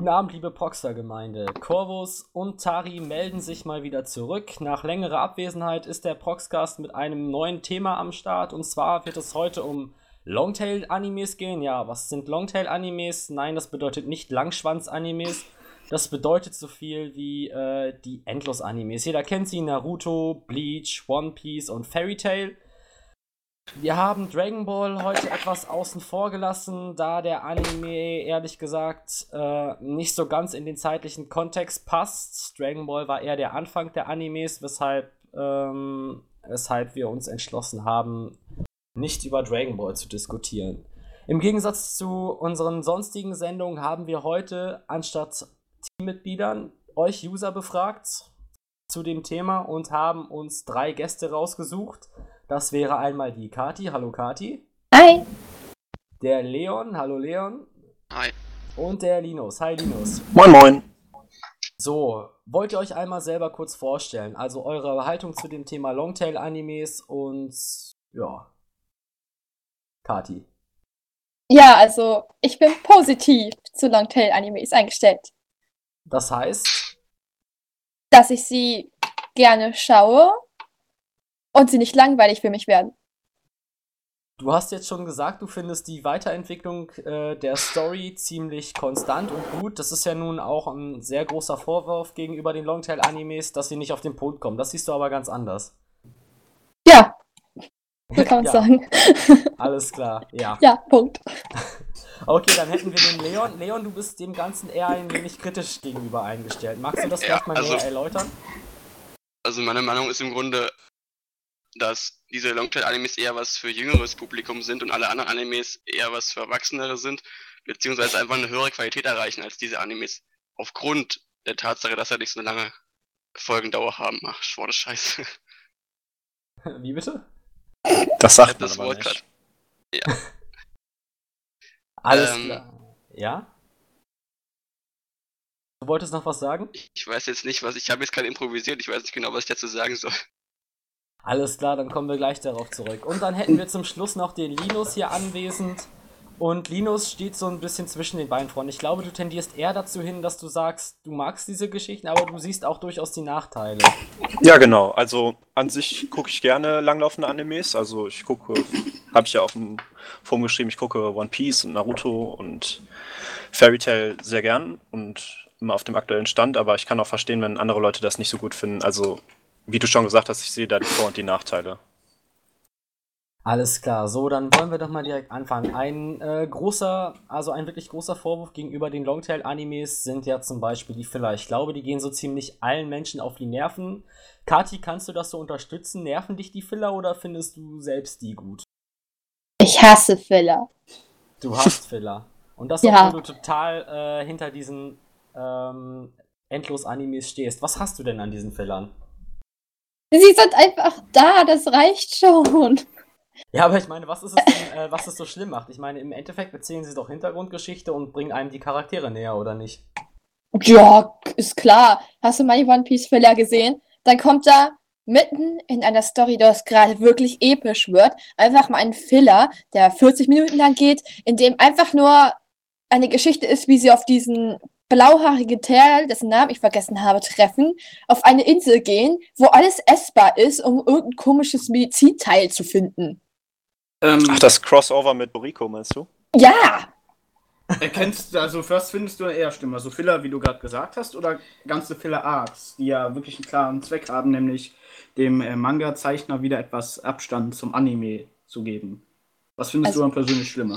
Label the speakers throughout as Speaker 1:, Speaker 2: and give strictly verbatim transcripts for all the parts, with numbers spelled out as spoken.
Speaker 1: Guten Abend, liebe Proxter-Gemeinde. Corvus und Tari melden sich mal wieder zurück. Nach längerer Abwesenheit ist der Proxcast mit einem neuen Thema am Start. Und zwar wird es heute um Longtail-Animes gehen. Ja, was sind Longtail-Animes? Nein, das bedeutet nicht Langschwanz-Animes. Das bedeutet so viel wie äh, die Endlos-Animes. Jeder kennt sie: Naruto, Bleach, One Piece und Fairy Tail. Wir haben Dragon Ball heute etwas außen vor gelassen, da der Anime, ehrlich gesagt, äh, nicht so ganz in den zeitlichen Kontext passt. Dragon Ball war eher der Anfang der Animes, weshalb, ähm, weshalb wir uns entschlossen haben, nicht über Dragon Ball zu diskutieren. Im Gegensatz zu unseren sonstigen Sendungen haben wir heute anstatt Teammitgliedern euch User befragt zu dem Thema und haben uns drei Gäste rausgesucht. Das wäre einmal die Kati. Hallo Kati.
Speaker 2: Hi.
Speaker 1: Der Leon. Hallo Leon.
Speaker 3: Hi.
Speaker 1: Und der Linus. Hi Linus.
Speaker 4: Moin moin.
Speaker 1: So, wollt ihr euch einmal selber kurz vorstellen? Also eure Haltung zu dem Thema Longtail-Animes und ja. Kati.
Speaker 2: Ja, also ich bin positiv zu Longtail-Animes eingestellt.
Speaker 1: Das heißt,
Speaker 2: dass ich sie gerne schaue und sie nicht langweilig für mich werden.
Speaker 1: Du hast jetzt schon gesagt, du findest die Weiterentwicklung äh, der Story ziemlich konstant und gut. Das ist ja nun auch ein sehr großer Vorwurf gegenüber den Longtail-Animes, dass sie nicht auf den Punkt kommen. Das siehst du aber ganz anders.
Speaker 2: Ja, so kann man
Speaker 1: ja,
Speaker 2: sagen.
Speaker 1: Alles klar, ja.
Speaker 2: Ja, Punkt.
Speaker 1: Okay, dann hätten wir den Leon. Leon, du bist dem Ganzen eher ein wenig kritisch gegenüber eingestellt. Magst du das
Speaker 3: Ja,
Speaker 1: vielleicht mal
Speaker 3: also,
Speaker 1: näher erläutern?
Speaker 3: Also meine Meinung ist im Grunde, dass diese Longtail-Animes eher was für jüngeres Publikum sind und alle anderen Animes eher was für Erwachsenere sind, beziehungsweise einfach eine höhere Qualität erreichen als diese Animes. Aufgrund der Tatsache, dass sie nicht so eine lange Folgendauer haben. Ach, schwore Scheiße.
Speaker 1: Wie bitte?
Speaker 4: Das sagt man
Speaker 3: das
Speaker 4: aber
Speaker 3: Wort
Speaker 4: nicht.
Speaker 3: grad. Ja.
Speaker 1: Alles
Speaker 3: Ähm,
Speaker 1: klar. Ja? Du wolltest noch was sagen?
Speaker 3: Ich weiß jetzt nicht, was ich habe jetzt gerade improvisiert, ich weiß nicht genau, was ich dazu sagen soll.
Speaker 1: Alles klar, dann kommen wir gleich darauf zurück. Und dann hätten wir zum Schluss noch den Linus hier anwesend. Und Linus steht so ein bisschen zwischen den beiden Freunden. Ich glaube, du tendierst eher dazu hin, dass du sagst, du magst diese Geschichten, aber du siehst auch durchaus die Nachteile.
Speaker 4: Ja, genau. Also an sich gucke ich gerne langlaufende Animes. Also ich gucke, habe ich ja auch im Forum geschrieben, ich gucke One Piece und Naruto und Fairy Tail sehr gern und immer auf dem aktuellen Stand. Aber ich kann auch verstehen, wenn andere Leute das nicht so gut finden. Also wie du schon gesagt hast, ich sehe da die Vor- und die Nachteile.
Speaker 1: Alles klar, so, dann wollen wir doch mal direkt anfangen. Ein äh, großer, also ein wirklich großer Vorwurf gegenüber den Longtail-Animes sind ja zum Beispiel die Filler. Ich glaube, die gehen so ziemlich allen Menschen auf die Nerven. Kati, kannst du das so unterstützen? Nerven dich die Filler oder findest du selbst die gut?
Speaker 2: Ich hasse Filler.
Speaker 1: Du hast Filler. Und das,
Speaker 2: Ja.
Speaker 1: obwohl du total äh, hinter diesen ähm, Endlos-Animes stehst. Was hast du denn an diesen Fillern?
Speaker 2: Sie sind einfach da, das reicht schon.
Speaker 1: Ja, aber ich meine, was ist es denn, äh, was es so schlimm macht? Ich meine, im Endeffekt erzählen sie doch Hintergrundgeschichte und bringen einem die Charaktere näher, oder nicht?
Speaker 2: Ja, ist klar. Hast du mal die One Piece Filler gesehen? Dann kommt da mitten in einer Story, die gerade wirklich episch wird, einfach mal ein Filler, der vierzig Minuten lang geht, in dem einfach nur eine Geschichte ist, wie sie auf diesen blauhaarigen Kerl, dessen Namen ich vergessen habe, treffen, auf eine Insel gehen, wo alles essbar ist, um irgendein komisches Medizinteil zu finden.
Speaker 5: Ähm,
Speaker 4: Ach, das Crossover mit Boriko, meinst du?
Speaker 2: Ja!
Speaker 5: Erkennst du, also was findest du eher schlimmer? So Filler, wie du gerade gesagt hast, oder ganze Filler-Arcs, die ja wirklich einen klaren Zweck haben, nämlich dem äh, Manga-Zeichner wieder etwas Abstand zum Anime zu geben? Was findest
Speaker 2: Also-
Speaker 5: du dann persönlich schlimmer?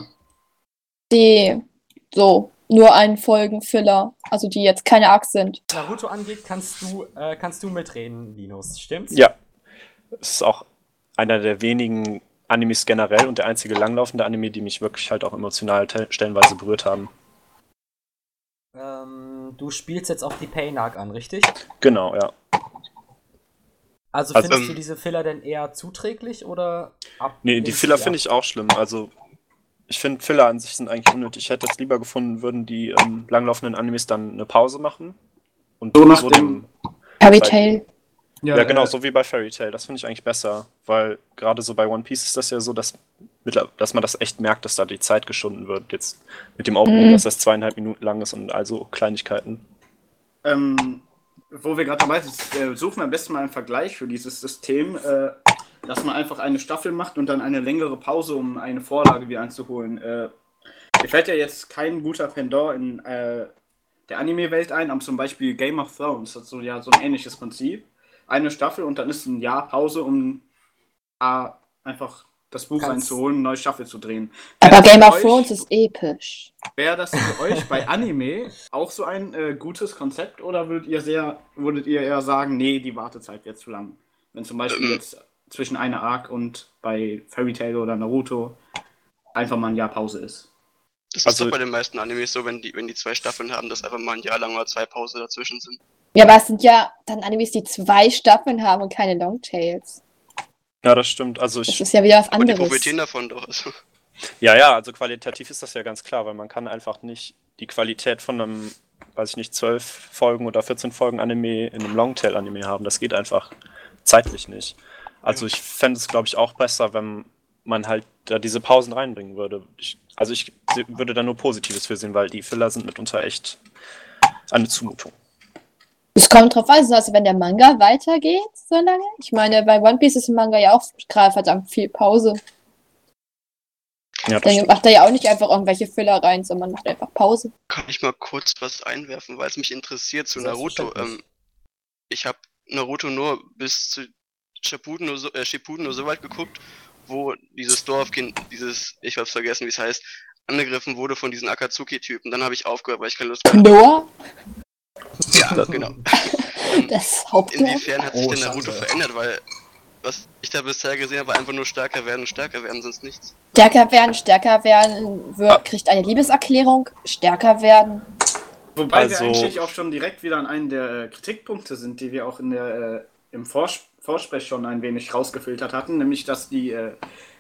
Speaker 2: Die so nur einen Folgen-Filler, also die jetzt keine Arcs sind.
Speaker 1: Was Naruto angeht, kannst du, äh, kannst du mitreden, Linus, stimmt's?
Speaker 4: Ja. Es ist auch einer der wenigen Animes generell und der einzige langlaufende Anime, die mich wirklich halt auch emotional te- stellenweise berührt haben.
Speaker 1: Ähm, du spielst jetzt auf die Pain-Arc an, richtig?
Speaker 4: Genau, ja.
Speaker 1: Also
Speaker 4: Also,
Speaker 1: findest
Speaker 3: ähm,
Speaker 1: du diese Filler denn eher zuträglich oder ab?
Speaker 4: Nee, die Filler finde ich auch schlimm. Also ich finde Filler an sich sind eigentlich unnötig. Ich hätte es lieber gefunden, würden die ähm, langlaufenden Animes dann eine Pause machen. Und
Speaker 5: So nach
Speaker 4: so
Speaker 5: dem-
Speaker 4: dem
Speaker 2: Fairy
Speaker 4: Bei-
Speaker 2: Tail.
Speaker 4: Ja, genau,
Speaker 5: äh,
Speaker 4: so wie bei Fairy Tail. Das finde ich eigentlich besser, weil gerade so bei One Piece ist das ja so, dass dass man das echt merkt, dass da die Zeit geschunden wird. Jetzt mit dem Opening,
Speaker 2: Mhm.
Speaker 4: dass das zweieinhalb Minuten lang ist und also Kleinigkeiten.
Speaker 5: Ähm, wo wir gerade dabei sind, äh, suchen wir am besten mal einen Vergleich für dieses System, äh, dass man einfach eine Staffel macht und dann eine längere Pause, um eine Vorlage wieder einzuholen. Äh, mir fällt ja jetzt kein guter Pendant in äh, der Anime-Welt ein, aber zum Beispiel Game of Thrones hat so, ja, so ein ähnliches Prinzip. Eine Staffel und dann ist ein Jahr Pause, um äh, einfach das Buch
Speaker 1: Ganz-
Speaker 5: reinzuholen, eine neue Staffel zu drehen.
Speaker 2: Aber
Speaker 5: Wäre das
Speaker 2: Game
Speaker 5: für
Speaker 2: of
Speaker 5: euch-
Speaker 2: Thrones ist episch.
Speaker 5: Wäre das für euch bei Anime auch so ein äh, gutes Konzept oder würdet ihr sehr, würdet ihr eher sagen, nee, die Wartezeit wird zu lang? Wenn zum Beispiel
Speaker 3: Ähm.
Speaker 5: jetzt zwischen einer Arc und bei Fairy Tail oder Naruto einfach mal ein Jahr Pause ist.
Speaker 3: Das
Speaker 4: Also-
Speaker 3: ist doch bei den meisten Animes so, wenn die, wenn die zwei Staffeln haben, dass einfach mal ein Jahr lang oder zwei Pause dazwischen sind.
Speaker 2: Ja, aber es sind ja dann Animes, die zwei Staffeln haben und keine Longtails.
Speaker 4: Ja, das stimmt. Also
Speaker 2: Das
Speaker 4: ich,
Speaker 2: ist ja wieder was
Speaker 3: Aber die
Speaker 2: anderes.
Speaker 3: profitieren davon doch. Also,
Speaker 4: ja, ja, also qualitativ ist das ja ganz klar, weil man kann einfach nicht die Qualität von einem, weiß ich nicht, zwölf Folgen oder vierzehn Folgen Anime in einem Longtail-Anime haben. Das geht einfach zeitlich nicht. Also ich fände es, glaube ich, auch besser, wenn man halt da diese Pausen reinbringen würde. Ich, also ich se- würde da nur Positives für sehen, weil die Filler sind mitunter echt eine Zumutung.
Speaker 2: Es kommt drauf an, also wenn der Manga weitergeht, so lange. Ich meine, bei One Piece ist im Manga ja auch gerade verdammt viel Pause.
Speaker 4: Ja, das
Speaker 2: Dann
Speaker 4: stimmt.
Speaker 2: macht er ja auch nicht einfach irgendwelche Filler rein, sondern macht einfach Pause.
Speaker 3: kann ich mal kurz was einwerfen, weil es mich interessiert zu Naruto.
Speaker 1: Selbstverständlich.
Speaker 3: Ähm, ich habe Naruto nur bis zu Shippuden nur so, äh, Shippuden nur so weit geguckt, wo dieses Dorfkind, dieses, ich hab's vergessen, wie es heißt, angegriffen wurde von diesen Akatsuki-Typen. Dann habe ich aufgehört, weil ich keine Lust mehr hatte.
Speaker 2: Noah,
Speaker 3: Ja, genau. Ähm,
Speaker 2: das Hauptdorf.
Speaker 3: Inwiefern hat sich
Speaker 1: Oh,
Speaker 3: denn Naruto
Speaker 1: Schande.
Speaker 3: verändert? Weil was ich da bisher gesehen habe, war einfach nur stärker werden und stärker werden, sonst nichts.
Speaker 2: Stärker werden, stärker werden, wird, kriegt eine Liebeserklärung, stärker werden.
Speaker 5: Wobei
Speaker 4: Also-
Speaker 5: wir eigentlich auch schon direkt wieder an einen der äh, Kritikpunkte sind, die wir auch in der, äh, im Vors Vorsprech schon ein wenig rausgefiltert hatten, nämlich dass die äh,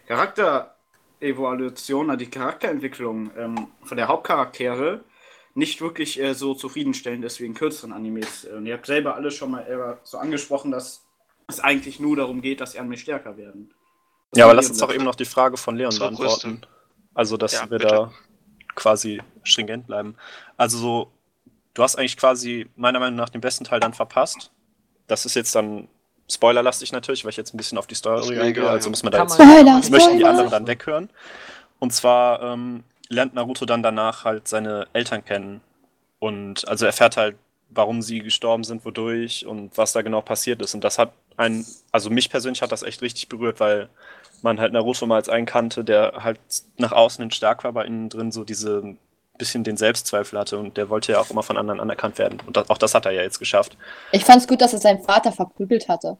Speaker 5: Charakterevolution, also die Charakterentwicklung ähm, von der Hauptcharaktere nicht wirklich äh, so zufriedenstellend ist wie in kürzeren Animes. Und ihr habt selber alle schon mal eher so angesprochen, dass es eigentlich nur darum geht, dass die Anime stärker werden. Was
Speaker 4: Ja, aber
Speaker 5: sind
Speaker 4: lass
Speaker 5: Ihre
Speaker 4: uns doch
Speaker 5: Sätze?
Speaker 4: eben noch die Frage von Leon
Speaker 3: Zur
Speaker 4: beantworten. Also, dass
Speaker 3: Ja,
Speaker 4: wir
Speaker 3: bitte.
Speaker 4: da quasi stringent bleiben. Also, so, du hast eigentlich quasi meiner Meinung nach den besten Teil dann verpasst. Das ist jetzt dann spoilerlastig natürlich, weil ich jetzt ein bisschen auf die
Speaker 3: Ist
Speaker 4: Story
Speaker 3: mir
Speaker 4: eingehe.
Speaker 3: egal,
Speaker 4: Also
Speaker 3: ja.
Speaker 4: muss man da
Speaker 1: Kann
Speaker 4: jetzt
Speaker 1: man-
Speaker 2: Spoiler,
Speaker 1: kann
Speaker 4: das möchten die
Speaker 2: Spoiler.
Speaker 4: anderen dann weghören. Und zwar ähm, lernt Naruto dann danach halt seine Eltern kennen. Und also erfährt halt, warum sie gestorben sind, wodurch und was da genau passiert ist. Und das hat einen, also mich persönlich hat das echt richtig berührt, weil man halt Naruto mal als einen kannte, der halt nach außen hin stark war, aber innen drin so diese bisschen den Selbstzweifel hatte und der wollte ja auch immer von anderen anerkannt werden. Und das, auch das hat er ja jetzt geschafft.
Speaker 2: Ich fand's gut, dass er seinen Vater verprügelt hatte.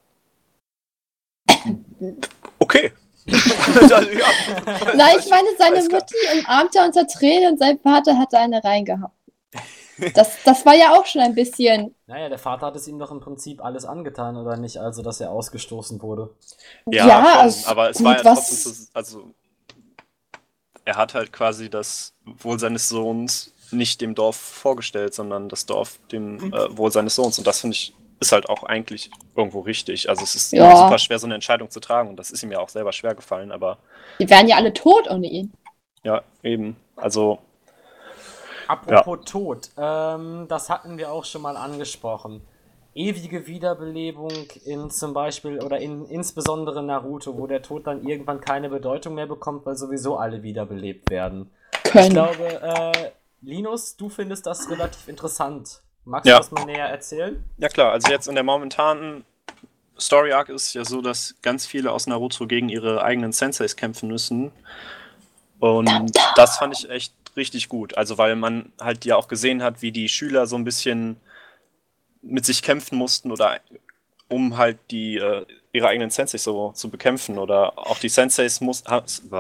Speaker 4: Okay. Also, ja.
Speaker 2: Nein, ich meine, seine
Speaker 4: Alles klar.
Speaker 2: Mutti umarmte unter Tränen und sein Vater hatte eine reingehauen. Das, das war ja auch schon ein bisschen.
Speaker 1: Naja, der Vater hat es ihm doch im Prinzip alles angetan, oder nicht? Also, dass er ausgestoßen wurde.
Speaker 4: Ja,
Speaker 2: Ja,
Speaker 4: schon,
Speaker 2: also
Speaker 4: aber es
Speaker 2: gut,
Speaker 4: war ja
Speaker 2: was-
Speaker 4: trotzdem so, also er hat halt quasi das Wohl seines Sohns nicht dem Dorf vorgestellt, sondern das Dorf dem äh, Wohl seines Sohns. Und das finde ich ist halt auch eigentlich irgendwo richtig. Also es ist
Speaker 2: Ja.
Speaker 4: immer super schwer, so eine Entscheidung zu tragen und das ist ihm ja auch selber schwer gefallen, aber
Speaker 2: Die wären ja alle tot ohne ihn.
Speaker 4: ja, eben. Also
Speaker 1: Apropos Tod, ähm, das hatten wir auch schon mal angesprochen. Ewige Wiederbelebung in zum Beispiel oder in insbesondere Naruto, wo der Tod dann irgendwann keine Bedeutung mehr bekommt, weil sowieso alle wiederbelebt werden. Ich
Speaker 2: Können.
Speaker 1: glaube, äh, Linus, du findest das relativ interessant. Magst
Speaker 4: Ja.
Speaker 1: du das mal näher erzählen?
Speaker 4: ja klar, also jetzt in der momentanen Story Arc ist es ja so, dass ganz viele aus Naruto gegen ihre eigenen Senseis kämpfen müssen. Und das fand ich echt richtig gut. Also weil man halt ja auch gesehen hat, wie die Schüler so ein bisschen mit sich kämpfen mussten oder um halt die äh, ihre eigenen Senseis so zu bekämpfen. Oder auch die Senseis mussten.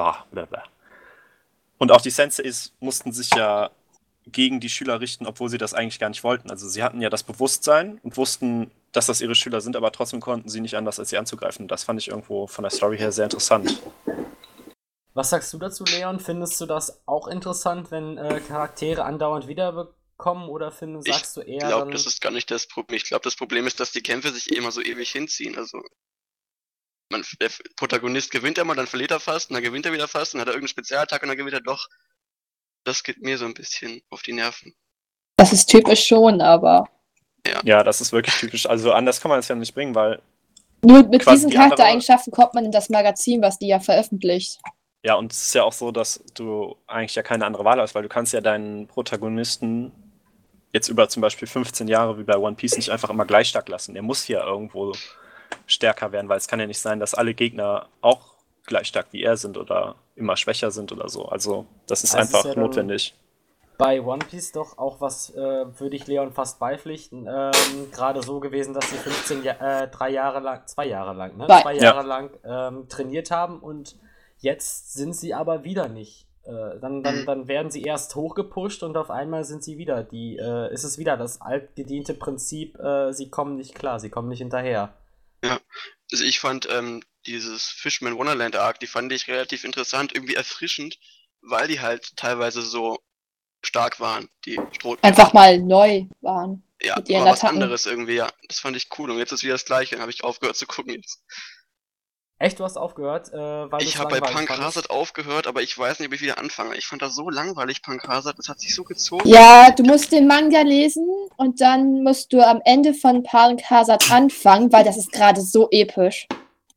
Speaker 4: Und auch die Senseis mussten sich ja gegen die Schüler richten, obwohl sie das eigentlich gar nicht wollten. Also sie hatten ja das Bewusstsein und wussten, dass das ihre Schüler sind, aber trotzdem konnten sie nicht anders, als sie anzugreifen. Das fand ich irgendwo von der Story her sehr interessant.
Speaker 1: Was sagst du dazu, Leon? Findest du das auch interessant, wenn äh, Charaktere andauernd wiederbekommen oder findest,
Speaker 3: Ich
Speaker 1: sagst du eher
Speaker 3: Ich glaube,
Speaker 1: dann...
Speaker 3: das ist gar nicht das Problem. Ich glaube, das Problem ist, dass die Kämpfe sich immer so ewig hinziehen. Also man, der Protagonist gewinnt immer, dann verliert er fast, und dann gewinnt er wieder fast, und dann hat er irgendeinen Spezialattack und dann gewinnt er doch. Das geht mir so ein bisschen auf die Nerven.
Speaker 2: Das ist typisch schon, aber
Speaker 4: Ja, das ist wirklich typisch. Also anders kann man es ja nicht bringen, weil,
Speaker 2: nur mit
Speaker 4: Quasi
Speaker 2: diesen
Speaker 4: die andere-
Speaker 2: Charaktereigenschaften kommt man in das Magazin, was die ja veröffentlicht.
Speaker 4: ja, und es ist ja auch so, dass du eigentlich ja keine andere Wahl hast, weil du kannst ja deinen Protagonisten jetzt über zum Beispiel fünfzehn Jahre wie bei One Piece nicht einfach immer gleich stark lassen. Der muss ja irgendwo stärker werden, weil es kann ja nicht sein, dass alle Gegner auch gleich stark wie er sind oder immer schwächer sind oder so. Also das ist
Speaker 1: Das ist
Speaker 4: einfach
Speaker 1: ja dann-
Speaker 4: notwendig.
Speaker 1: Bei One Piece doch auch was, äh, würde ich Leon fast beipflichten, ähm, gerade so gewesen, dass sie fünfzehn ja äh, drei Jahre lang, zwei Jahre lang, ne?
Speaker 2: Zwei.
Speaker 1: Zwei
Speaker 4: Ja.
Speaker 1: Jahre lang ähm, trainiert haben und jetzt sind sie aber wieder nicht. Äh, dann, dann, dann werden sie erst hochgepusht und auf einmal sind sie wieder die, äh, ist es wieder das altgediente Prinzip, äh, sie kommen nicht klar, sie kommen nicht hinterher.
Speaker 3: Also ich fand ähm, dieses Fishman Wonderland Arc, die fand ich relativ interessant, irgendwie erfrischend, weil die halt teilweise so stark waren, die Strohhüte.
Speaker 2: Einfach mal neu waren.
Speaker 3: Ja,
Speaker 2: mit ihren
Speaker 3: mal was
Speaker 2: Attacken.
Speaker 3: anderes irgendwie, ja. Das fand ich cool. Und jetzt ist wieder das Gleiche. Dann habe ich aufgehört zu gucken jetzt.
Speaker 1: Echt, du hast aufgehört, äh, weil
Speaker 3: Ich
Speaker 1: du's
Speaker 3: habe bei
Speaker 1: langweilig
Speaker 3: Punk
Speaker 1: fandest?
Speaker 3: Hazard aufgehört, aber ich weiß nicht, ob ich wieder anfange. Ich fand das so langweilig, Punk Hazard. Das hat sich so gezogen.
Speaker 2: Ja, du musst den Manga lesen und dann musst du am Ende von Punk Hazard anfangen, weil das ist gerade so episch.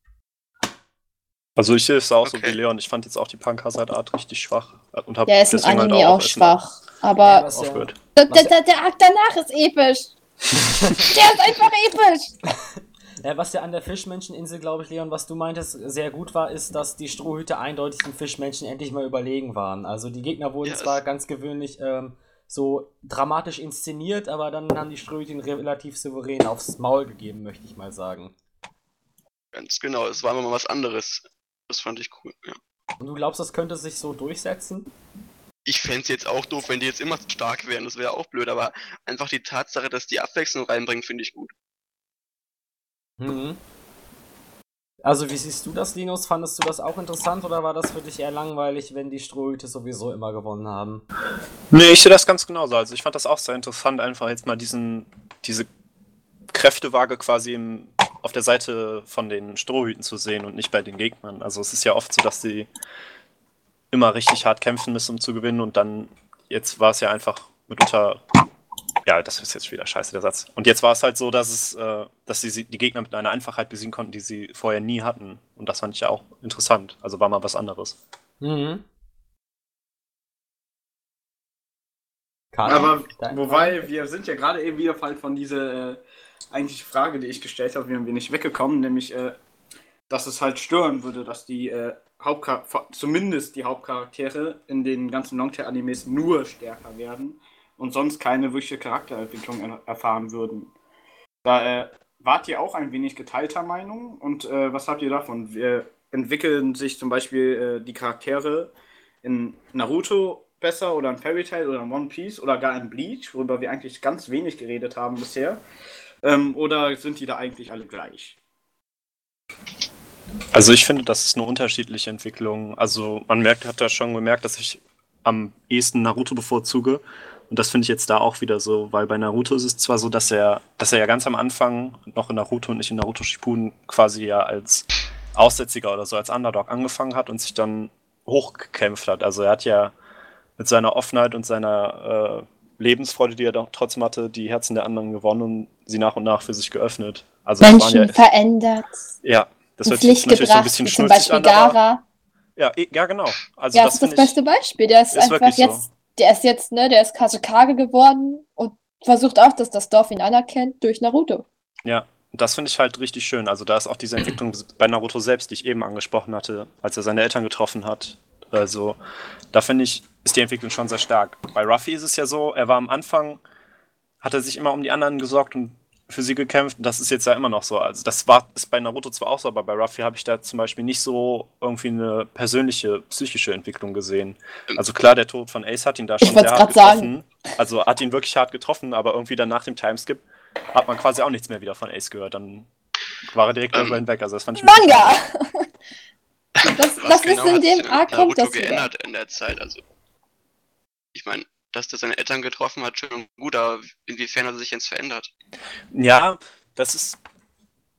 Speaker 4: Also ich sehe es auch so
Speaker 3: Okay.
Speaker 4: wie Leon. Ich fand jetzt auch die Punk Hazard Art richtig schwach und habe
Speaker 2: Der ist im
Speaker 4: deswegen halt
Speaker 2: Anime
Speaker 4: auch
Speaker 2: auch
Speaker 4: erstmal
Speaker 2: schwach.
Speaker 1: Ja,
Speaker 2: Aber
Speaker 1: was ja,
Speaker 4: aufgehört.
Speaker 2: der,
Speaker 1: was
Speaker 2: der, der Arc danach ist episch. Der ist einfach episch.
Speaker 1: ja, was ja an der Fischmenscheninsel, glaube ich, Leon, was du meintest, sehr gut war, ist, dass die Strohhüte eindeutig den Fischmenschen endlich mal überlegen waren. Also die Gegner wurden
Speaker 3: Ja,
Speaker 1: zwar
Speaker 3: es-
Speaker 1: ganz gewöhnlich ähm, so dramatisch inszeniert, aber dann haben die Strohhüte ihn relativ souverän aufs Maul gegeben, möchte ich mal sagen.
Speaker 3: Ganz genau. Es war immer mal was anderes. Das fand ich cool, ja.
Speaker 1: Und du glaubst, das könnte sich so durchsetzen?
Speaker 3: Ich fänd's jetzt auch doof, wenn die jetzt immer so stark wären. Das wäre auch blöd. Aber einfach die Tatsache, dass die Abwechslung reinbringen, finde ich gut.
Speaker 1: Mhm. Also wie siehst du das, Linus? Fandest du das auch interessant oder war das für dich eher langweilig, wenn die Strohhüte sowieso immer gewonnen haben?
Speaker 4: Nee, ich sehe das ganz genauso. Also ich fand das auch sehr interessant, einfach jetzt mal diesen, diese Kräftewaage quasi im, auf der Seite von den Strohhüten zu sehen und nicht bei den Gegnern. Also es ist ja oft so, dass sie immer richtig hart kämpfen müssen, um zu gewinnen und dann, jetzt war es ja einfach mitunter, ja, das ist jetzt wieder scheiße, der Satz. Und jetzt war es halt so, dass es, äh, dass sie sie- die Gegner mit einer Einfachheit besiegen konnten, die sie vorher nie hatten. Und das fand ich ja auch interessant. Also war mal was anderes.
Speaker 1: Mhm. Karl,
Speaker 5: Aber
Speaker 1: dein-
Speaker 5: wobei, wir sind ja gerade eben wieder halt von dieser äh, eigentliche Frage, die ich gestellt habe, wären wir nicht weggekommen, nämlich, äh, dass es halt stören würde, dass die äh, Hauptchar zumindest die Hauptcharaktere in den ganzen Longtail-Animes nur stärker werden und sonst keine wirkliche Charakterentwicklung er erfahren würden. Da äh, wart ihr auch ein wenig geteilter Meinung und äh, was habt ihr davon? Wir entwickeln sich zum Beispiel äh, die Charaktere in Naruto besser oder in Fairy Tail oder in One Piece oder gar in Bleach, worüber wir eigentlich ganz wenig geredet haben bisher? Ähm, oder sind die da eigentlich alle gleich?
Speaker 4: Also ich finde, das ist eine unterschiedliche Entwicklung. Also man merkt, hat da schon gemerkt, dass ich am ehesten Naruto bevorzuge. Und das finde ich jetzt da auch wieder so, weil bei Naruto ist es zwar so, dass er, dass er ja ganz am Anfang noch in Naruto und nicht in Naruto Shippuden quasi ja als Aussätziger oder so als Underdog angefangen hat und sich dann hochgekämpft hat. Also er hat ja mit seiner Offenheit und seiner äh, Lebensfreude, die er doch trotzdem hatte, die Herzen der anderen gewonnen und sie nach und nach für sich geöffnet. Also das waren
Speaker 2: Menschen
Speaker 4: ja,
Speaker 2: verändert,
Speaker 4: ja, das
Speaker 2: ins
Speaker 4: hört sich
Speaker 2: Licht
Speaker 4: natürlich so ein
Speaker 2: gebracht,
Speaker 4: bisschen
Speaker 2: wie zum
Speaker 4: schnulzig
Speaker 2: Beispiel
Speaker 4: an, aber
Speaker 2: Gara.
Speaker 4: ja, eh- ja, genau. Also
Speaker 2: Ja,
Speaker 4: das,
Speaker 2: das ist das
Speaker 4: finde ich,
Speaker 2: beste Beispiel. Der ist,
Speaker 4: ist
Speaker 2: einfach
Speaker 4: wirklich so.
Speaker 2: jetzt, der ist jetzt, ne, der ist Kazekage geworden und versucht auch, dass das Dorf ihn anerkennt durch Naruto.
Speaker 4: ja, das finde ich halt richtig schön. Also da ist auch diese Entwicklung bei Naruto selbst, die ich eben angesprochen hatte, als er seine Eltern getroffen hat. Also da finde ich, ist die Entwicklung schon sehr stark. Bei Ruffy ist es ja so, er war am Anfang, hat er sich immer um die anderen gesorgt und für sie gekämpft. Und das ist jetzt ja immer noch so. Also das war ist bei Naruto zwar auch so, aber bei Ruffy habe ich da zum Beispiel nicht so irgendwie eine persönliche, psychische Entwicklung gesehen. Also klar, der Tod von Ace hat ihn da
Speaker 2: Ich
Speaker 4: schon
Speaker 2: wollt's
Speaker 4: sehr hart
Speaker 2: grad
Speaker 4: getroffen. Also hat ihn wirklich hart getroffen, aber irgendwie dann nach dem Timeskip hat man quasi auch nichts mehr wieder von Ace gehört. Dann war er direkt
Speaker 3: Ähm,
Speaker 4: darüber hinweg. Also das fand ich ein bisschen
Speaker 2: Manga!
Speaker 4: schade.
Speaker 2: Das,
Speaker 3: Was
Speaker 2: das
Speaker 3: genau
Speaker 2: ist in
Speaker 3: hat sich
Speaker 2: dem
Speaker 3: denn
Speaker 2: Arc kommt
Speaker 3: Naruto
Speaker 2: das wieder.
Speaker 3: geändert in der Zeit? Also, ich meine, dass der seine Eltern getroffen hat, schön und gut, aber inwiefern hat er sich jetzt verändert?
Speaker 4: Ja, das ist.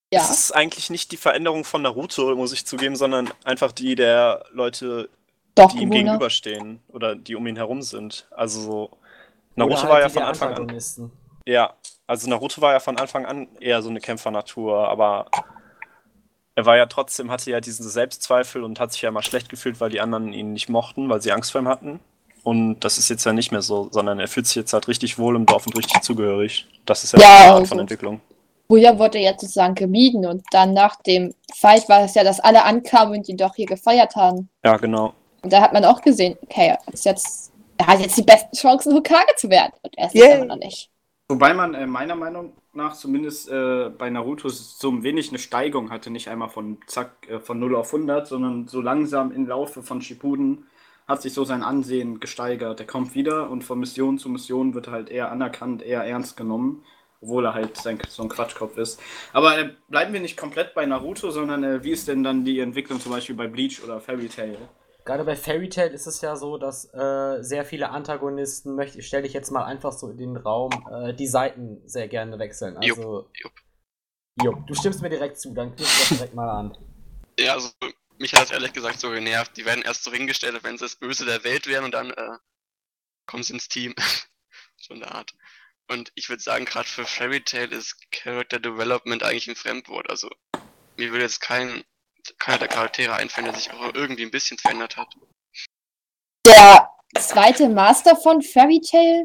Speaker 2: Ja,
Speaker 4: Es ist eigentlich nicht die Veränderung von Naruto, muss ich zugeben, sondern einfach die der Leute, die ihm
Speaker 2: Dorfbewohner.
Speaker 4: gegenüberstehen oder die um ihn herum sind. Also so, Naruto
Speaker 1: Oder
Speaker 4: war
Speaker 1: halt
Speaker 4: ja
Speaker 1: die
Speaker 4: von
Speaker 1: der
Speaker 4: Anfang an.
Speaker 1: Antagonisten.
Speaker 4: Ja, also Naruto war ja von Anfang an eher so eine Kämpfernatur, aber er war ja trotzdem, hatte ja diese Selbstzweifel und hat sich ja immer schlecht gefühlt, weil die anderen ihn nicht mochten, weil sie Angst vor ihm hatten. Und das ist jetzt ja nicht mehr so, sondern er fühlt sich jetzt halt richtig wohl im Dorf und richtig zugehörig. Das ist ja,
Speaker 2: Ja,
Speaker 4: eine Art
Speaker 2: also.
Speaker 4: von Entwicklung.
Speaker 2: Früher wurde er jetzt sozusagen gemieden und dann nach dem Fight war es ja, dass alle ankamen und ihn doch hier gefeiert haben.
Speaker 4: Ja, genau.
Speaker 2: Und da hat man auch gesehen, okay, er ist jetzt, er hat jetzt die besten Chancen, Hokage zu werden. Und er ist es
Speaker 4: Yay.
Speaker 2: aber noch nicht.
Speaker 5: Wobei man äh, meiner Meinung nach zumindest äh, bei Naruto so ein wenig eine Steigung hatte, nicht einmal von zack, äh, von null auf hundert, sondern so langsam im Laufe von Shippuden hat sich so sein Ansehen gesteigert. Er kommt wieder und von Mission zu Mission wird er halt eher anerkannt, eher ernst genommen, obwohl er halt sein, so ein Quatschkopf ist. Aber äh, bleiben wir nicht komplett bei Naruto, sondern äh, wie ist denn dann die Entwicklung zum Beispiel bei Bleach oder Fairy Tail?
Speaker 1: Gerade bei Fairy Tail ist es ja so, dass äh, sehr viele Antagonisten, möchte stelle ich jetzt mal einfach so in den Raum, äh, die Seiten sehr gerne wechseln. Also,
Speaker 3: Jupp.
Speaker 1: Jupp, du stimmst mir direkt zu, dann knüpf das direkt mal an.
Speaker 3: Ja, also mich hat das ehrlich gesagt so genervt. Die werden erst so hingestellt, wenn sie das Böse der Welt wären und dann äh, kommen sie ins Team. So eine Art. Und ich würde sagen, gerade für Fairy Tail ist Character Development eigentlich ein Fremdwort. Also mir würde jetzt kein, keiner der Charaktere einfallen, der sich auch irgendwie ein bisschen verändert hat.
Speaker 2: Der zweite Master von Fairy Tail?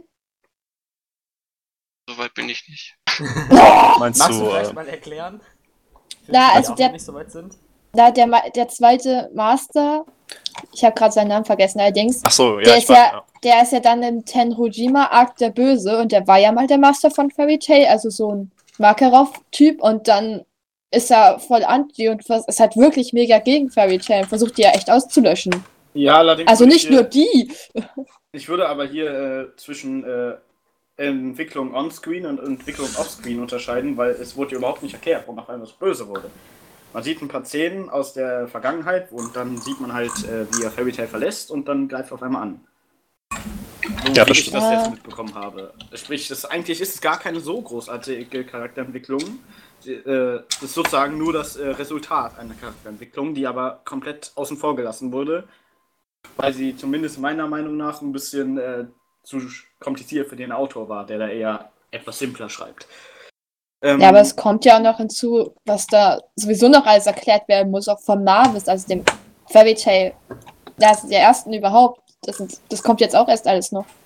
Speaker 3: Soweit bin ich nicht.
Speaker 4: Meinst
Speaker 1: Magst du
Speaker 4: du,
Speaker 1: vielleicht
Speaker 4: äh,
Speaker 1: mal erklären? Für
Speaker 2: Na,
Speaker 1: die, die
Speaker 2: also
Speaker 1: auch
Speaker 2: der-
Speaker 1: noch nicht so weit sind.
Speaker 2: Na, der, Ma- der zweite Master, ich habe gerade seinen Namen vergessen allerdings,
Speaker 4: ach so, ja,
Speaker 2: der
Speaker 4: ich
Speaker 2: ist
Speaker 4: war,
Speaker 2: ja,
Speaker 4: ja.
Speaker 2: der ist ja dann im Tenhojima-Arc der Böse und der war ja mal der Master von Fairy Tail, also so ein Makarov-Typ und dann ist er voll anti und was, ist halt wirklich mega gegen Fairy Tail und versucht die ja echt auszulöschen.
Speaker 5: Ja, allerdings.
Speaker 2: Also
Speaker 5: würde
Speaker 2: nicht
Speaker 5: ich
Speaker 2: nur
Speaker 5: hier-
Speaker 2: die.
Speaker 5: Ich würde aber hier äh, zwischen äh, Entwicklung on-screen und Entwicklung off-screen unterscheiden, weil es wurde ja überhaupt nicht erklärt, warum auf einmal das böse wurde. Man sieht ein paar Szenen aus der Vergangenheit und dann sieht man halt, äh, wie er Fairy Tail verlässt und dann greift er auf einmal an. So,
Speaker 4: Ja, das
Speaker 5: wie ich
Speaker 4: stimmt.
Speaker 5: das
Speaker 2: Ah.
Speaker 5: jetzt mitbekommen habe. Sprich, das, eigentlich ist es gar keine so großartige Charakterentwicklung. Sie- äh, Das ist sozusagen nur das äh, Resultat einer Charakterentwicklung, die aber komplett außen vor gelassen wurde, weil sie zumindest meiner Meinung nach ein bisschen äh, zu kompliziert für den Autor war, der da eher etwas simpler schreibt. Ähm,
Speaker 2: Ja, aber es kommt ja auch noch hinzu, was da sowieso noch alles erklärt werden muss, auch von Marvis, also dem Fairy Tail, das der ersten überhaupt. Das, sind, das kommt jetzt auch erst alles noch.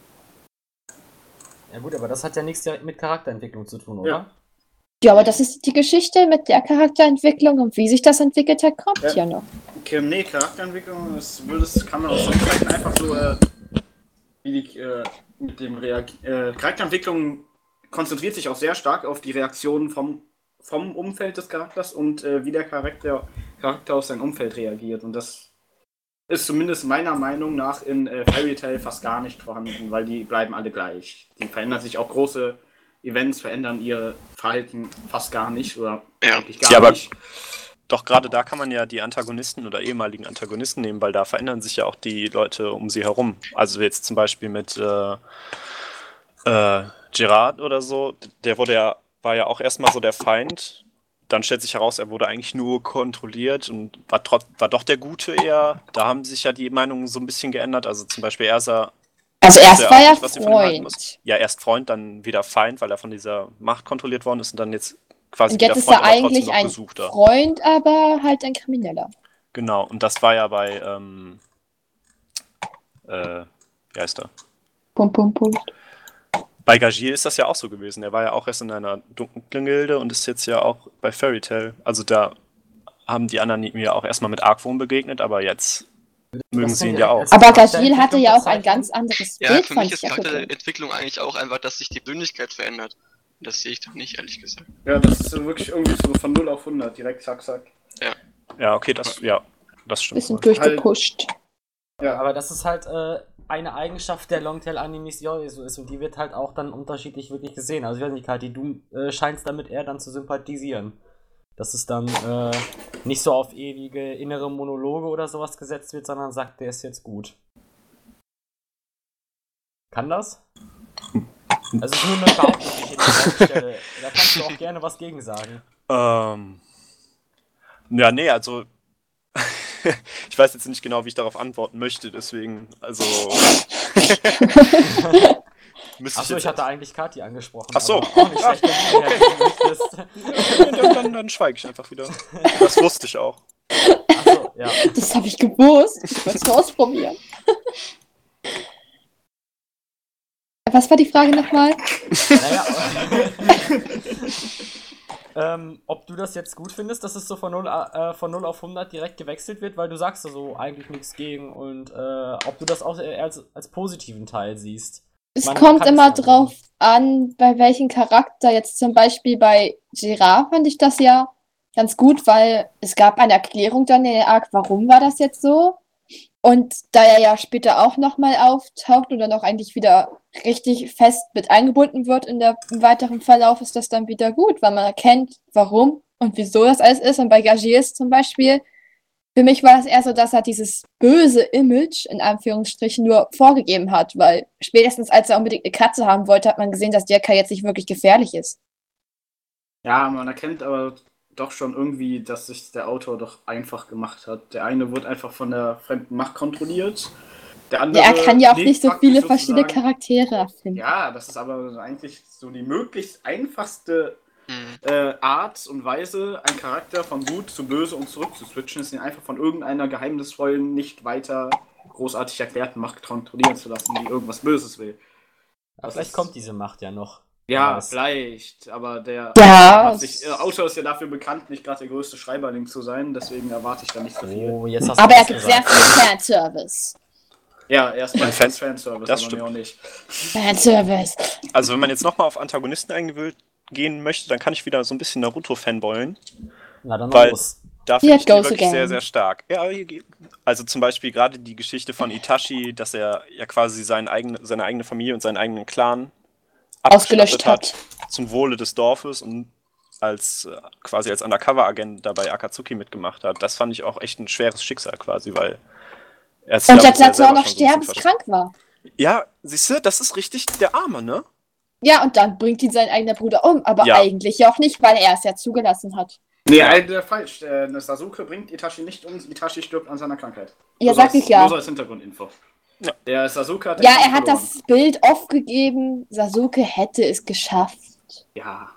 Speaker 1: Ja gut, aber das hat ja nichts direkt mit Charakterentwicklung zu tun, oder?
Speaker 5: Ja.
Speaker 2: Ja, aber das ist die Geschichte mit der Charakterentwicklung und wie sich das entwickelt hat, kommt
Speaker 5: Ja.
Speaker 2: ja noch.
Speaker 5: Okay, nee, Charakterentwicklung, das, würde, das kann man aus so Zeiten einfach so, äh, wie die, äh, mit dem Reag äh, Charakterentwicklung konzentriert sich auch sehr stark auf die Reaktionen vom, vom Umfeld des Charakters und äh, wie der Charakter, Charakter auf sein Umfeld reagiert. Und das ist zumindest meiner Meinung nach in äh, Fairy Tail fast gar nicht vorhanden, weil die bleiben alle gleich. Die verändern sich auch, große Events verändern ihr Verhalten fast gar nicht oder
Speaker 3: Ja.
Speaker 5: eigentlich gar
Speaker 4: Ja, aber-
Speaker 5: nicht.
Speaker 4: Doch gerade da kann man ja die Antagonisten oder ehemaligen Antagonisten nehmen, weil da verändern sich ja auch die Leute um sie herum. Also jetzt zum Beispiel mit äh, äh, Gerard oder so, der wurde ja, war ja auch erstmal so der Feind. Dann stellt sich heraus, er wurde eigentlich nur kontrolliert und war, trot war doch der Gute eher. Da haben sich ja die Meinungen so ein bisschen geändert. Also zum Beispiel er ist er
Speaker 2: Also erst
Speaker 4: ja
Speaker 2: war
Speaker 4: auch
Speaker 2: er
Speaker 4: nicht, was sie von ihm halten
Speaker 2: Freund.
Speaker 4: muss. Ja, erst Freund, dann wieder Feind, weil er von dieser Macht kontrolliert worden ist und dann jetzt quasi
Speaker 2: Und
Speaker 4: wieder
Speaker 2: jetzt ist
Speaker 4: Freund,
Speaker 2: er
Speaker 4: aber trotzdem
Speaker 2: eigentlich
Speaker 4: noch
Speaker 2: ein
Speaker 4: Gesuchter.
Speaker 2: Freund, aber halt ein Krimineller.
Speaker 4: Genau, und das war ja bei, ähm, äh, wie heißt er?
Speaker 2: Pum, pum, pum.
Speaker 4: Bei Gajir ist das ja auch so gewesen. Er war ja auch erst in einer dunklen Gilde und ist jetzt ja auch bei Fairy Tail. Also da haben die anderen ihm ja auch erstmal mit Argwohn begegnet, aber jetzt mögen
Speaker 1: Das
Speaker 4: sie ihn
Speaker 1: kann
Speaker 4: ja
Speaker 1: direkt
Speaker 4: auch.
Speaker 1: als-
Speaker 2: Aber
Speaker 1: Charakterentwicklung
Speaker 2: Gajil hatte ja auch ein
Speaker 1: bezeichnen?
Speaker 2: ganz anderes
Speaker 3: Ja,
Speaker 2: Bild,
Speaker 3: für
Speaker 2: fand
Speaker 3: mich
Speaker 2: ich
Speaker 3: ist
Speaker 2: ja gucken.
Speaker 3: Charakterentwicklung eigentlich auch einfach, dass sich die Persönlichkeit verändert. Und das sehe ich doch nicht, ehrlich gesagt.
Speaker 5: Ja, das ist so wirklich irgendwie so von null auf hundert, direkt zack, zack.
Speaker 4: Ja, okay, das, ja, das stimmt.
Speaker 2: Bisschen
Speaker 4: wohl.
Speaker 2: durchgepusht.
Speaker 5: Ja,
Speaker 1: Aber das ist halt äh, eine Eigenschaft der Longtail-Animes, die auch so ist und die wird halt auch dann unterschiedlich wirklich gesehen. Also ich weiß nicht, Kati, du äh, scheinst damit eher dann zu sympathisieren. Dass es dann äh, nicht so auf ewige innere Monologe oder sowas gesetzt wird, sondern sagt, der ist jetzt gut. Kann das? Also es ist nur eine Behauptung, die ich in den Raum stelle. Da kannst du auch gerne was gegen sagen.
Speaker 4: Ähm, Ja, nee, also ich weiß jetzt nicht genau, wie ich darauf antworten möchte, deswegen, also müsste ich
Speaker 1: Achso,
Speaker 4: jetzt...
Speaker 1: ich hatte eigentlich Kati angesprochen.
Speaker 4: Ach so.
Speaker 1: aber Auch nicht schlecht, wenn du her möchtest.
Speaker 4: dann, dann, dann schweige ich einfach wieder. Das wusste ich auch.
Speaker 1: Achso, ja.
Speaker 2: Das habe ich gewusst. Ich wollte es nur ausprobieren. Was war die Frage nochmal?
Speaker 1: Naja, ähm, ob du das jetzt gut findest, dass es so von null, äh, von null auf hundert direkt gewechselt wird, weil du sagst da so eigentlich nichts gegen und äh, ob du das auch eher als, als positiven Teil siehst.
Speaker 2: Es
Speaker 1: Man
Speaker 2: kommt
Speaker 1: kann
Speaker 2: immer
Speaker 1: es ja
Speaker 2: drauf an, bei welchem Charakter. Jetzt zum Beispiel bei Gerard fand ich das ja ganz gut, weil es gab eine Erklärung dann in der Arc, warum war das jetzt so? Und da er ja später auch nochmal auftaucht und dann auch eigentlich wieder richtig fest mit eingebunden wird in der, im weiteren Verlauf, ist das dann wieder gut, weil man erkennt, warum und wieso das alles ist. Und bei Gagiers zum Beispiel, für mich war es eher so, dass er dieses böse Image, in Anführungsstrichen, nur vorgegeben hat, weil spätestens als er unbedingt eine Katze haben wollte, hat man gesehen, dass der Kerl jetzt nicht wirklich gefährlich ist.
Speaker 5: Ja, man erkennt aber doch schon irgendwie, dass sich der Autor doch einfach gemacht hat. Der eine wird einfach von der fremden Macht kontrolliert. Der andere
Speaker 2: Ja, er kann ja auch
Speaker 5: lebt
Speaker 2: nicht so
Speaker 5: praktisch
Speaker 2: viele verschiedene
Speaker 5: sozusagen-
Speaker 2: Charaktere erfinden.
Speaker 5: Ja, das ist aber eigentlich so die möglichst einfachste
Speaker 3: Hm.
Speaker 5: äh, Art und Weise, einen Charakter von gut zu böse und zurück zu switchen, ist ihn einfach von irgendeiner geheimnisvollen, nicht weiter großartig erklärten Macht kontrollieren zu lassen, die irgendwas Böses will.
Speaker 1: Aber vielleicht kommt diese Macht ja noch.
Speaker 5: Ja,
Speaker 1: weiß.
Speaker 5: vielleicht, aber der
Speaker 2: Ja,
Speaker 5: hat sich, äh, Autor ist ja dafür bekannt, nicht gerade der größte Schreiberling zu sein, deswegen erwarte ich da nicht so viel.
Speaker 1: Oh, jetzt hast
Speaker 2: Aber
Speaker 1: du
Speaker 2: er
Speaker 1: was
Speaker 2: gibt sehr
Speaker 1: gesagt.
Speaker 2: viel Fanservice.
Speaker 5: Ja, erstmal
Speaker 4: Ein Fan-
Speaker 5: Fans Fanservice,
Speaker 4: das
Speaker 5: aber
Speaker 4: stimmt.
Speaker 5: mir auch nicht.
Speaker 2: Fanservice.
Speaker 4: Also wenn man jetzt nochmal auf Antagonisten eingehen möchte, dann kann ich wieder so ein bisschen Naruto-Fanboyen.
Speaker 1: Na dann mal
Speaker 4: Weil-
Speaker 1: los.
Speaker 4: Da
Speaker 2: Here
Speaker 4: finde
Speaker 2: it
Speaker 4: ich die
Speaker 2: goes
Speaker 4: wirklich
Speaker 2: again.
Speaker 4: sehr, sehr stark. Ja, hier geht- also zum Beispiel gerade die Geschichte von Itachi, dass er ja quasi seinen eigene, seine eigene Familie und seinen eigenen Clan
Speaker 2: Ausgelöscht
Speaker 4: abgeschlachtet
Speaker 2: hat.
Speaker 4: zum Wohle des Dorfes und als äh, quasi als Undercover-Agent dabei Akatsuki mitgemacht hat. Das fand ich auch echt ein schweres Schicksal quasi, weil er ist,
Speaker 2: Und
Speaker 4: glaub ich,
Speaker 2: jetzt dazu
Speaker 4: selber
Speaker 2: auch noch
Speaker 4: schon so ein bisschen
Speaker 2: sterbenskrank war.
Speaker 4: versch- Ja, siehst du, das ist richtig der Arme, ne?
Speaker 2: Ja, und dann bringt ihn sein eigener Bruder um, aber
Speaker 4: Ja.
Speaker 2: eigentlich ja auch nicht, weil er es ja zugelassen hat.
Speaker 5: Nee,
Speaker 4: Ja.
Speaker 5: äh, falsch. Äh, Sasuke bringt Itachi nicht um, Itachi stirbt an seiner Krankheit.
Speaker 2: Ja,
Speaker 5: Nur
Speaker 2: sag
Speaker 5: so als-
Speaker 2: ich ja.
Speaker 5: Nur so als Hintergrundinfo.
Speaker 4: Ja.
Speaker 5: Der Sasuke hat den
Speaker 2: Ja,
Speaker 5: Kampf
Speaker 2: er hat
Speaker 5: verloren.
Speaker 2: das Bild aufgegeben, Sasuke hätte es geschafft.
Speaker 5: Ja.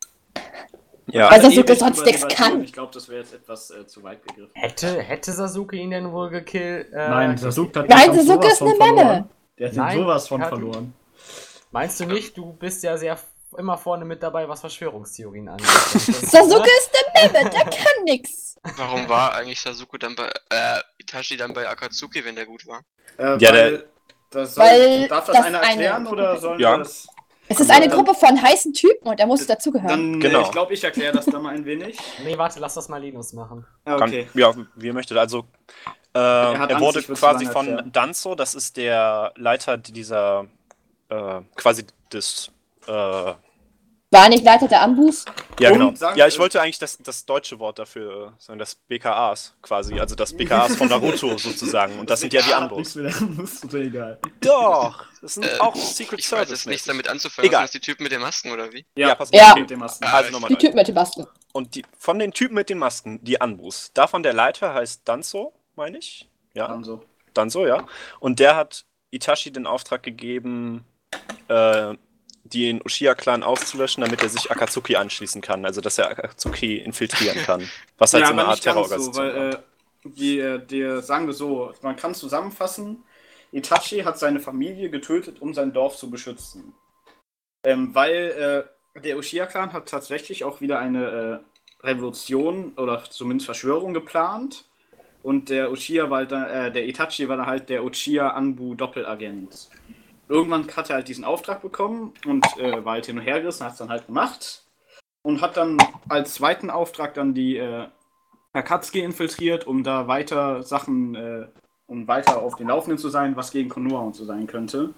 Speaker 4: Ja,
Speaker 2: Weil
Speaker 5: Also
Speaker 2: Sasuke
Speaker 5: ewig
Speaker 2: sonst
Speaker 5: drüber
Speaker 2: nichts
Speaker 5: debattieren.
Speaker 2: kann.
Speaker 5: Ich glaube, das wäre jetzt etwas äh, zu weit gegriffen.
Speaker 1: Hätte, hätte Sasuke ihn denn wohl gekillt? Äh,
Speaker 5: Nein, Sasuke hat
Speaker 2: Nein,
Speaker 5: den Kampf
Speaker 2: Sasuke
Speaker 5: sowas
Speaker 2: ist eine
Speaker 5: von
Speaker 2: Memme.
Speaker 5: verloren. Der hat
Speaker 1: Nein,
Speaker 5: ihn sowas von
Speaker 1: hat-
Speaker 5: verloren.
Speaker 1: Meinst du nicht? Du bist ja sehr immer vorne mit dabei, was Verschwörungstheorien angeht. Das-
Speaker 2: Sasuke ist eine Memme, der kann nix.
Speaker 3: Warum war eigentlich Sasuke dann bei, äh, Itachi dann bei Akatsuki, wenn der gut war?
Speaker 5: Äh,
Speaker 4: Ja,
Speaker 5: weil, das soll,
Speaker 2: Weil
Speaker 5: darf das,
Speaker 2: das
Speaker 5: einer
Speaker 2: eine-
Speaker 5: erklären oder sollen
Speaker 4: Ja.
Speaker 5: wir das?
Speaker 2: Es ist
Speaker 5: Dann-
Speaker 2: eine Gruppe von heißen Typen und er muss dazugehören.
Speaker 5: Dann,
Speaker 4: Genau.
Speaker 5: äh, ich glaube, ich erkläre das dann mal ein wenig.
Speaker 1: Nee, warte, lass das mal Linus machen.
Speaker 5: Ah,
Speaker 4: Kann,
Speaker 5: okay.
Speaker 4: ja, wie ihr möchtet. Also, äh, er,
Speaker 5: hat Angst,
Speaker 4: wurde
Speaker 5: ich würd's
Speaker 4: quasi
Speaker 5: zu lange
Speaker 4: von
Speaker 5: erklären.
Speaker 4: Danzo, das ist der Leiter dieser, äh, quasi des, äh,
Speaker 2: War nicht Leiter der Ambus?
Speaker 4: ja
Speaker 5: Und
Speaker 4: genau.
Speaker 5: sagen-
Speaker 4: Ja, ich wollte eigentlich das, das deutsche Wort dafür äh, sagen, das B K As quasi, also das B K As von Naruto sozusagen. Und das sind ja die
Speaker 5: Ah, nichts
Speaker 4: Ambos.
Speaker 5: mit der- ist total egal.
Speaker 4: Doch, das sind
Speaker 3: Äh,
Speaker 4: auch Secret
Speaker 3: Ich weiß
Speaker 4: Service.
Speaker 3: jetzt nichts damit anzufangen.
Speaker 4: Egal.
Speaker 3: Sind das die Typen mit den Masken oder wie?
Speaker 4: Ja, pass
Speaker 2: Ja.
Speaker 4: auf.
Speaker 5: Mit dem Masken.
Speaker 3: Ah,
Speaker 4: Also nochmal
Speaker 2: Die
Speaker 4: neu.
Speaker 2: Typen mit den Masken.
Speaker 4: Und die, von den Typen mit den Masken, die Anbus. Davon der Leiter heißt Danzo, meine ich. Ja.
Speaker 5: Dann so.
Speaker 4: Danzo, ja. Und der hat Itachi den Auftrag gegeben, äh, den Uchiha-Clan auszulöschen, damit er sich Akatsuki anschließen kann. Also, dass er Akatsuki infiltrieren kann. Was halt
Speaker 5: Ja,
Speaker 4: so eine
Speaker 5: aber
Speaker 4: Art
Speaker 5: nicht ganz so,
Speaker 4: Terrororganisation
Speaker 5: weil
Speaker 4: war.
Speaker 5: äh, die, äh, die, sagen wir so, man kann zusammenfassen, Itachi hat seine Familie getötet, um sein Dorf zu beschützen. Ähm, weil äh, der Uchiha-Clan hat tatsächlich auch wieder eine äh, Revolution oder zumindest Verschwörung geplant. Und der Uchiha war halt dann, äh, der Itachi war dann halt der Uchiha-Anbu-Doppelagent. Irgendwann hat er halt diesen Auftrag bekommen und äh, war halt hin und her gerissen, hat es dann halt gemacht. Und hat dann als zweiten Auftrag dann die äh, Akatsuki infiltriert, um da weiter Sachen, äh, um weiter auf den Laufenden zu sein, was gegen Konoha und so sein könnte.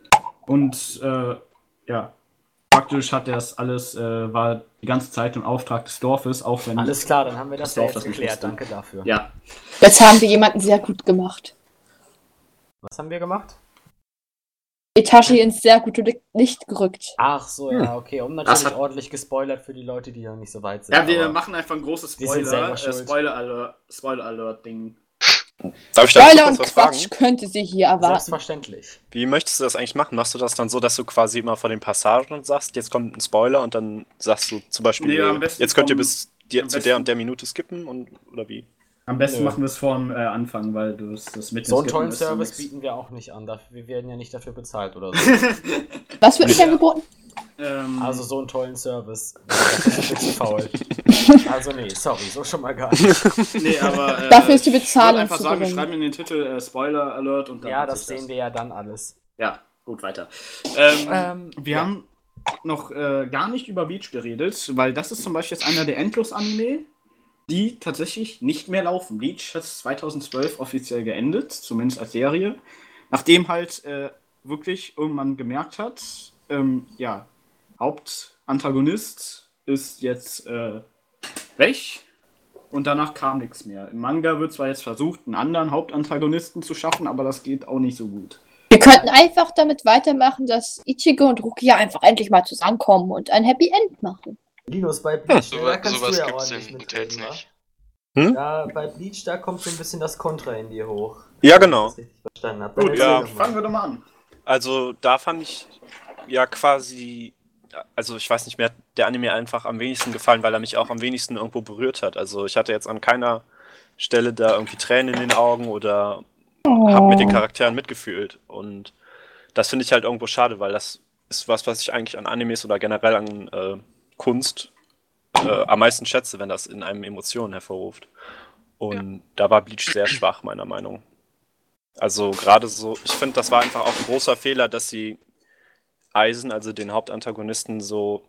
Speaker 5: Und äh, ja, praktisch hat er das alles, äh, war die ganze Zeit im Auftrag des Dorfes, auch wenn...
Speaker 1: Alles klar, dann haben wir das
Speaker 5: Das
Speaker 1: ja
Speaker 5: Dorf
Speaker 1: jetzt
Speaker 5: das nicht
Speaker 1: geklärt.
Speaker 5: wusste.
Speaker 1: Danke dafür.
Speaker 5: Ja,
Speaker 2: Jetzt haben wir jemanden sehr gut gemacht.
Speaker 1: Was haben wir gemacht?
Speaker 2: Itachi ins sehr gute Licht gerückt.
Speaker 1: Ach so, ja, okay. Und
Speaker 5: Das
Speaker 1: natürlich
Speaker 5: hat-
Speaker 1: ordentlich gespoilert für die Leute, die ja nicht so weit sind.
Speaker 5: Ja, wir
Speaker 1: aber-
Speaker 5: machen einfach ein großes
Speaker 1: die sind selber
Speaker 5: Spoiler, äh,
Speaker 1: schuld.
Speaker 5: Spoiler Alert, Spoiler Alert Ding.
Speaker 4: Darf ich da
Speaker 2: Spoiler
Speaker 4: kurz
Speaker 2: und
Speaker 4: was
Speaker 2: Quatsch
Speaker 4: fragen?
Speaker 2: könnte sie hier erwarten.
Speaker 1: Selbstverständlich.
Speaker 4: Wie möchtest du das eigentlich machen? Machst du das dann so, dass du quasi immer vor den Passagen sagst, jetzt kommt ein Spoiler und dann sagst du zum Beispiel,
Speaker 5: Nee, am besten
Speaker 4: jetzt könnt ihr
Speaker 5: vom-
Speaker 4: bis die,
Speaker 5: am
Speaker 4: zu der
Speaker 5: besten-
Speaker 4: und der Minute skippen und oder wie?
Speaker 5: Am besten
Speaker 1: Nö.
Speaker 5: machen wir es vorm äh, Anfang, weil du es das mit
Speaker 1: So einen tollen Service bieten wir auch nicht an. Dafür- Wir werden ja nicht dafür bezahlt oder so.
Speaker 2: Was wird nicht angeboten?
Speaker 5: ähm,
Speaker 1: Also so einen tollen Service. Das ist zu faul. Also nee, sorry, so schon mal gar nicht.
Speaker 5: nee, aber äh,
Speaker 2: Dafür ist die
Speaker 5: ich würd
Speaker 2: Bezahlung
Speaker 5: einfach
Speaker 2: zu
Speaker 5: sagen, wir
Speaker 2: gering.
Speaker 5: schreiben in den Titel äh, Spoiler Alert und dann
Speaker 1: Ja,
Speaker 5: hat
Speaker 1: das
Speaker 5: sich
Speaker 1: sehen wir ja dann alles.
Speaker 5: Ja, gut, weiter. Ähm,
Speaker 1: Ähm,
Speaker 5: wir
Speaker 1: ja.
Speaker 5: haben noch äh, gar nicht über Bleach geredet, weil das ist zum Beispiel jetzt einer der Endlos-Anime, die tatsächlich nicht mehr laufen. Bleach hat zweitausendzwölf offiziell geendet, zumindest als Serie, nachdem halt äh, wirklich irgendwann gemerkt hat, ähm, ja, Hauptantagonist ist jetzt äh, weg und danach kam nichts mehr. Im Manga wird zwar jetzt versucht, einen anderen Hauptantagonisten zu schaffen, aber das geht auch nicht so gut.
Speaker 2: Wir könnten einfach damit weitermachen, dass Ichigo und Rukia einfach endlich mal zusammenkommen und ein Happy End machen.
Speaker 1: Linus, bei Bleach,
Speaker 3: So,
Speaker 1: ne, da kannst
Speaker 3: sowas
Speaker 1: du ja
Speaker 3: gibt's
Speaker 1: ordentlich
Speaker 3: in
Speaker 1: mitreden,
Speaker 3: Tales
Speaker 1: wa?
Speaker 3: nicht.
Speaker 4: Hm?
Speaker 1: Da, bei Bleach, da kommt so ein bisschen das Kontra in dir hoch.
Speaker 4: Ja,
Speaker 1: Wenn
Speaker 4: genau.
Speaker 1: ich das richtig verstanden habe.
Speaker 5: Gut,
Speaker 4: Ja.
Speaker 5: ja, fangen wir doch mal an.
Speaker 4: Also da fand ich ja quasi, also ich weiß nicht, mir hat der Anime einfach am wenigsten gefallen, weil er mich auch am wenigsten irgendwo berührt hat. Also ich hatte jetzt an keiner Stelle da irgendwie Tränen in den Augen oder habe mit den Charakteren mitgefühlt. Und das finde ich halt irgendwo schade, weil das ist was, was ich eigentlich an Animes oder generell an äh, Kunst äh, am meisten schätze, wenn das in einem Emotionen hervorruft. Und da war Bleach sehr schwach, meiner Meinung. Also gerade so, ich finde, das war einfach auch ein großer Fehler, dass sie Eisen, also den Hauptantagonisten, so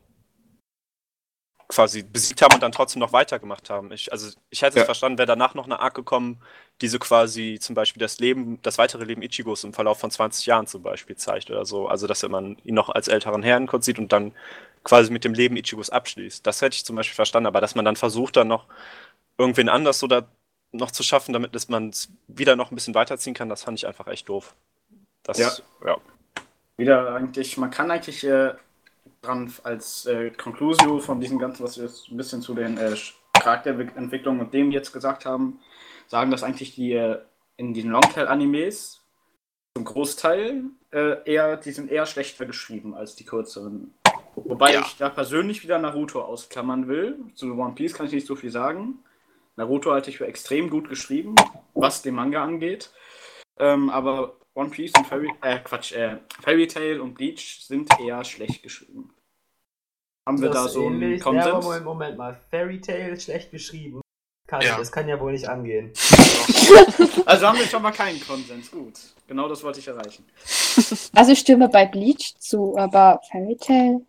Speaker 4: quasi besiegt haben und dann trotzdem noch weitergemacht haben. Ich, also ich hätte es
Speaker 5: Ja.
Speaker 4: verstanden, wäre danach noch eine Arc gekommen, die so quasi zum Beispiel das Leben, das weitere Leben Ichigos im Verlauf von zwanzig Jahren zum Beispiel zeigt oder so. Also dass man ihn noch als älteren Herrn kurz sieht und dann quasi mit dem Leben Ichigos abschließt. Das hätte ich zum Beispiel verstanden, aber dass man dann versucht, dann noch irgendwen anders so da noch zu schaffen, damit dass man es wieder noch ein bisschen weiterziehen kann, das fand ich einfach echt doof. Das,
Speaker 5: Ja.
Speaker 4: ja.
Speaker 5: Wieder eigentlich, man kann eigentlich äh, dran als äh, Conclusio von diesem Ganzen, was wir jetzt ein bisschen zu den äh, Charakterentwicklungen und dem jetzt gesagt haben, sagen, dass eigentlich die äh, in den Longtail-Animes zum Großteil äh, eher, die sind eher schlechter geschrieben als die kürzeren. Wobei
Speaker 3: Ja.
Speaker 5: ich da persönlich wieder Naruto ausklammern will. Zu One Piece kann ich nicht so viel sagen. Naruto halte ich für extrem gut geschrieben, was den Manga angeht. Ähm, aber One Piece und Fairy, äh, Quatsch, äh, Fairy Tail und Bleach sind eher schlecht geschrieben. Haben wir da so einen
Speaker 1: ähnlich. Ja,
Speaker 5: Konsens?
Speaker 1: aber Moment, Moment mal. Fairy Tail schlecht geschrieben. Kann,
Speaker 3: Ja.
Speaker 1: Das kann ja wohl nicht angehen.
Speaker 5: Also haben wir schon mal keinen Konsens. Gut. Genau das wollte ich erreichen.
Speaker 2: Also ich stimme bei Bleach zu, aber Fairy Tail.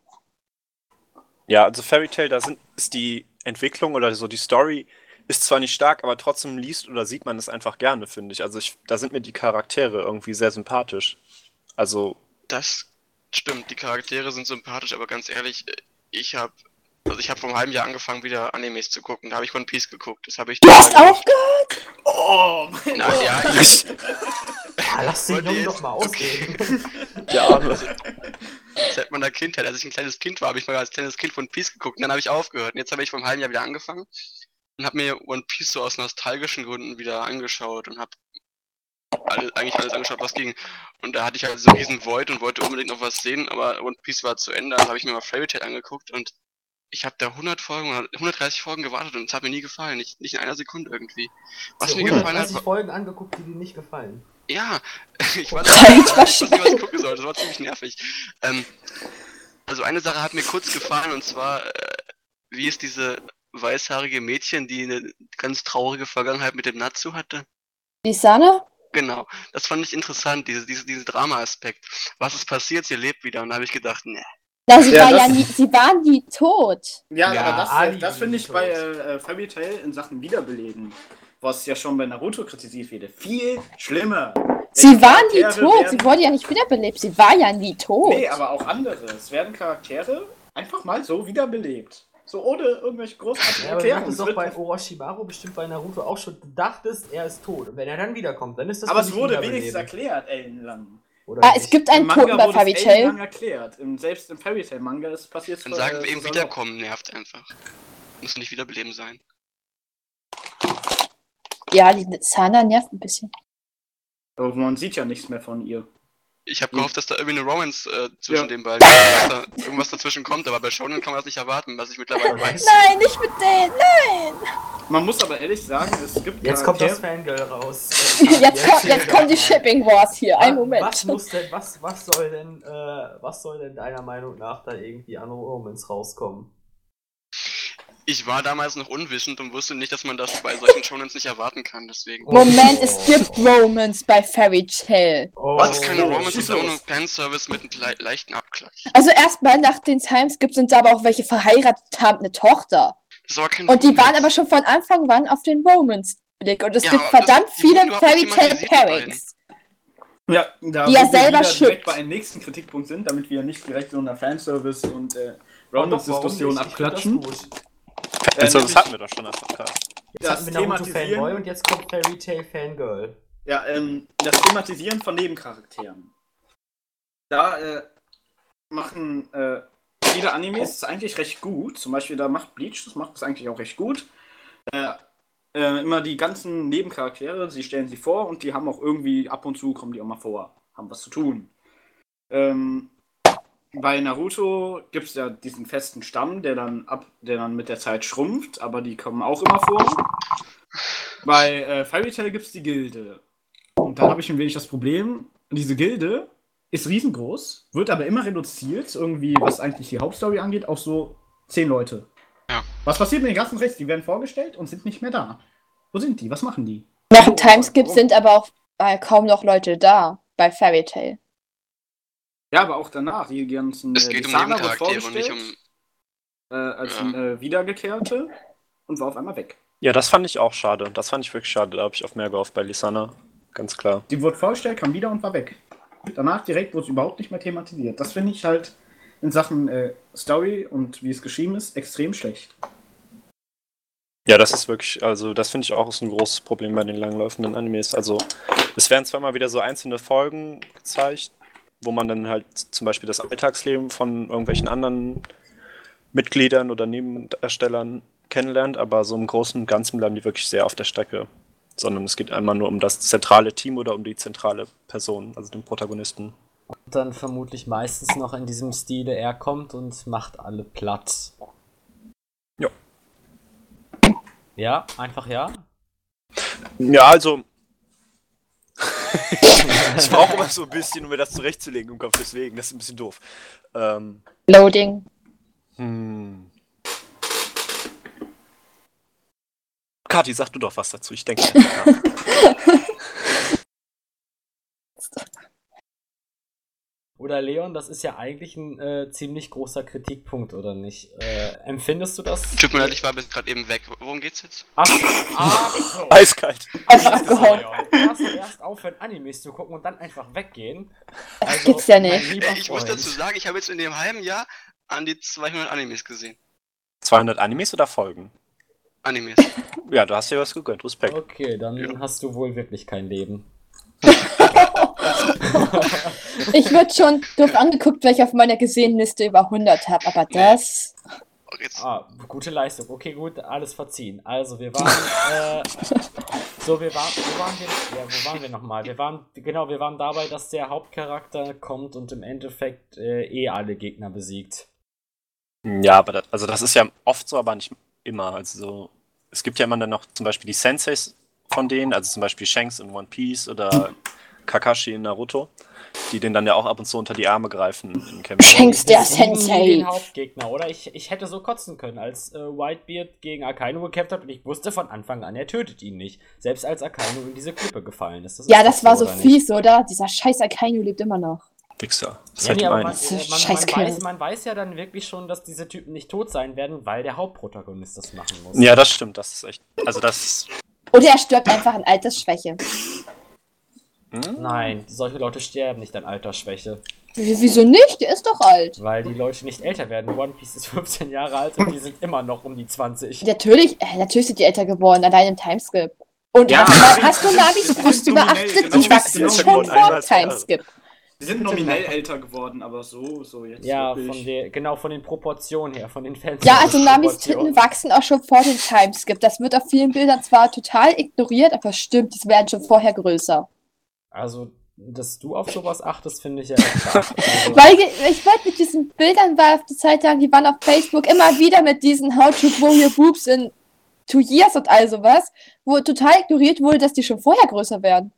Speaker 4: Ja, also Fairy Tail, da sind, ist die Entwicklung oder so die Story ist zwar nicht stark, aber trotzdem liest oder sieht man es einfach gerne, finde ich. Also ich, da sind mir die Charaktere irgendwie sehr sympathisch. Also,
Speaker 3: Das stimmt, die Charaktere sind sympathisch, aber ganz ehrlich, ich habe also ich habe vor einem halben Jahr angefangen, wieder Animes zu gucken. Da habe ich One Piece geguckt. Das habe ich
Speaker 2: Du hast
Speaker 3: total
Speaker 2: aufgehört?
Speaker 5: Oh, mein
Speaker 3: Na, ja, ich,
Speaker 1: Ah, lass den
Speaker 3: Wollte
Speaker 1: Jungen
Speaker 3: jetzt-
Speaker 1: doch mal ausreden.
Speaker 4: der Arme.
Speaker 3: seit meiner Kindheit, als ich ein kleines Kind war, habe ich mal als kleines Kind One Piece geguckt und dann habe ich aufgehört. Und jetzt habe ich vor einem halben Jahr wieder angefangen und habe mir One Piece so aus nostalgischen Gründen wieder angeschaut und habe alle, eigentlich alles angeschaut, was ging. Und da hatte ich halt so diesen Void und wollte unbedingt noch was sehen, aber One Piece war zu Ende. Dann habe ich mir mal Fairy Tail angeguckt und ich habe da hundert Folgen oder hundertdreißig Folgen gewartet und es hat mir nie gefallen. Nicht, nicht in einer Sekunde irgendwie. Was mir gefallen hat,
Speaker 1: hundertdreißig
Speaker 3: war,
Speaker 1: Folgen angeguckt, die dir nicht gefallen.
Speaker 3: ja, ich weiß
Speaker 2: Alter,
Speaker 3: nicht, was ich
Speaker 2: Schwede.
Speaker 3: was gucken soll. Das war ziemlich nervig. Ähm, also eine Sache hat mir kurz gefallen und zwar, äh, wie ist diese weißhaarige Mädchen, die eine ganz traurige Vergangenheit mit dem Natsu hatte?
Speaker 2: Die Sanne?
Speaker 3: Genau, das fand ich interessant, diese, diese, diese Drama-Aspekt. Was ist passiert? Sie lebt wieder und da habe ich gedacht, ne.
Speaker 2: Na, sie,
Speaker 5: Ja,
Speaker 2: war ja
Speaker 5: das-
Speaker 2: nie, sie waren nie tot.
Speaker 5: Ja,
Speaker 1: Ja,
Speaker 5: aber das,
Speaker 1: Ali
Speaker 5: äh, das finde ich
Speaker 1: tot.
Speaker 5: bei äh, Fairy Tail in Sachen Wiederbeleben, was ja schon bei Naruto kritisiert wird, viel schlimmer.
Speaker 2: Sie
Speaker 5: Welche
Speaker 2: war nie
Speaker 5: Charaktere
Speaker 2: tot.
Speaker 5: werden-
Speaker 2: Sie wurde ja nicht wiederbelebt. Sie war ja nie tot.
Speaker 5: Nee, aber auch andere. Es werden Charaktere einfach mal so wiederbelebt. So ohne irgendwelche großartigen
Speaker 1: Ja, aber du
Speaker 5: Erklärungen.
Speaker 1: hattest
Speaker 5: Es
Speaker 1: doch
Speaker 5: wird-
Speaker 1: bei Orochimaru bestimmt bei Naruto auch schon gedacht, er ist tot. Und wenn er dann wiederkommt, dann ist das
Speaker 5: aber
Speaker 1: für
Speaker 5: es
Speaker 1: mich
Speaker 5: wurde
Speaker 1: Wiederbeleben.
Speaker 5: wenigstens erklärt, ellenlang.
Speaker 1: Oder
Speaker 2: Ah,
Speaker 1: nicht?
Speaker 2: es gibt
Speaker 5: Im
Speaker 2: einen
Speaker 5: Manga
Speaker 2: Toten bei
Speaker 5: wurde
Speaker 2: Fairy
Speaker 5: es ellenlang
Speaker 2: Tail.
Speaker 5: erklärt. Im, selbst im Fairy Tail Manga ist passiert.
Speaker 3: Dann sagen wir
Speaker 5: äh,
Speaker 3: eben
Speaker 5: so
Speaker 3: wiederkommen, nervt einfach. Muss nicht wiederbeleben sein.
Speaker 2: Ja, die Sana nervt ein bisschen.
Speaker 5: Aber man sieht ja nichts mehr von ihr.
Speaker 3: Ich habe
Speaker 5: Hm.
Speaker 3: gehofft, dass da irgendwie eine Romance äh, zwischen
Speaker 5: Ja.
Speaker 3: den beiden dass da irgendwas dazwischen kommt, aber bei Shonen kann man das nicht erwarten, was ich mittlerweile weiß.
Speaker 2: Nein, nicht mit denen, nein!
Speaker 5: Man muss aber ehrlich sagen, es gibt
Speaker 1: Jetzt kommt das
Speaker 5: Charaktere-
Speaker 1: Fangirl raus.
Speaker 2: Jetzt, kommt, jetzt kommen die Shipping Wars hier. Ein Moment.
Speaker 1: Was muss denn, was, was soll denn, äh, was soll denn deiner Meinung nach da irgendwie an Romans rauskommen?
Speaker 3: Ich war damals noch unwissend und wusste nicht, dass man das bei solchen Shonens nicht erwarten kann, deswegen.
Speaker 2: Moment, es gibt Romance bei Fairy Tail.
Speaker 1: Oh,
Speaker 3: Das ist keine
Speaker 5: Oh,
Speaker 3: Romance, das
Speaker 5: schieß
Speaker 3: ist auch
Speaker 5: los.
Speaker 3: nur Fanservice mit einem le leichten Abklatsch.
Speaker 2: Also erstmal nach den Timeskips sind da aber auch welche verheiratet haben, eine Tochter.
Speaker 3: Das ist aber kein
Speaker 2: Und die waren
Speaker 3: Romance.
Speaker 2: aber schon von Anfang an auf den Romance-Blick. Und es
Speaker 3: Ja,
Speaker 2: gibt
Speaker 3: aber das-
Speaker 2: verdammt
Speaker 3: die wurden
Speaker 2: viele
Speaker 3: überhaupt nicht
Speaker 2: Fairy Tail
Speaker 3: thematisiert, die
Speaker 2: Pairings.
Speaker 5: Ja, da
Speaker 2: Die er
Speaker 5: wo wir
Speaker 2: selber
Speaker 5: wieder
Speaker 2: schippt.
Speaker 5: direkt bei einem nächsten Kritikpunkt sind, damit wir nicht direkt so einer Fanservice und äh, Romance-Diskussion abklatschen.
Speaker 4: Also,
Speaker 5: Äh,
Speaker 4: das hatten wir doch schon als Podcast.
Speaker 1: Jetzt hatten wir Naruto Fanboy und jetzt kommt Fairy Tail Fangirl.
Speaker 5: Ja, ähm, das Thematisieren von Nebencharakteren. Da äh, machen äh, viele Animes das eigentlich recht gut. Zum Beispiel, da macht Bleach, das macht das eigentlich auch recht gut. Äh, äh, immer die ganzen Nebencharaktere, sie stellen sie vor und die haben auch irgendwie, ab und zu kommen die auch mal vor, haben was zu tun. Ähm, bei Naruto gibt es ja diesen festen Stamm, der dann ab, der dann mit der Zeit schrumpft, aber die kommen auch immer vor. Bei äh, Fairy Tail gibt es die Gilde. Und da habe ich ein wenig das Problem, diese Gilde ist riesengroß, wird aber immer reduziert, irgendwie, was eigentlich die Hauptstory angeht, auf so zehn Leute.
Speaker 3: Ja.
Speaker 5: Was passiert mit den ganzen Rest? Die werden vorgestellt und sind nicht mehr da. Wo sind die? Was machen die?
Speaker 2: Nach dem Timeskip sind aber auch äh, kaum noch Leute da bei Fairy Tail.
Speaker 5: Ja, aber auch danach, die ganzen.
Speaker 3: Es
Speaker 5: äh,
Speaker 3: geht um
Speaker 5: Lisana wird
Speaker 3: Nebencharaktere und nicht
Speaker 5: vorgestellt,
Speaker 3: um.
Speaker 5: äh, als
Speaker 3: Ja.
Speaker 5: ein äh, Wiedergekehrte und war auf einmal weg.
Speaker 4: Ja, das fand ich auch schade. Das fand ich wirklich schade. Da habe ich auf mehr gehofft bei Lisana. Ganz klar.
Speaker 5: Die wurde vorgestellt, kam wieder und war weg. Danach direkt wurde es überhaupt nicht mehr thematisiert. Das finde ich halt in Sachen äh, Story und wie es geschrieben ist, extrem schlecht.
Speaker 4: Ja, das ist wirklich, also das finde ich auch ist ein großes Problem bei den langlaufenden Animes. Also es werden zwar mal wieder so einzelne Folgen gezeigt, wo man dann halt zum Beispiel das Alltagsleben von irgendwelchen anderen Mitgliedern oder Nebendarstellern kennenlernt, aber so im Großen und Ganzen bleiben die wirklich sehr auf der Strecke. Sondern es geht einmal nur um das zentrale Team oder um die zentrale Person, also den Protagonisten.
Speaker 1: Und dann vermutlich meistens noch in diesem Stile, er kommt und macht alle platt.
Speaker 4: Ja.
Speaker 1: Ja, einfach ja.
Speaker 4: Ja, also ich brauche immer so ein bisschen, um mir das zurechtzulegen im Kopf, deswegen, das ist ein bisschen doof. Ähm,
Speaker 2: Loading.
Speaker 4: hm. Kathi, sag du doch was dazu, ich denke. Ja.
Speaker 1: Oder Leon, das ist ja eigentlich ein äh, ziemlich großer Kritikpunkt, oder nicht? Äh, empfindest du das?
Speaker 3: Tut mir leid, ich war bis gerade eben weg. Worum geht's jetzt?
Speaker 1: Ach, ach so.
Speaker 4: Eiskalt.
Speaker 2: Einfach abgehauen.
Speaker 1: Erst, erst aufhören, Animes zu gucken und dann einfach weggehen. Also,
Speaker 2: Gibt's ja
Speaker 1: mein
Speaker 2: nicht.
Speaker 1: lieber
Speaker 3: Äh, ich muss
Speaker 1: Freund.
Speaker 3: dazu sagen, ich habe jetzt in dem halben Jahr an die zweihundert Animes gesehen.
Speaker 4: zweihundert Animes oder Folgen?
Speaker 3: Animes.
Speaker 4: Ja, du hast dir was gegönnt, Respekt.
Speaker 1: Okay, dann
Speaker 3: Ja.
Speaker 1: hast du wohl wirklich kein Leben.
Speaker 2: Ich würde schon doof angeguckt, weil ich auf meiner gesehenen Liste über hundert habe, aber das...
Speaker 3: Oh, jetzt.
Speaker 1: Ah, gute Leistung. Okay, gut, alles verziehen. Also, wir waren, äh, so, wir waren, wo waren wir, ja, wo waren wir nochmal? Wir waren, genau, wir waren dabei, dass der Hauptcharakter kommt und im Endeffekt äh, eh alle Gegner besiegt.
Speaker 4: Ja, aber das, also das ist ja oft so, aber nicht immer. Also so, es gibt ja immer dann noch zum Beispiel die Senseis von denen, also zum Beispiel Shanks in One Piece oder Kakashi in Naruto, die den dann ja auch ab und zu unter die Arme greifen in Kämpfen.
Speaker 2: Shanks, der
Speaker 1: Besiegen
Speaker 2: Sensei.
Speaker 1: den Hauptgegner, oder? Ich, ich hätte so kotzen können, als äh, Whitebeard gegen Akainu gekämpft hat und ich wusste von Anfang an, er tötet ihn nicht. Selbst als Akainu in diese Klippe gefallen ist. Das
Speaker 2: Ja,
Speaker 1: ist
Speaker 2: das
Speaker 1: doch
Speaker 2: war so
Speaker 1: oder nicht?
Speaker 2: fies, oder? Dieser scheiß Akainu lebt immer noch.
Speaker 4: Wichser. Das
Speaker 1: Ja,
Speaker 4: fällt
Speaker 1: nee,
Speaker 4: ihm
Speaker 1: aber
Speaker 4: ein.
Speaker 1: man,
Speaker 2: Das
Speaker 1: äh,
Speaker 2: ist
Speaker 1: man,
Speaker 2: scheiß
Speaker 1: man,
Speaker 2: Kerl.
Speaker 1: weiß, man weiß ja dann wirklich schon, dass diese Typen nicht tot sein werden, weil der Hauptprotagonist das machen muss.
Speaker 4: Ja, das stimmt, das ist echt. Also das.
Speaker 2: Oder er stirbt einfach an Altersschwäche.
Speaker 4: Hm?
Speaker 1: Nein, solche Leute sterben nicht an Altersschwäche,
Speaker 2: W wieso nicht? Der ist doch alt.
Speaker 1: weil die Leute nicht älter werden. One Piece ist fünfzehn Jahre alt und die sind immer noch um die zwanzig.
Speaker 2: Natürlich, äh, natürlich sind die älter geworden, allein im Timeskip. Und
Speaker 5: Ja,
Speaker 2: hast, du,
Speaker 5: aber
Speaker 2: hast du
Speaker 5: das
Speaker 2: Nabis
Speaker 5: ist
Speaker 2: Brüste
Speaker 5: nominell,
Speaker 2: beachtet?
Speaker 5: genau,
Speaker 2: Die wachsen
Speaker 4: das ist
Speaker 2: schon
Speaker 4: schon
Speaker 2: vor dem
Speaker 4: einmal-
Speaker 2: Timeskip.
Speaker 5: Die sind
Speaker 1: Bitte
Speaker 5: nominell
Speaker 1: noch.
Speaker 5: älter geworden, aber so, so jetzt.
Speaker 1: Ja,
Speaker 5: wirklich.
Speaker 1: von der, genau von den Proportionen her, von den Fans.
Speaker 2: Ja, also Namis Titten wachsen auch schon vor dem Timeskip. Das wird auf vielen Bildern zwar total ignoriert, aber stimmt, die werden schon vorher größer.
Speaker 1: Also, dass du auf sowas achtest, finde ich ja echt krass. Also,
Speaker 2: Weil ich, ich wollte mit diesen Bildern, war auf die Zeit lang, die waren auf Facebook immer wieder mit diesen How to grow your boobs in two years und all sowas, wo total ignoriert wurde, dass die schon vorher größer werden.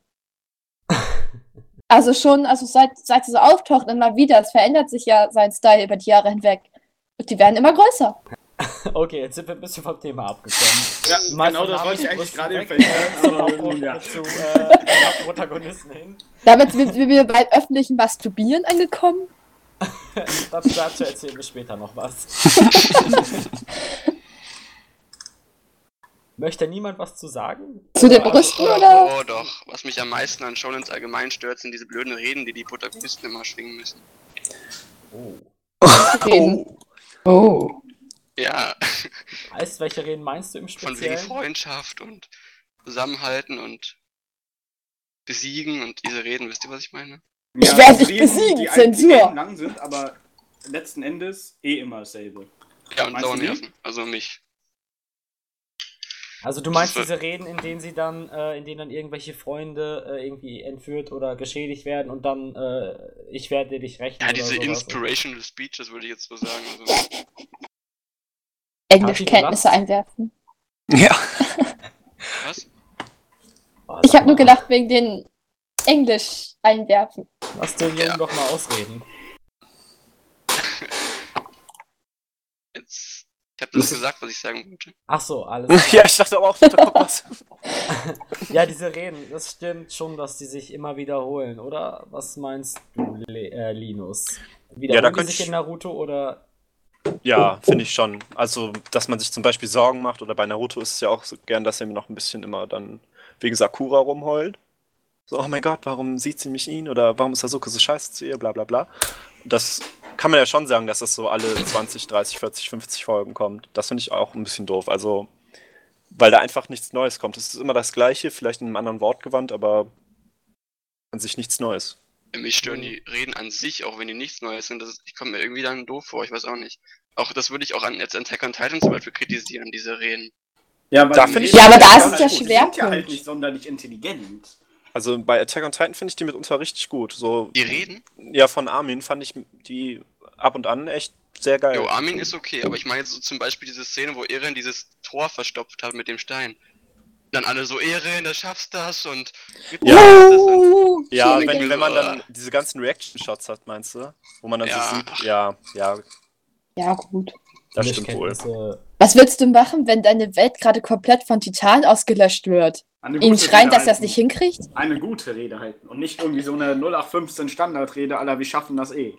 Speaker 2: Also schon, also seit, seit sie so auftauchen immer wieder, es verändert sich ja sein Style über die Jahre hinweg. Und die werden immer größer.
Speaker 1: okay, jetzt sind wir ein bisschen vom Thema abgekommen.
Speaker 5: Ja,
Speaker 1: Mal
Speaker 5: genau,
Speaker 1: von
Speaker 5: das wollte ich
Speaker 1: Namis
Speaker 5: eigentlich gerade
Speaker 1: Brüsten
Speaker 5: empfehlen.
Speaker 1: weg,
Speaker 5: Aber
Speaker 1: zu,
Speaker 5: nun, ja.
Speaker 1: zu äh, Protagonisten hin.
Speaker 2: Damit sind wir beim öffentlichen Masturbieren angekommen.
Speaker 1: Dazu, dazu erzählen wir später noch was. Möchte niemand was zu sagen?
Speaker 2: Zu den
Speaker 1: Oder-
Speaker 2: Brüsten, oder?
Speaker 3: Oh doch, was mich am meisten an Shonens allgemein stört, sind diese blöden Reden, die die Protagonisten immer schwingen müssen.
Speaker 1: Oh.
Speaker 2: Reden. Oh.
Speaker 3: Ja,
Speaker 1: Weißt du, welche Reden meinst du im
Speaker 3: von wegen
Speaker 1: Speziellen?
Speaker 3: Freundschaft und Zusammenhalten und Besiegen und diese Reden, wisst ihr, was ich meine?
Speaker 2: Ich
Speaker 5: Ja,
Speaker 2: werde
Speaker 5: das
Speaker 2: dich
Speaker 5: Reden,
Speaker 2: besiegen,
Speaker 5: die
Speaker 2: Zensur.
Speaker 5: eigentlich lang sind, aber letzten Endes eh immer dasselbe.
Speaker 3: Ja, und
Speaker 5: Meinst du die?
Speaker 3: Sauernerven, also mich.
Speaker 1: Also du meinst
Speaker 3: Das ist-
Speaker 1: diese Reden, in denen sie dann, äh, in denen dann irgendwelche Freunde äh, irgendwie entführt oder geschädigt werden und dann, äh, ich werde dich rächen
Speaker 3: Ja,
Speaker 1: oder
Speaker 3: diese
Speaker 1: sowas.
Speaker 3: Inspirational Speeches würde ich jetzt so sagen. Also,
Speaker 2: Englischkenntnisse
Speaker 1: Kathi,
Speaker 2: einwerfen.
Speaker 4: Ja.
Speaker 3: was?
Speaker 1: Oh,
Speaker 2: Ich
Speaker 1: sag
Speaker 2: habe nur
Speaker 1: mal,
Speaker 2: gedacht, wegen den Englisch einwerfen.
Speaker 1: Lass den Jungen
Speaker 3: Ja.
Speaker 1: doch mal ausreden.
Speaker 3: Jetzt, ich habe das gesagt, was ich sagen wollte.
Speaker 1: Ach so, alles
Speaker 4: Ja,
Speaker 1: klar.
Speaker 4: ich dachte aber auch, da kommt was.
Speaker 1: Ja, diese Reden, das stimmt schon, dass die sich immer wiederholen, oder? Was meinst du, Le äh, Linus? Wiederholen
Speaker 4: da
Speaker 1: die
Speaker 4: könnte
Speaker 1: sich
Speaker 4: ich-
Speaker 1: in Naruto oder...
Speaker 4: Ja, finde ich schon. Also, dass man sich zum Beispiel Sorgen macht, oder bei Naruto ist es ja auch so gern, dass er mir noch ein bisschen immer dann wegen Sakura rumheult. So, oh mein Gott, warum sieht sie mich ihn? Oder warum ist Sasuke so scheiße zu ihr? Bla bla bla. Das kann man ja schon sagen, dass das so alle zwanzig, dreißig, vierzig, fünfzig Folgen kommt. Das finde ich auch ein bisschen doof. Also, weil da einfach nichts Neues kommt. Es ist immer das Gleiche, vielleicht in einem anderen Wortgewand, aber an sich nichts Neues.
Speaker 3: Mich stören
Speaker 1: Mhm.
Speaker 3: die Reden an sich, auch wenn die nichts Neues sind. Das ist, ich komme mir irgendwie dann doof vor, ich weiß auch nicht. Auch das würde ich auch an jetzt Attack on Titan zum Beispiel kritisieren, diese Reden.
Speaker 5: Ja, weil
Speaker 4: Da
Speaker 5: die
Speaker 4: find ich-
Speaker 5: Reden
Speaker 2: Ja, aber da
Speaker 5: sind
Speaker 2: ist es ja
Speaker 5: halt- Die sind
Speaker 2: Schwerpunkt.
Speaker 5: ja halt nicht sonderlich intelligent.
Speaker 4: Also bei Attack on Titan finde ich die mitunter richtig gut. So,
Speaker 3: Die Reden?
Speaker 4: ja, von Armin fand ich die ab und an echt sehr geil.
Speaker 3: Jo, Armin ist okay, aber ich meine jetzt so zum Beispiel diese Szene, wo Eren dieses Tor verstopft hat mit dem Stein. Dann alle so, Eren, du schaffst das und...
Speaker 4: Ja.
Speaker 2: Uh,
Speaker 4: Ja,
Speaker 2: schöne
Speaker 4: wenn,
Speaker 2: Ge-
Speaker 4: wenn man dann diese ganzen Reaction-Shots hat, meinst du? Wo man dann
Speaker 3: Ja.
Speaker 4: so sieht, ja, ja,
Speaker 2: Ja, gut.
Speaker 4: das stimmt wohl.
Speaker 1: Englischkenntnisse.
Speaker 2: Was willst du machen, wenn deine Welt gerade komplett von Titanen ausgelöscht wird?
Speaker 5: Eine
Speaker 2: Ihnen
Speaker 5: gute
Speaker 2: schreien,
Speaker 5: Rede
Speaker 2: dass er es
Speaker 5: halten.
Speaker 2: nicht hinkriegt?
Speaker 5: Eine gute Rede halten und nicht irgendwie so eine null acht fünfzehn Standardrede aller wir schaffen das eh.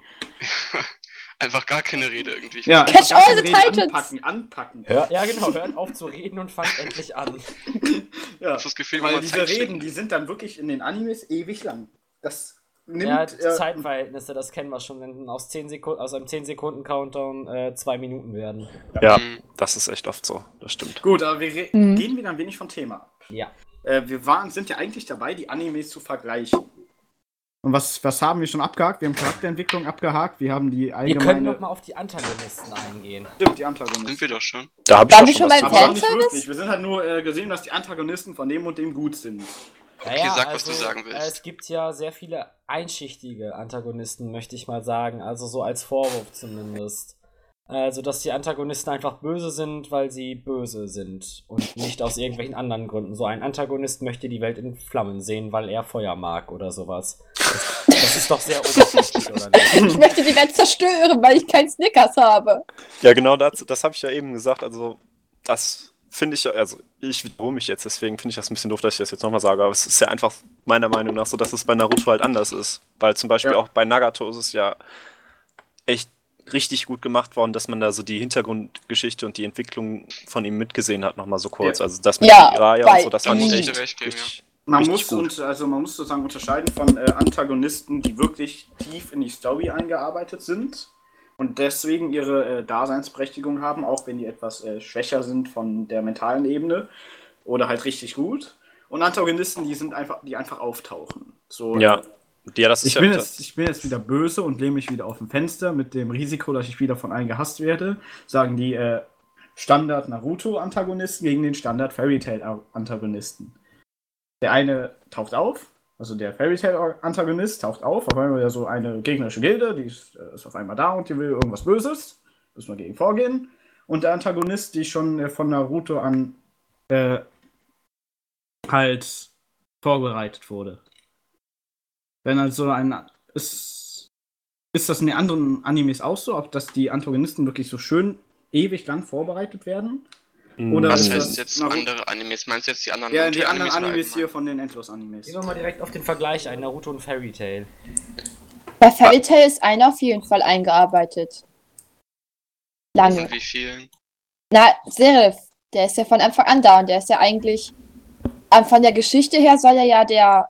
Speaker 3: Einfach gar keine Rede irgendwie.
Speaker 5: Ja,
Speaker 2: Catch
Speaker 5: einfach
Speaker 2: all the
Speaker 5: Reden
Speaker 2: Titans!
Speaker 5: Anpacken, anpacken.
Speaker 1: Hör, ja, genau, hört auf zu reden und fangt endlich an.
Speaker 5: Ja,
Speaker 3: Das ist das Gefühl, wo
Speaker 5: weil
Speaker 3: man
Speaker 5: diese
Speaker 3: Zeit
Speaker 5: Reden,
Speaker 3: steckt.
Speaker 5: die sind dann wirklich in den Animes ewig lang. Das nimmt
Speaker 1: Ja, die
Speaker 5: äh,
Speaker 1: Zeitverhältnisse, das kennen wir schon, wenn aus, zehn Sekunden, aus einem zehn Sekunden Countdown äh, zwei Minuten werden.
Speaker 4: Ja,
Speaker 3: Mhm.
Speaker 4: das ist echt oft so, das stimmt.
Speaker 5: gut, aber wir re-
Speaker 2: Mhm.
Speaker 5: gehen wieder ein wenig vom Thema ab.
Speaker 1: Ja.
Speaker 5: Äh, wir waren, sind ja eigentlich dabei, die Animes zu vergleichen. Und was, was haben wir schon abgehakt? Wir haben Charakterentwicklung abgehakt, wir haben die
Speaker 1: Wir können
Speaker 5: allgemeine...
Speaker 1: noch mal auf die Antagonisten eingehen.
Speaker 5: Stimmt, die Antagonisten.
Speaker 3: Sind wir doch schon.
Speaker 4: Da habe ich
Speaker 2: Waren
Speaker 4: doch
Speaker 2: wir
Speaker 4: schon
Speaker 2: schon
Speaker 4: was
Speaker 2: beim
Speaker 4: zu
Speaker 5: Aber
Speaker 4: sagen.
Speaker 5: auch nicht
Speaker 2: Fanservice?
Speaker 5: wirklich. Wir sind halt nur äh, gesehen, dass die Antagonisten von dem und dem gut sind.
Speaker 1: Naja,
Speaker 3: sag, was du sagen willst.
Speaker 1: äh, Es gibt ja sehr viele einschichtige Antagonisten, möchte ich mal sagen. Also so als Vorwurf zumindest. Also, dass die Antagonisten einfach böse sind, weil sie böse sind. Und nicht aus irgendwelchen anderen Gründen. So ein Antagonist möchte die Welt in Flammen sehen, weil er Feuer mag oder sowas. Das, das ist doch sehr oberflächlich, oder nicht?
Speaker 2: Ich möchte die Welt zerstören, weil ich keinen Snickers habe.
Speaker 4: Ja, genau das, das habe ich ja eben gesagt. Also, das finde ich, also ich wiederhole mich jetzt, deswegen finde ich das ein bisschen doof, dass ich das jetzt nochmal sage, aber es ist ja einfach meiner Meinung nach so, dass es bei Naruto halt anders ist. Weil zum Beispiel
Speaker 5: Ja.
Speaker 4: auch bei Nagato ist es ja echt richtig gut gemacht worden, dass man da so die Hintergrundgeschichte und die Entwicklung von ihm mitgesehen hat, nochmal so kurz.
Speaker 5: Ja.
Speaker 4: Also das mit
Speaker 2: Ja,
Speaker 4: Jiraiya
Speaker 2: bei
Speaker 4: und so, das fand
Speaker 2: ihm.
Speaker 4: ich
Speaker 3: Muss ich
Speaker 4: echt
Speaker 3: dir recht geben,
Speaker 4: richtig,
Speaker 5: Man
Speaker 4: richtig
Speaker 5: muss,
Speaker 4: gut.
Speaker 5: und, also man muss sozusagen unterscheiden von äh, Antagonisten, die wirklich tief in die Story eingearbeitet sind und deswegen ihre äh, Daseinsberechtigung haben, auch wenn die etwas äh, schwächer sind von der mentalen Ebene oder halt richtig gut. Und Antagonisten, die sind einfach, die einfach auftauchen. So,
Speaker 4: Ja.
Speaker 5: äh,
Speaker 4: Ja, das ist
Speaker 5: Ich
Speaker 4: ja.
Speaker 5: bin, jetzt, ich bin jetzt wieder böse und lehne mich wieder auf dem Fenster mit dem Risiko, dass ich wieder von allen gehasst werde. Sagen die äh, Standard-Naruto-Antagonisten gegen den Standard-Fairy-Tail-Antagonisten. Der eine taucht auf, also der Fairy-Tail-Antagonist taucht auf, auf einmal ja so eine gegnerische Gilde, die ist, äh, ist auf einmal da und die will irgendwas Böses. Müssen wir gegen vorgehen. Und der Antagonist, die schon äh, von Naruto an äh, halt vorbereitet wurde. Wenn also ein. Ist, ist das in den anderen Animes auch so, ob dass die Antagonisten wirklich so schön ewig lang vorbereitet werden? Oder
Speaker 3: Was
Speaker 5: ist
Speaker 3: heißt
Speaker 5: das
Speaker 3: jetzt
Speaker 5: Naruto?
Speaker 3: andere Animes? Meinst du jetzt die anderen
Speaker 5: Ja, die anderen
Speaker 3: oder
Speaker 5: Animes hier
Speaker 3: allgemein?
Speaker 5: von den Endlos-Animes.
Speaker 1: Gehen wir mal direkt auf den Vergleich ein, Naruto und Fairy Tail.
Speaker 2: Bei Fairy Tail ist einer auf jeden Fall eingearbeitet. Lange.
Speaker 3: Und wie vielen?
Speaker 2: Na, Serif, der ist ja von Anfang an da und der ist ja eigentlich, ähm, von der Geschichte her soll er ja der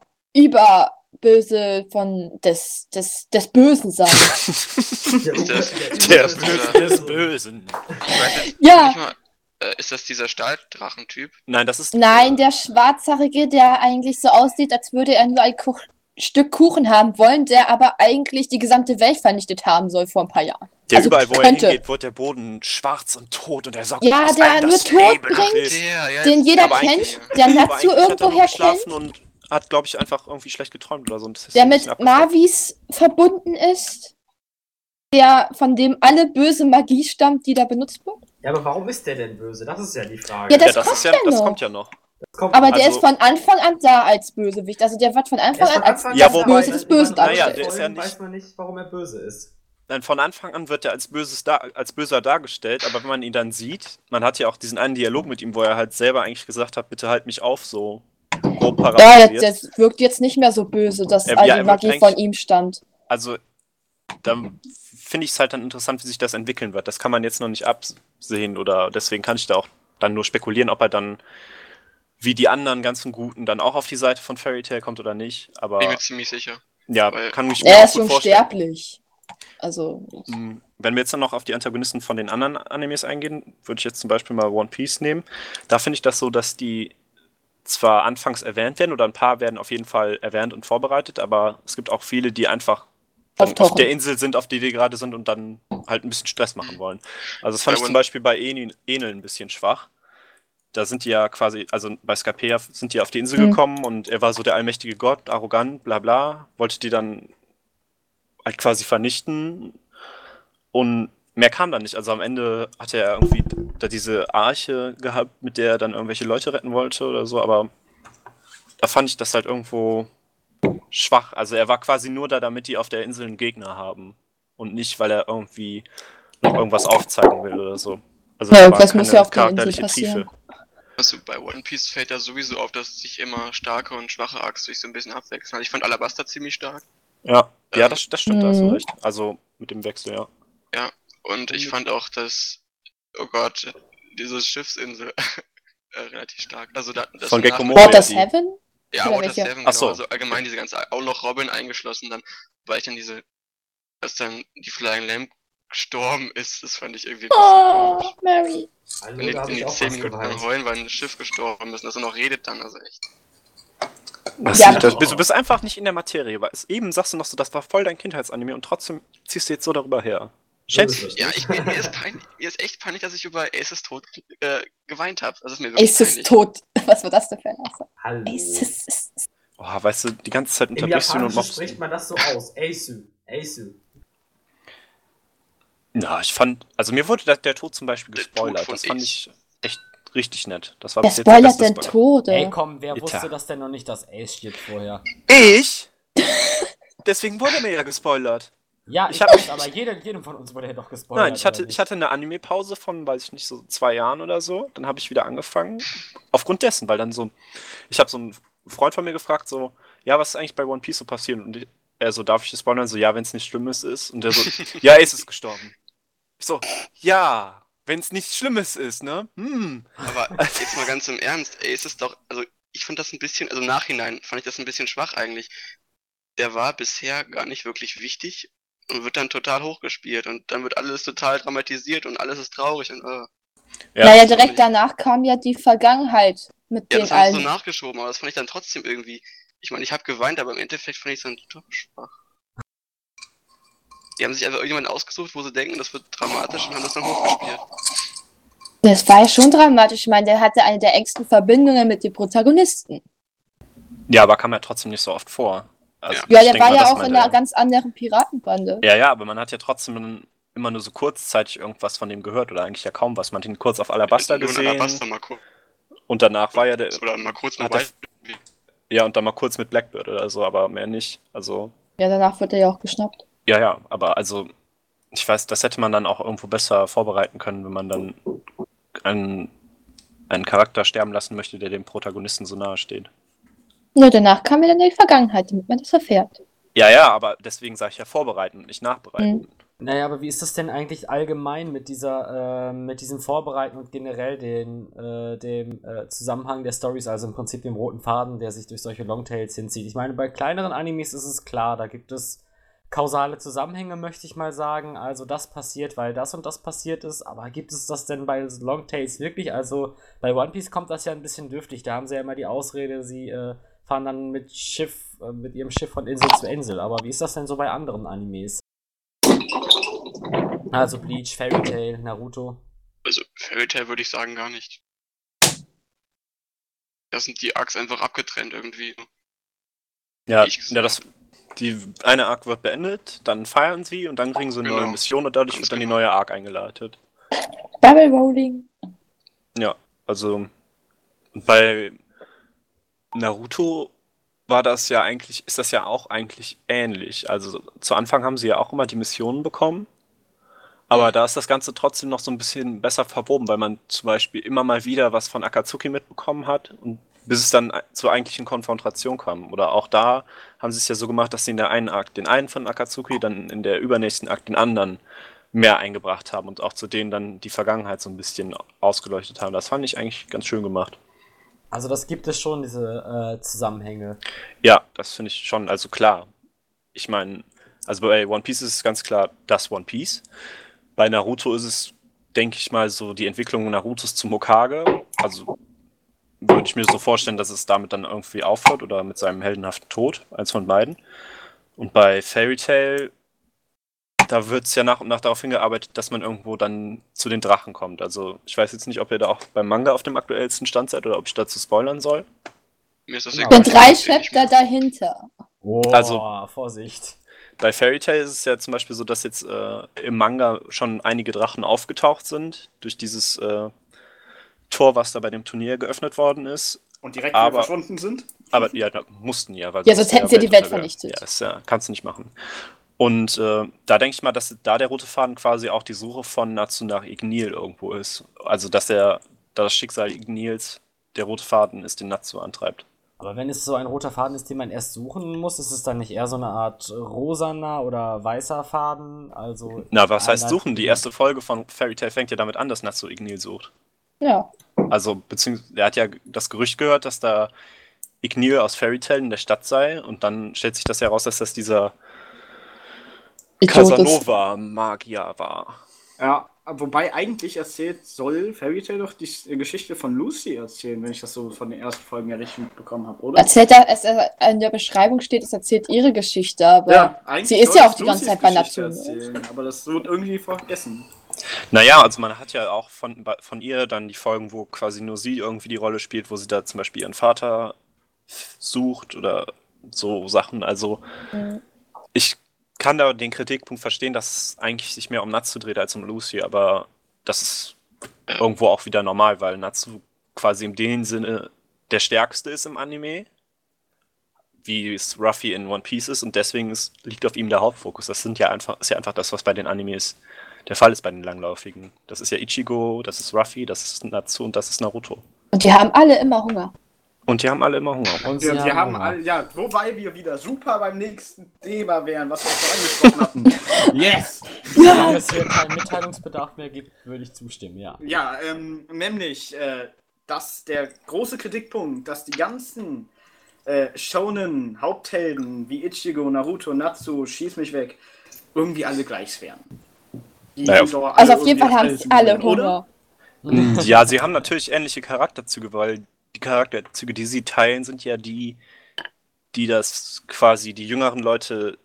Speaker 2: Überböse von des, des, des Bösen sein.
Speaker 3: Ist das,
Speaker 4: Der
Speaker 3: ist das
Speaker 4: Böse
Speaker 3: dieser,
Speaker 4: des Bösen.
Speaker 3: ich weiß jetzt
Speaker 2: Ja.
Speaker 3: nicht mal, äh, ist das dieser Stahldrachentyp?
Speaker 4: Nein, das ist.
Speaker 2: Nein, der Schwarzhaarige, der eigentlich so aussieht, als würde er nur ein Kuch Stück Kuchen haben wollen, der aber eigentlich die gesamte Welt vernichtet haben soll vor ein paar Jahren.
Speaker 4: Der
Speaker 2: also
Speaker 4: überall, wo er
Speaker 2: könnte.
Speaker 4: hingeht, wird der Boden schwarz und tot und er sagt,
Speaker 2: Ja,
Speaker 4: dass
Speaker 2: der
Speaker 4: einem
Speaker 2: nur
Speaker 4: das
Speaker 2: Tod
Speaker 4: Leben
Speaker 2: bringt,
Speaker 4: ist.
Speaker 3: Der, ja,
Speaker 2: den
Speaker 3: jetzt-
Speaker 2: jeder
Speaker 4: aber
Speaker 2: kennt,
Speaker 4: eigentlich-
Speaker 2: der
Speaker 4: Aber
Speaker 2: Natsu
Speaker 4: eigentlich hat er
Speaker 2: irgendwoher
Speaker 4: nur geschlafen
Speaker 2: kennt,
Speaker 4: und hat, glaube ich, einfach irgendwie schlecht geträumt oder so. Und das ist
Speaker 2: der
Speaker 4: ein
Speaker 2: mit
Speaker 4: bisschen abgefuckt.
Speaker 2: Mavis verbunden ist, der von dem alle böse Magie stammt, die da benutzt wird.
Speaker 1: Ja, aber warum ist der denn böse? Das ist ja die Frage.
Speaker 2: Ja,
Speaker 4: Ja,
Speaker 2: das
Speaker 4: das,
Speaker 2: kommt
Speaker 4: ist ja,
Speaker 2: ja
Speaker 4: das
Speaker 2: noch.
Speaker 4: kommt ja noch.
Speaker 1: Das kommt
Speaker 2: Aber
Speaker 1: noch.
Speaker 2: der
Speaker 4: Also-
Speaker 2: ist von Anfang an da als Bösewicht. Also der wird von Anfang
Speaker 1: Er ist
Speaker 2: an
Speaker 1: von
Speaker 2: als
Speaker 1: Anfang
Speaker 4: Ja,
Speaker 2: das
Speaker 1: an
Speaker 4: wobei-
Speaker 2: Böse
Speaker 1: dabei,
Speaker 2: des Bösen
Speaker 1: niemand-
Speaker 4: Naja,
Speaker 2: dargestellt.
Speaker 4: der ist ja
Speaker 1: Folgen
Speaker 4: nicht-
Speaker 1: weiß man nicht, warum er böse ist.
Speaker 4: Nein, von Anfang an wird er als, böses da als böser dargestellt, aber wenn man ihn dann sieht, man hat ja auch diesen einen Dialog mit ihm, wo er halt selber eigentlich gesagt hat, bitte halt mich auf, so grob
Speaker 2: Ja,
Speaker 4: paraphrasiert.
Speaker 2: der, der wirkt jetzt nicht mehr so böse, dass
Speaker 4: Ähm,
Speaker 2: all
Speaker 4: ja,
Speaker 2: die
Speaker 4: er wirkt
Speaker 2: Magie von
Speaker 4: eigentlich-
Speaker 2: ihm stammt.
Speaker 4: Also, da finde ich es halt dann interessant, wie sich das entwickeln wird. Das kann man jetzt noch nicht absehen oder deswegen kann ich da auch dann nur spekulieren, ob er dann wie die anderen ganzen Guten dann auch auf die Seite von Fairy Tail kommt oder nicht. Aber
Speaker 3: Bin mir ziemlich sicher.
Speaker 4: ja,
Speaker 3: weil-
Speaker 4: kann ich mir
Speaker 2: Er
Speaker 4: auch
Speaker 2: ist
Speaker 4: gut
Speaker 2: schon
Speaker 4: vorstellen.
Speaker 2: sterblich. Also,
Speaker 4: Mm, Wenn wir jetzt dann noch auf die Antagonisten von den anderen Animes eingehen, würde ich jetzt zum Beispiel mal One Piece nehmen. Da finde ich das so, dass die zwar anfangs erwähnt werden oder ein paar werden auf jeden Fall erwähnt und vorbereitet, aber es gibt auch viele, die einfach dann auf
Speaker 2: Auftauchen.
Speaker 4: der Insel sind, auf die die gerade sind und dann halt ein bisschen Stress machen wollen. Also das fand
Speaker 3: Bei
Speaker 4: ich zum
Speaker 3: One-
Speaker 4: Beispiel bei Enel, Enel ein bisschen schwach. Da sind die ja quasi, also bei Scarpea sind die auf die Insel
Speaker 2: Mhm.
Speaker 4: gekommen und er war so der allmächtige Gott, arrogant, bla bla, wollte die dann halt quasi vernichten und mehr kam dann nicht. Also am Ende hatte er irgendwie da diese Arche gehabt, mit der er dann irgendwelche Leute retten wollte oder so, aber da fand ich das halt irgendwo schwach. Also er war quasi nur da, damit die auf der Insel einen Gegner haben und nicht, weil er irgendwie noch irgendwas aufzeigen will oder so. Also
Speaker 2: Ja,
Speaker 4: da
Speaker 2: irgendwas
Speaker 4: war
Speaker 2: muss
Speaker 4: keine
Speaker 2: ja auf der Insel
Speaker 4: charakterliche
Speaker 2: passieren.
Speaker 4: Tiefe.
Speaker 3: Also bei One Piece fällt da sowieso auf, dass sich immer starke und schwache Arcs sich so ein bisschen abwechseln. Also ich fand Alabasta ziemlich stark.
Speaker 4: Ja, ja
Speaker 3: Ähm,
Speaker 4: das, das stimmt, da hast du
Speaker 2: Mhm.
Speaker 4: recht. Also mit dem Wechsel, ja.
Speaker 3: Und ich fand auch, dass, oh Gott, diese Schiffsinsel äh, relativ stark. Also da, das
Speaker 4: Von
Speaker 3: nach-
Speaker 4: Gekko Moria,
Speaker 2: Water
Speaker 4: die-
Speaker 2: Seven?
Speaker 3: Ja,
Speaker 2: Oder
Speaker 3: Water
Speaker 2: welche?
Speaker 3: Seven,
Speaker 4: Ach
Speaker 3: genau.
Speaker 4: so.
Speaker 3: Also allgemein diese ganze, auch noch Robin eingeschlossen dann, weil ich dann diese, dass dann die Flying Lamp gestorben ist, das fand ich irgendwie ein bisschen
Speaker 2: Oh,
Speaker 3: komisch.
Speaker 2: Mary.
Speaker 1: Also,
Speaker 3: Wenn die,
Speaker 1: da hab
Speaker 3: wenn
Speaker 1: ich
Speaker 3: die
Speaker 1: auch
Speaker 3: zehn
Speaker 1: fast
Speaker 3: Minuten lang
Speaker 1: geweint.
Speaker 3: heulen, weil ein Schiff gestorben ist, dass er noch redet dann, also echt.
Speaker 4: Das
Speaker 2: Ja.
Speaker 4: das, du bist einfach nicht in der Materie, weil es, eben sagst du noch so, das war voll dein Kindheitsanime und trotzdem ziehst du jetzt so darüber her. Schätzt
Speaker 1: So ist
Speaker 3: Ja,
Speaker 1: das
Speaker 3: ich,
Speaker 1: nicht.
Speaker 3: mir, ist peinlich, mir ist echt peinlich, dass ich über Aces Tod äh, geweint habe. Das ist mir wirklich
Speaker 2: Ace ist
Speaker 3: peinlich.
Speaker 2: tot. Was war das denn für ein Aussage?
Speaker 1: Hallo.
Speaker 2: Ace ist, ist, ist.
Speaker 4: Oh, weißt du, die ganze Zeit
Speaker 1: Im
Speaker 4: unterbrichst du ihn und
Speaker 1: Japanischen
Speaker 4: mobst
Speaker 1: spricht
Speaker 4: ihn.
Speaker 1: man das so aus. Aisu. Aisu.
Speaker 4: Ja, ich fand, also mir wurde der, der Tod zum Beispiel
Speaker 3: Der Tod
Speaker 4: gespoilert.
Speaker 3: von
Speaker 4: Das fand
Speaker 3: Ace.
Speaker 4: ich echt richtig nett. Das war
Speaker 2: Wer
Speaker 4: bis jetzt der
Speaker 2: spoilert
Speaker 4: beste
Speaker 2: denn
Speaker 4: Spoiler.
Speaker 2: Tode?
Speaker 1: Ey, komm, wer
Speaker 4: Alter.
Speaker 1: wusste das denn noch nicht, dass Ace stirbt vorher?
Speaker 4: Ich? Deswegen wurde mir ja gespoilert.
Speaker 1: Ja,
Speaker 4: Ich
Speaker 1: ich,
Speaker 4: hab-
Speaker 1: weiß, aber jedem, jedem von uns wurde ja doch gespoilert.
Speaker 4: Nein, ich hatte,
Speaker 1: oder
Speaker 4: ich hatte eine Anime-Pause von, weiß ich nicht, so zwei Jahren oder so. Dann habe ich wieder angefangen. Aufgrund dessen, weil dann so, ich habe so einen Freund von mir gefragt, so, ja, was ist eigentlich bei One Piece so passiert? Und ich, er so, darf ich das spoilern? So, ja, wenn es nicht Schlimmes ist. Und der so, ja, Ace ist gestorben. Ich so, ja, wenn es nichts Schlimmes ist, ne? Hm.
Speaker 3: Aber jetzt mal ganz im Ernst, Ace ist doch, also ich fand das ein bisschen, also im Nachhinein fand ich das ein bisschen schwach eigentlich. Der war bisher gar nicht wirklich wichtig und wird dann total hochgespielt und dann wird alles total dramatisiert und alles ist traurig und äh.
Speaker 4: Ja,
Speaker 2: naja,
Speaker 3: das ist
Speaker 2: direkt
Speaker 3: nicht-
Speaker 2: danach kam ja die Vergangenheit mit
Speaker 3: Ja,
Speaker 2: den
Speaker 3: das haben sie so
Speaker 2: allen.
Speaker 3: nachgeschoben, aber das fand ich dann trotzdem irgendwie. Ich meine, ich habe geweint, aber im Endeffekt fand ich es dann doch schwach. Die haben sich einfach irgendjemanden ausgesucht, wo sie denken, das wird dramatisch und haben das dann hochgespielt.
Speaker 2: Das war ja schon dramatisch. Ich meine, der hatte eine der engsten Verbindungen mit den Protagonisten.
Speaker 4: Ja, aber kam ja trotzdem nicht so oft vor. Also,
Speaker 2: Ja,
Speaker 4: ich
Speaker 2: der
Speaker 4: denk
Speaker 2: war
Speaker 4: mal,
Speaker 2: ja
Speaker 4: dass
Speaker 2: auch
Speaker 4: man
Speaker 2: in
Speaker 4: da-
Speaker 2: einer ganz anderen Piratenbande.
Speaker 4: Ja, ja, aber man hat ja trotzdem immer nur so kurzzeitig irgendwas von dem gehört oder eigentlich ja kaum was. Man hat ihn kurz auf Alabasta
Speaker 3: Nur in
Speaker 4: gesehen
Speaker 3: Alabasta mal kurz.
Speaker 4: und danach war ja der.
Speaker 3: Oder mal kurz mit
Speaker 4: hat er-
Speaker 3: White.
Speaker 4: Ja, und dann mal kurz mit Blackbird oder so, aber mehr nicht. Also,
Speaker 2: Ja, danach wird er ja auch geschnappt.
Speaker 4: ja, ja, aber also, ich weiß, das hätte man dann auch irgendwo besser vorbereiten können, wenn man dann einen, einen Charakter sterben lassen möchte, der dem Protagonisten so nahe steht.
Speaker 2: Nur danach kam ja dann die Vergangenheit, damit man das erfährt.
Speaker 4: Ja, ja, aber deswegen sage ich ja vorbereiten und nicht nachbereiten.
Speaker 2: Mhm.
Speaker 1: Naja, aber wie ist das denn eigentlich allgemein mit dieser, äh, mit diesem Vorbereiten und generell den, äh, dem äh, Zusammenhang der Stories, also im Prinzip dem roten Faden, der sich durch solche Longtails hinzieht? Ich meine, bei kleineren Animes ist es klar, da gibt es kausale Zusammenhänge, möchte ich mal sagen. Also das passiert, weil das und das passiert ist, aber gibt es das denn bei Longtails wirklich? Also bei One Piece kommt das ja ein bisschen dürftig, da haben sie ja immer die Ausrede, sie äh, fahren dann mit Schiff, äh, mit ihrem Schiff von Insel zu Insel, aber wie ist das denn so bei anderen Animes? Also Bleach, Fairy Tail, Naruto.
Speaker 3: Also Fairy Tail würde ich sagen gar nicht. Da sind die Arcs einfach abgetrennt irgendwie.
Speaker 4: Ja,
Speaker 3: Wie ich gesagt
Speaker 4: ja, das, die eine Arc wird beendet, dann feiern sie und dann kriegen sie eine
Speaker 3: Genau.
Speaker 4: neue Mission und dadurch
Speaker 3: Ganz
Speaker 4: wird dann die
Speaker 3: genau.
Speaker 4: neue Arc eingeleitet.
Speaker 2: Double Rolling.
Speaker 4: Ja, also bei Naruto war das ja eigentlich, ist das ja auch eigentlich ähnlich. Also zu Anfang haben sie ja auch immer die Missionen bekommen, aber da ist das Ganze trotzdem noch so ein bisschen besser verwoben, weil man zum Beispiel immer mal wieder was von Akatsuki mitbekommen hat und bis es dann zur eigentlichen Konfrontation kam. Oder auch da haben sie es ja so gemacht, dass sie in der einen Akt den einen von Akatsuki, dann in der übernächsten Akt den anderen mehr eingebracht haben und auch zu denen dann die Vergangenheit so ein bisschen ausgeleuchtet haben. Das fand ich eigentlich ganz schön gemacht.
Speaker 1: Also das gibt es schon, diese äh, Zusammenhänge.
Speaker 4: Ja, das finde ich schon, also klar. Ich meine, also bei One Piece ist es ganz klar das One Piece. Bei Naruto ist es, denke ich mal, so die Entwicklung Narutos zum Hokage. Also würde ich mir so vorstellen, dass es damit dann irgendwie aufhört oder mit seinem heldenhaften Tod, eins von beiden. Und bei Fairy Tail, da wird es ja nach und nach darauf hingearbeitet, dass man irgendwo dann zu den Drachen kommt. Also ich weiß jetzt nicht, ob ihr da auch beim Manga auf dem aktuellsten Stand seid oder ob ich dazu spoilern soll.
Speaker 3: Mir ist das
Speaker 1: Genau.
Speaker 3: egal.
Speaker 2: Und drei
Speaker 3: ich seh nicht
Speaker 2: Chapter
Speaker 3: mehr.
Speaker 2: dahinter.
Speaker 1: Oh,
Speaker 4: Also-
Speaker 1: Vorsicht.
Speaker 4: Bei Fairy Tail ist es ja zum Beispiel so, dass jetzt äh, im Manga schon einige Drachen aufgetaucht sind, durch dieses äh, Tor, was da bei dem Turnier geöffnet worden ist.
Speaker 5: Und direkt
Speaker 4: Aber-
Speaker 5: wieder verschwunden sind?
Speaker 4: Aber ja, da mussten ja, weil
Speaker 2: Ja, sonst hätten sie die Welt
Speaker 4: unterge-
Speaker 2: vernichtet.
Speaker 4: Ja, das ja, kannst du nicht machen. Und äh, da denke ich mal, dass da der rote Faden quasi auch die Suche von Natsu nach Ignil irgendwo ist. Also, dass er, da das Schicksal Ignils der rote Faden ist, den Natsu antreibt.
Speaker 1: Aber wenn es so ein roter Faden ist, den man erst suchen muss, ist es dann nicht eher so eine Art rosaner oder weißer Faden? Also
Speaker 4: Na, was heißt
Speaker 1: Nein,
Speaker 4: suchen? Die erste Folge von Fairy Tail fängt ja damit an, dass Natsu Ignil sucht.
Speaker 2: Ja.
Speaker 4: Also, beziehungsweise, er hat ja das Gerücht gehört, dass da Ignil aus Fairy Tail in der Stadt sei und dann stellt sich das heraus, dass das dieser
Speaker 2: Idiot ist.
Speaker 4: Casanova-Magier war.
Speaker 5: Ja, wobei eigentlich erzählt soll Fairy Tail doch die äh, Geschichte von Lucy erzählen, wenn ich das so von den ersten Folgen ja richtig mitbekommen habe, oder?
Speaker 2: Erzählt er, es äh, in der Beschreibung steht, es erzählt ihre Geschichte, aber
Speaker 5: eigentlich
Speaker 2: sie ist
Speaker 5: soll
Speaker 2: ja
Speaker 5: es
Speaker 2: auch die ganze
Speaker 5: Lucys
Speaker 2: Zeit bei
Speaker 5: Geschichte
Speaker 2: Natsu.
Speaker 5: erzählen, aber das wird irgendwie vergessen.
Speaker 4: Naja, also man hat ja auch von, von ihr dann die Folgen, wo quasi nur sie irgendwie die Rolle spielt, wo sie da zum Beispiel ihren Vater sucht oder so Sachen. Also
Speaker 2: Mhm.
Speaker 4: ich kann da den Kritikpunkt verstehen, dass es eigentlich sich mehr um Natsu dreht als um Lucy, aber das ist irgendwo auch wieder normal, weil Natsu quasi in dem Sinne der Stärkste ist im Anime, wie es Ruffy in One Piece ist und deswegen ist, liegt auf ihm der Hauptfokus. Das sind ja einfach, ist ja einfach das, was bei den Animes der Fall ist bei den Langläufigen. Das ist ja Ichigo, das ist Ruffy, das ist Natsu und das ist Naruto.
Speaker 2: Und die haben alle immer Hunger.
Speaker 4: Und die haben alle immer Hunger.
Speaker 1: Und sie
Speaker 5: Wir, wir haben
Speaker 1: Hunger.
Speaker 5: alle, ja, wobei wir wieder super beim nächsten Thema wären, was wir schon angesprochen hatten. Yes!
Speaker 1: Wenn es hier keinen Mitteilungsbedarf mehr gibt, würde ich zustimmen, ja.
Speaker 5: Ja, ähm, nämlich, äh, dass der große Kritikpunkt, dass die ganzen äh, Shonen Haupthelden wie Ichigo, Naruto, Natsu, Schieß mich weg, irgendwie alle gleich wären. Die
Speaker 4: Naja,
Speaker 5: sind doch alle
Speaker 2: Also auf jeden
Speaker 5: irgendwie
Speaker 2: Fall haben
Speaker 5: das
Speaker 2: sie alle
Speaker 5: Hälfte, oder?
Speaker 2: Hunger.
Speaker 4: Ja, sie haben natürlich ähnliche Charakterzüge, weil die Charakterzüge, die sie teilen, sind ja die, die das quasi die jüngeren Leute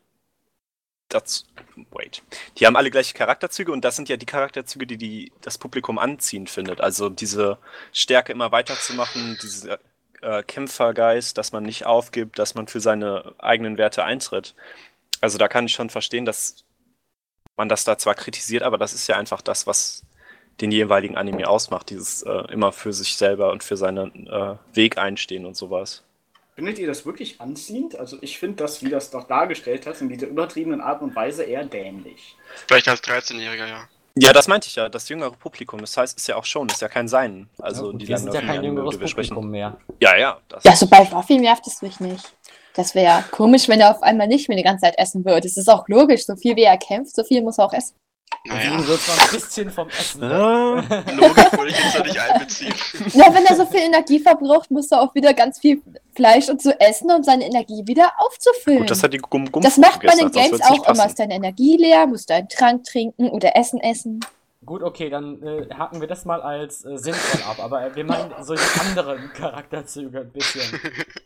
Speaker 4: dazu. Wait. Die haben alle gleiche Charakterzüge und das sind ja die Charakterzüge, die, die das Publikum anziehend findet. Also diese Stärke immer weiterzumachen, diese äh, Kämpfergeist, dass man nicht aufgibt, dass man für seine eigenen Werte eintritt. Also da kann ich schon verstehen, dass man das da zwar kritisiert, aber das ist ja einfach das, was den jeweiligen Anime ausmacht, dieses äh, immer für sich selber und für seinen äh, Weg einstehen und sowas.
Speaker 5: Findet ihr das wirklich anziehend? Also ich finde das, wie das doch dargestellt hat, in dieser übertriebenen Art und Weise eher dämlich.
Speaker 3: Vielleicht als dreizehnjähriger, ja.
Speaker 4: Ja, das meinte ich ja, das jüngere Publikum, das heißt, ist ja auch schon, ist ja kein Sein. Also
Speaker 1: ja, gut,
Speaker 4: die
Speaker 1: wir sind ja kein
Speaker 4: Anime,
Speaker 1: jüngeres
Speaker 4: die wir sprechen.
Speaker 1: Publikum mehr.
Speaker 4: Ja, ja. Das
Speaker 2: Ja, so bei Ruffy nervt es mich nicht. Das wäre ja komisch, wenn er auf einmal nicht mehr die ganze Zeit essen würde. Es ist auch logisch, so viel wie er kämpft, so viel muss er auch essen.
Speaker 3: Naja,
Speaker 1: Deswegen wird zwar ein bisschen vom Essen.
Speaker 4: Ah.
Speaker 3: Logik würde ich jetzt da nicht einbeziehen.
Speaker 2: Ja, wenn er so viel Energie verbraucht, muss er auch wieder ganz viel Fleisch und so essen, um seine Energie wieder aufzufüllen.
Speaker 4: Gut, das hat die Gum Gum
Speaker 2: Das macht man in
Speaker 4: gegessen, sonst
Speaker 2: Games
Speaker 4: wird's nicht
Speaker 2: auch immer.
Speaker 4: passen.
Speaker 2: Ist deine Energie leer, musst du einen Trank trinken oder Essen essen.
Speaker 1: Gut, okay, dann äh, haken wir das mal als äh, sinnvoll ab, aber äh, wir meinen solche anderen Charakterzüge ein bisschen.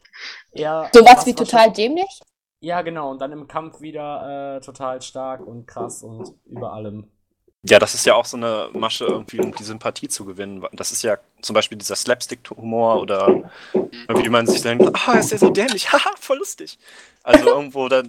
Speaker 1: Eher,
Speaker 2: Sowas
Speaker 1: was
Speaker 2: wie total
Speaker 1: wahrscheinlich-
Speaker 2: dämlich?
Speaker 1: Ja, genau, und dann im Kampf wieder äh, total stark und krass und über allem.
Speaker 4: Ja, das ist ja auch so eine Masche, irgendwie, um die Sympathie zu gewinnen. Das ist ja zum Beispiel dieser Slapstick-Humor oder wie man sich denkt, ah, ist der so dämlich, haha, voll lustig. Also irgendwo, dann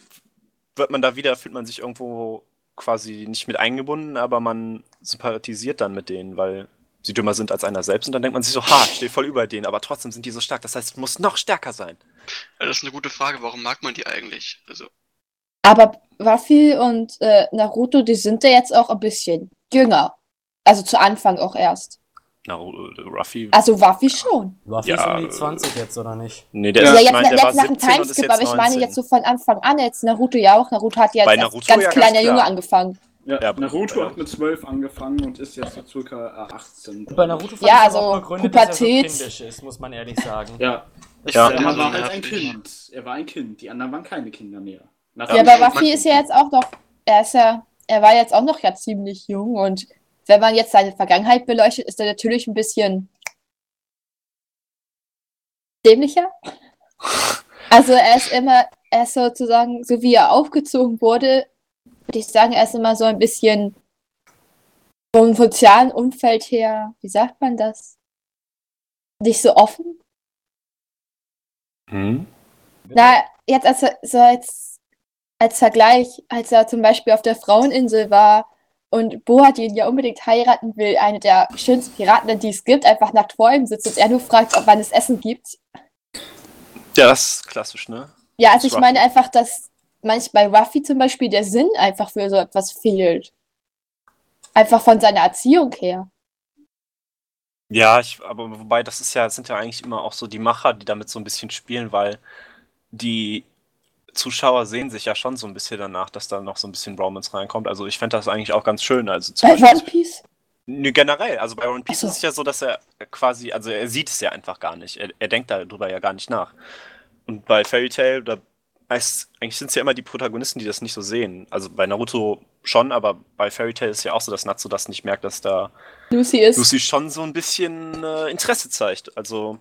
Speaker 4: wird man da wieder, fühlt man sich irgendwo quasi nicht mit eingebunden, aber man sympathisiert dann mit denen, weil sie dümmer sind als einer selbst und dann denkt man sich so, ha, ich stehe voll über denen, aber trotzdem sind die so stark, das heißt, ich muss noch stärker sein.
Speaker 3: Ja, das ist eine gute Frage, warum mag man die eigentlich? Also,
Speaker 2: Aber Ruffy und äh, Naruto, die sind ja jetzt auch ein bisschen jünger. Also zu Anfang auch erst.
Speaker 4: Na, Ruffy.
Speaker 2: Also Ruffy schon.
Speaker 1: Ruffy ist
Speaker 4: Ja,
Speaker 1: um die
Speaker 4: äh,
Speaker 1: zwanzig jetzt, oder nicht?
Speaker 4: Nee, der
Speaker 5: Ja,
Speaker 4: ist,
Speaker 2: Ja,
Speaker 4: ich
Speaker 2: jetzt,
Speaker 4: meine, der
Speaker 2: jetzt
Speaker 4: war
Speaker 2: nach dem
Speaker 4: siebzehn und ist
Speaker 2: Timeskip,
Speaker 4: jetzt
Speaker 2: aber ich meine
Speaker 4: neunzehn.
Speaker 2: jetzt so von Anfang an. Jetzt Naruto ja auch. Naruto hat ja
Speaker 4: Bei
Speaker 2: jetzt als
Speaker 4: Naruto
Speaker 2: ganz
Speaker 4: ja, ganz
Speaker 2: kleiner
Speaker 4: klar.
Speaker 2: Junge angefangen.
Speaker 5: Ja,
Speaker 4: Ja,
Speaker 5: Naruto
Speaker 4: ja.
Speaker 5: hat mit zwölf angefangen und ist jetzt so circa äh, achtzehn.
Speaker 1: Bei Naruto fand
Speaker 2: Ja,
Speaker 1: ich es aber
Speaker 2: also
Speaker 1: auch begründet, dass er so
Speaker 2: Pubertät.
Speaker 1: kindisch ist, muss man ehrlich sagen.
Speaker 5: Ja,
Speaker 3: ich
Speaker 4: Ja.
Speaker 3: finde
Speaker 5: er
Speaker 3: immer
Speaker 5: war
Speaker 3: so
Speaker 5: halt ein
Speaker 3: nervig.
Speaker 5: Kind. Er war ein Kind. Die anderen waren keine Kinder mehr. Nach
Speaker 2: Ja,
Speaker 5: dem
Speaker 2: aber
Speaker 5: Schluss-
Speaker 2: Ruffy ist ja jetzt auch noch, er ist ja, er war jetzt auch noch ja ziemlich jung und wenn man jetzt seine Vergangenheit beleuchtet, ist er natürlich ein bisschen dämlicher. Also er ist immer, er ist sozusagen, so wie er aufgezogen wurde, würde ich sagen, er ist immer so ein bisschen vom sozialen Umfeld her, wie sagt man das? Nicht so offen.
Speaker 4: Hm?
Speaker 2: Na, jetzt als, so als, als Vergleich, als er zum Beispiel auf der Fraueninsel war und Boa, die ihn ja unbedingt heiraten will, eine der schönsten Piraten, die es gibt, einfach nackt vor ihm sitzt und er nur fragt, ob man es Essen gibt.
Speaker 4: Ja, das ist klassisch, ne?
Speaker 2: Ja, also ich
Speaker 4: Ruffy.
Speaker 2: meine einfach, dass manchmal bei Ruffy zum Beispiel der Sinn einfach für so etwas fehlt. Einfach von seiner Erziehung her.
Speaker 4: Ja, ich, aber wobei, das ist ja, das sind ja eigentlich immer auch so die Macher, die damit so ein bisschen spielen, weil die Zuschauer sehen sich ja schon so ein bisschen danach, dass da noch so ein bisschen Romance reinkommt. Also ich fände das eigentlich auch ganz schön. Also zum
Speaker 2: Bei
Speaker 4: Beispiel,
Speaker 2: One Piece?
Speaker 4: Nö, generell, also bei One Piece
Speaker 2: Ach so.
Speaker 4: ist es ja so, dass er quasi, also er sieht es ja einfach gar nicht. Er, er denkt darüber ja gar nicht nach. Und bei Fairy Tail, da heißt, eigentlich sind es ja immer die Protagonisten, die das nicht so sehen. Also bei Naruto schon, aber bei Fairy Tail ist ja auch so, dass Natsu das nicht merkt, dass da
Speaker 2: Lucy ist.
Speaker 4: Lucy schon so ein bisschen äh, Interesse zeigt. Also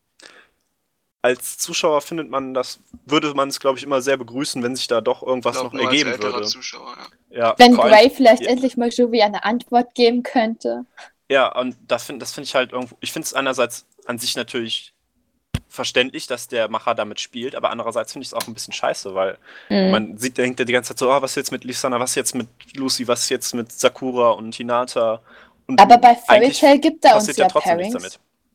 Speaker 4: als Zuschauer findet man das, würde man es, glaube ich, immer sehr begrüßen, wenn sich da doch irgendwas
Speaker 3: Ich
Speaker 4: noch
Speaker 3: glaube, nur als
Speaker 4: ergeben
Speaker 3: älterer
Speaker 4: würde.
Speaker 3: Zuschauer, ja.
Speaker 4: Ja,
Speaker 2: Wenn
Speaker 4: vor allem-
Speaker 2: Gray vielleicht
Speaker 4: ja.
Speaker 2: endlich mal Jovi eine Antwort geben könnte.
Speaker 4: Ja, und das finde das find ich halt irgendwo, ich finde es einerseits an sich natürlich verständlich, dass der Macher damit spielt, aber andererseits finde ich es auch ein bisschen scheiße, weil
Speaker 2: Mhm.
Speaker 4: man sieht, denkt ja die ganze Zeit so, oh, was jetzt mit Lisana, was jetzt mit Lucy, was jetzt mit Sakura und Hinata. Und
Speaker 2: Aber bei Fairy
Speaker 4: eigentlich
Speaker 2: Tail gibt er uns
Speaker 4: passiert
Speaker 2: ja
Speaker 4: ja trotzdem nichts
Speaker 2: Pairings.
Speaker 4: damit.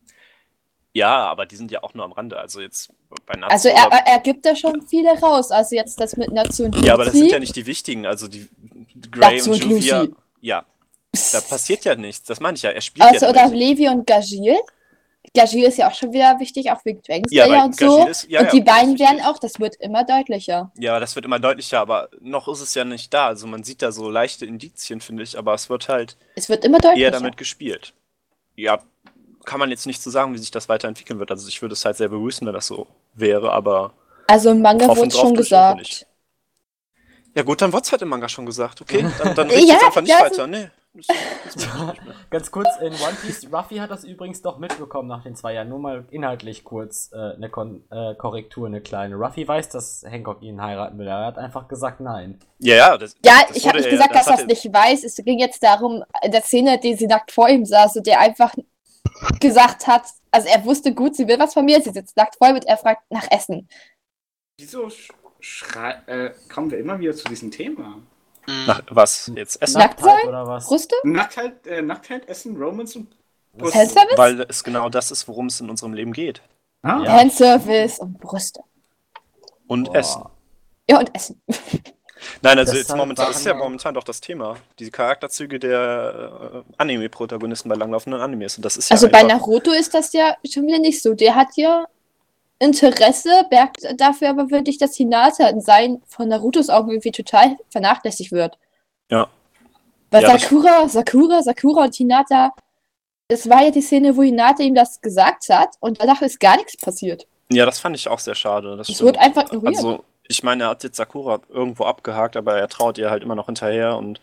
Speaker 4: Ja, aber die sind ja auch nur am Rande, also jetzt bei Natsu.
Speaker 2: Also er,
Speaker 4: oder-
Speaker 2: er gibt da schon viele raus. Also jetzt das mit Natsu und Lucy.
Speaker 4: ja, aber das sind ja nicht die wichtigen, also die Gray
Speaker 2: Natsu
Speaker 4: und
Speaker 2: und
Speaker 4: Juvia.
Speaker 2: Lucy.
Speaker 4: Ja, da passiert ja nichts, das meine ich ja, er spielt ja
Speaker 2: Also, oder
Speaker 4: damit.
Speaker 2: Levi und Gajil. Gajil ist ja auch schon wieder wichtig, auch wegen Dragon
Speaker 4: Ja,
Speaker 2: Slayer
Speaker 4: weil
Speaker 2: und so.
Speaker 4: Gajil ist- ja,
Speaker 2: und
Speaker 4: ja,
Speaker 2: die
Speaker 4: okay, das
Speaker 2: beiden
Speaker 4: ist
Speaker 2: werden
Speaker 4: richtig.
Speaker 2: auch, das wird immer deutlicher.
Speaker 4: Ja, das wird immer deutlicher, aber noch ist es ja nicht da. Also man sieht da so leichte Indizien, finde ich, aber es wird halt
Speaker 2: Es wird immer deutlicher.
Speaker 4: eher damit gespielt. Ja, kann man jetzt nicht so sagen, wie sich das weiterentwickeln wird. Also ich würde es halt sehr begrüßen, wenn das so wäre, aber
Speaker 2: Also im Manga
Speaker 4: Offen
Speaker 2: wurde
Speaker 4: drauf
Speaker 2: schon
Speaker 4: tue ich auch
Speaker 2: gesagt.
Speaker 4: nicht. ja gut, dann wurde es halt im Manga schon gesagt. Okay, dann, dann rede ich
Speaker 2: Ja,
Speaker 4: jetzt einfach nicht
Speaker 2: ja,
Speaker 4: weiter. Nee, das ist mir nicht mehr.
Speaker 1: Ganz kurz, in One Piece, Ruffy hat das übrigens doch mitbekommen nach den zwei Jahren. Nur mal inhaltlich kurz äh, eine Kon äh, Korrektur, eine kleine. Ruffy weiß, dass Hancock ihn heiraten will. Er hat einfach gesagt nein.
Speaker 4: Ja, ja, das,
Speaker 2: Ja,
Speaker 4: das
Speaker 2: ich habe
Speaker 4: wurde
Speaker 2: nicht
Speaker 4: er-
Speaker 2: gesagt, dass er
Speaker 4: hat
Speaker 2: es
Speaker 4: er-
Speaker 2: nicht weiß. Es ging jetzt darum, in der Szene, die sie nackt vor ihm saß und der einfach gesagt hat, also er wusste gut, sie will was von mir, sie sitzt nackt vor ihm und er fragt nach Essen.
Speaker 5: Wieso sch schrei äh, kommen wir immer wieder zu diesem Thema?
Speaker 3: Mhm.
Speaker 4: Nach, was? Jetzt Essen?
Speaker 2: Nackt sein?
Speaker 1: Oder was?
Speaker 2: Brüste?
Speaker 5: Nacktheit, äh, Nacktheit, Essen, Romance und Brüste.
Speaker 2: Handservice?
Speaker 4: Weil es genau das ist, worum es in unserem Leben geht.
Speaker 5: Ah,
Speaker 1: Ja.
Speaker 2: Handservice und Brüste.
Speaker 4: Und
Speaker 1: Boah.
Speaker 4: Essen.
Speaker 2: Ja, und Essen.
Speaker 4: Nein, also
Speaker 1: Deshalb
Speaker 4: jetzt momentan
Speaker 1: waren
Speaker 4: ist ja
Speaker 1: wir-
Speaker 4: momentan doch das Thema. Die Charakterzüge der äh, Anime-Protagonisten bei langlaufenden Animes. Und das ist ja
Speaker 2: Also bei
Speaker 4: einfach,
Speaker 2: Naruto ist das ja schon wieder nicht so. Der hat ja Interesse, merkt dafür aber wirklich, dass Hinata in seinen von Narutos Augen irgendwie total vernachlässigt wird.
Speaker 4: Ja.
Speaker 2: Weil
Speaker 4: Ja, das-
Speaker 2: Sakura, Sakura, Sakura und Hinata, das war ja die Szene, wo Hinata ihm das gesagt hat und danach ist gar nichts passiert.
Speaker 4: Ja, das fand ich auch sehr schade. Das
Speaker 2: Es
Speaker 4: stimmt.
Speaker 2: wurde einfach ignoriert.
Speaker 4: Also, ich meine, er hat jetzt Sakura irgendwo abgehakt, aber er traut ihr halt immer noch hinterher und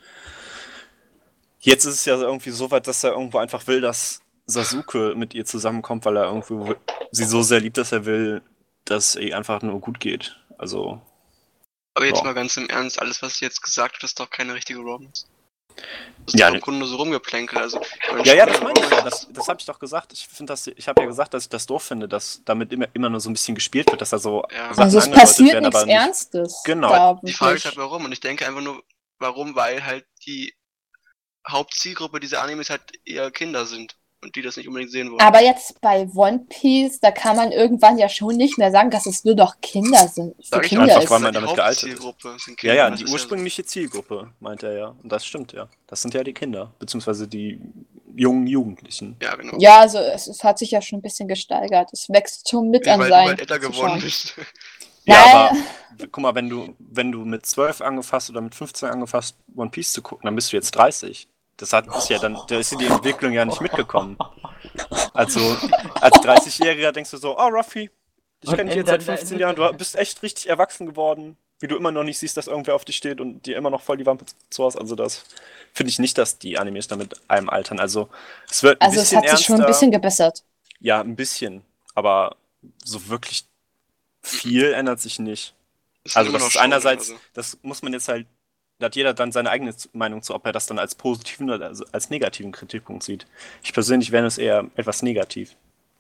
Speaker 4: jetzt ist es ja irgendwie so weit, dass er irgendwo einfach will, dass Sasuke mit ihr zusammenkommt, weil er irgendwo sie so sehr liebt, dass er will, dass es ihr einfach nur gut geht. Also,
Speaker 3: Aber jetzt
Speaker 4: Ja.
Speaker 3: mal ganz im Ernst, alles, was du jetzt gesagt hast, ist doch keine richtige Romance. Das ist
Speaker 4: Ja,
Speaker 3: doch
Speaker 4: ne-
Speaker 3: im Grunde nur so rumgeplänkelt. Also,
Speaker 4: ja, ja, das meine ich ja. Das, das habe ich doch gesagt. Ich finde das, ich habe ja gesagt, dass ich das doof finde, dass damit immer, immer nur so ein bisschen gespielt wird, dass da so
Speaker 3: Ja.
Speaker 4: Sachen
Speaker 2: also es
Speaker 4: angedeutet
Speaker 2: passiert
Speaker 4: werden,
Speaker 2: nichts
Speaker 4: aber nicht-
Speaker 2: Ernstes.
Speaker 4: Genau.
Speaker 2: Da
Speaker 3: Die Frage ist
Speaker 2: wirklich.
Speaker 3: halt warum. Und ich denke einfach nur, warum, weil halt die Hauptzielgruppe dieser Animes halt eher Kinder sind und die das nicht unbedingt sehen wollen.
Speaker 2: Aber jetzt bei One Piece, da kann man irgendwann ja schon nicht mehr sagen, dass es nur noch Kinder sind. Für
Speaker 3: Sag ich
Speaker 2: Kinder
Speaker 4: einfach,
Speaker 2: ist.
Speaker 4: weil man
Speaker 3: die
Speaker 4: damit gealtert ist.
Speaker 3: Hauptzielgruppe sind
Speaker 4: Ja,
Speaker 3: Kinder,
Speaker 4: ja,
Speaker 3: das
Speaker 4: die
Speaker 3: ist
Speaker 4: ursprüngliche Zielgruppe, meint er ja. Und das stimmt ja. Das sind ja die Kinder, beziehungsweise die jungen Jugendlichen.
Speaker 3: Ja, genau.
Speaker 2: Ja, also es, es hat sich ja schon ein bisschen gesteigert. Es wächst schon mit
Speaker 3: Ja,
Speaker 2: an
Speaker 3: weil du
Speaker 2: sein.
Speaker 3: halt älter geworden
Speaker 2: Zuschauern.
Speaker 3: bist.
Speaker 4: Ja,
Speaker 2: Nein.
Speaker 4: aber guck mal, wenn du, wenn du mit zwölf angefasst oder mit fünfzehn angefasst One Piece zu gucken, dann bist du jetzt dreißig. Das hat ist ja dann, da ist ja die Entwicklung ja nicht mitgekommen. Also, als dreißigjähriger denkst du so, oh Ruffy, ich
Speaker 1: Und
Speaker 4: kenne dich
Speaker 1: in
Speaker 4: jetzt seit
Speaker 1: der- der
Speaker 4: fünfzehn Jahren, du bist echt richtig erwachsen geworden, wie du immer noch nicht siehst, dass irgendwer auf dich steht und dir immer noch voll die Wampe zu hast. Also das finde ich nicht, dass die Animes da mit einem altern. Also es wird ein
Speaker 2: Also es
Speaker 4: bisschen
Speaker 2: hat sich schon ein
Speaker 4: ernster.
Speaker 2: bisschen gebessert.
Speaker 4: Ja, ein bisschen, aber so wirklich viel ändert sich nicht.
Speaker 3: Ist
Speaker 4: Also
Speaker 3: immer
Speaker 4: das
Speaker 3: noch
Speaker 4: ist
Speaker 3: schon,
Speaker 4: einerseits,
Speaker 3: also.
Speaker 4: das muss man jetzt halt, da hat jeder dann seine eigene Meinung zu, ob er das dann als positiven oder als, als negativen Kritikpunkt sieht. Ich persönlich wäre es eher etwas negativ.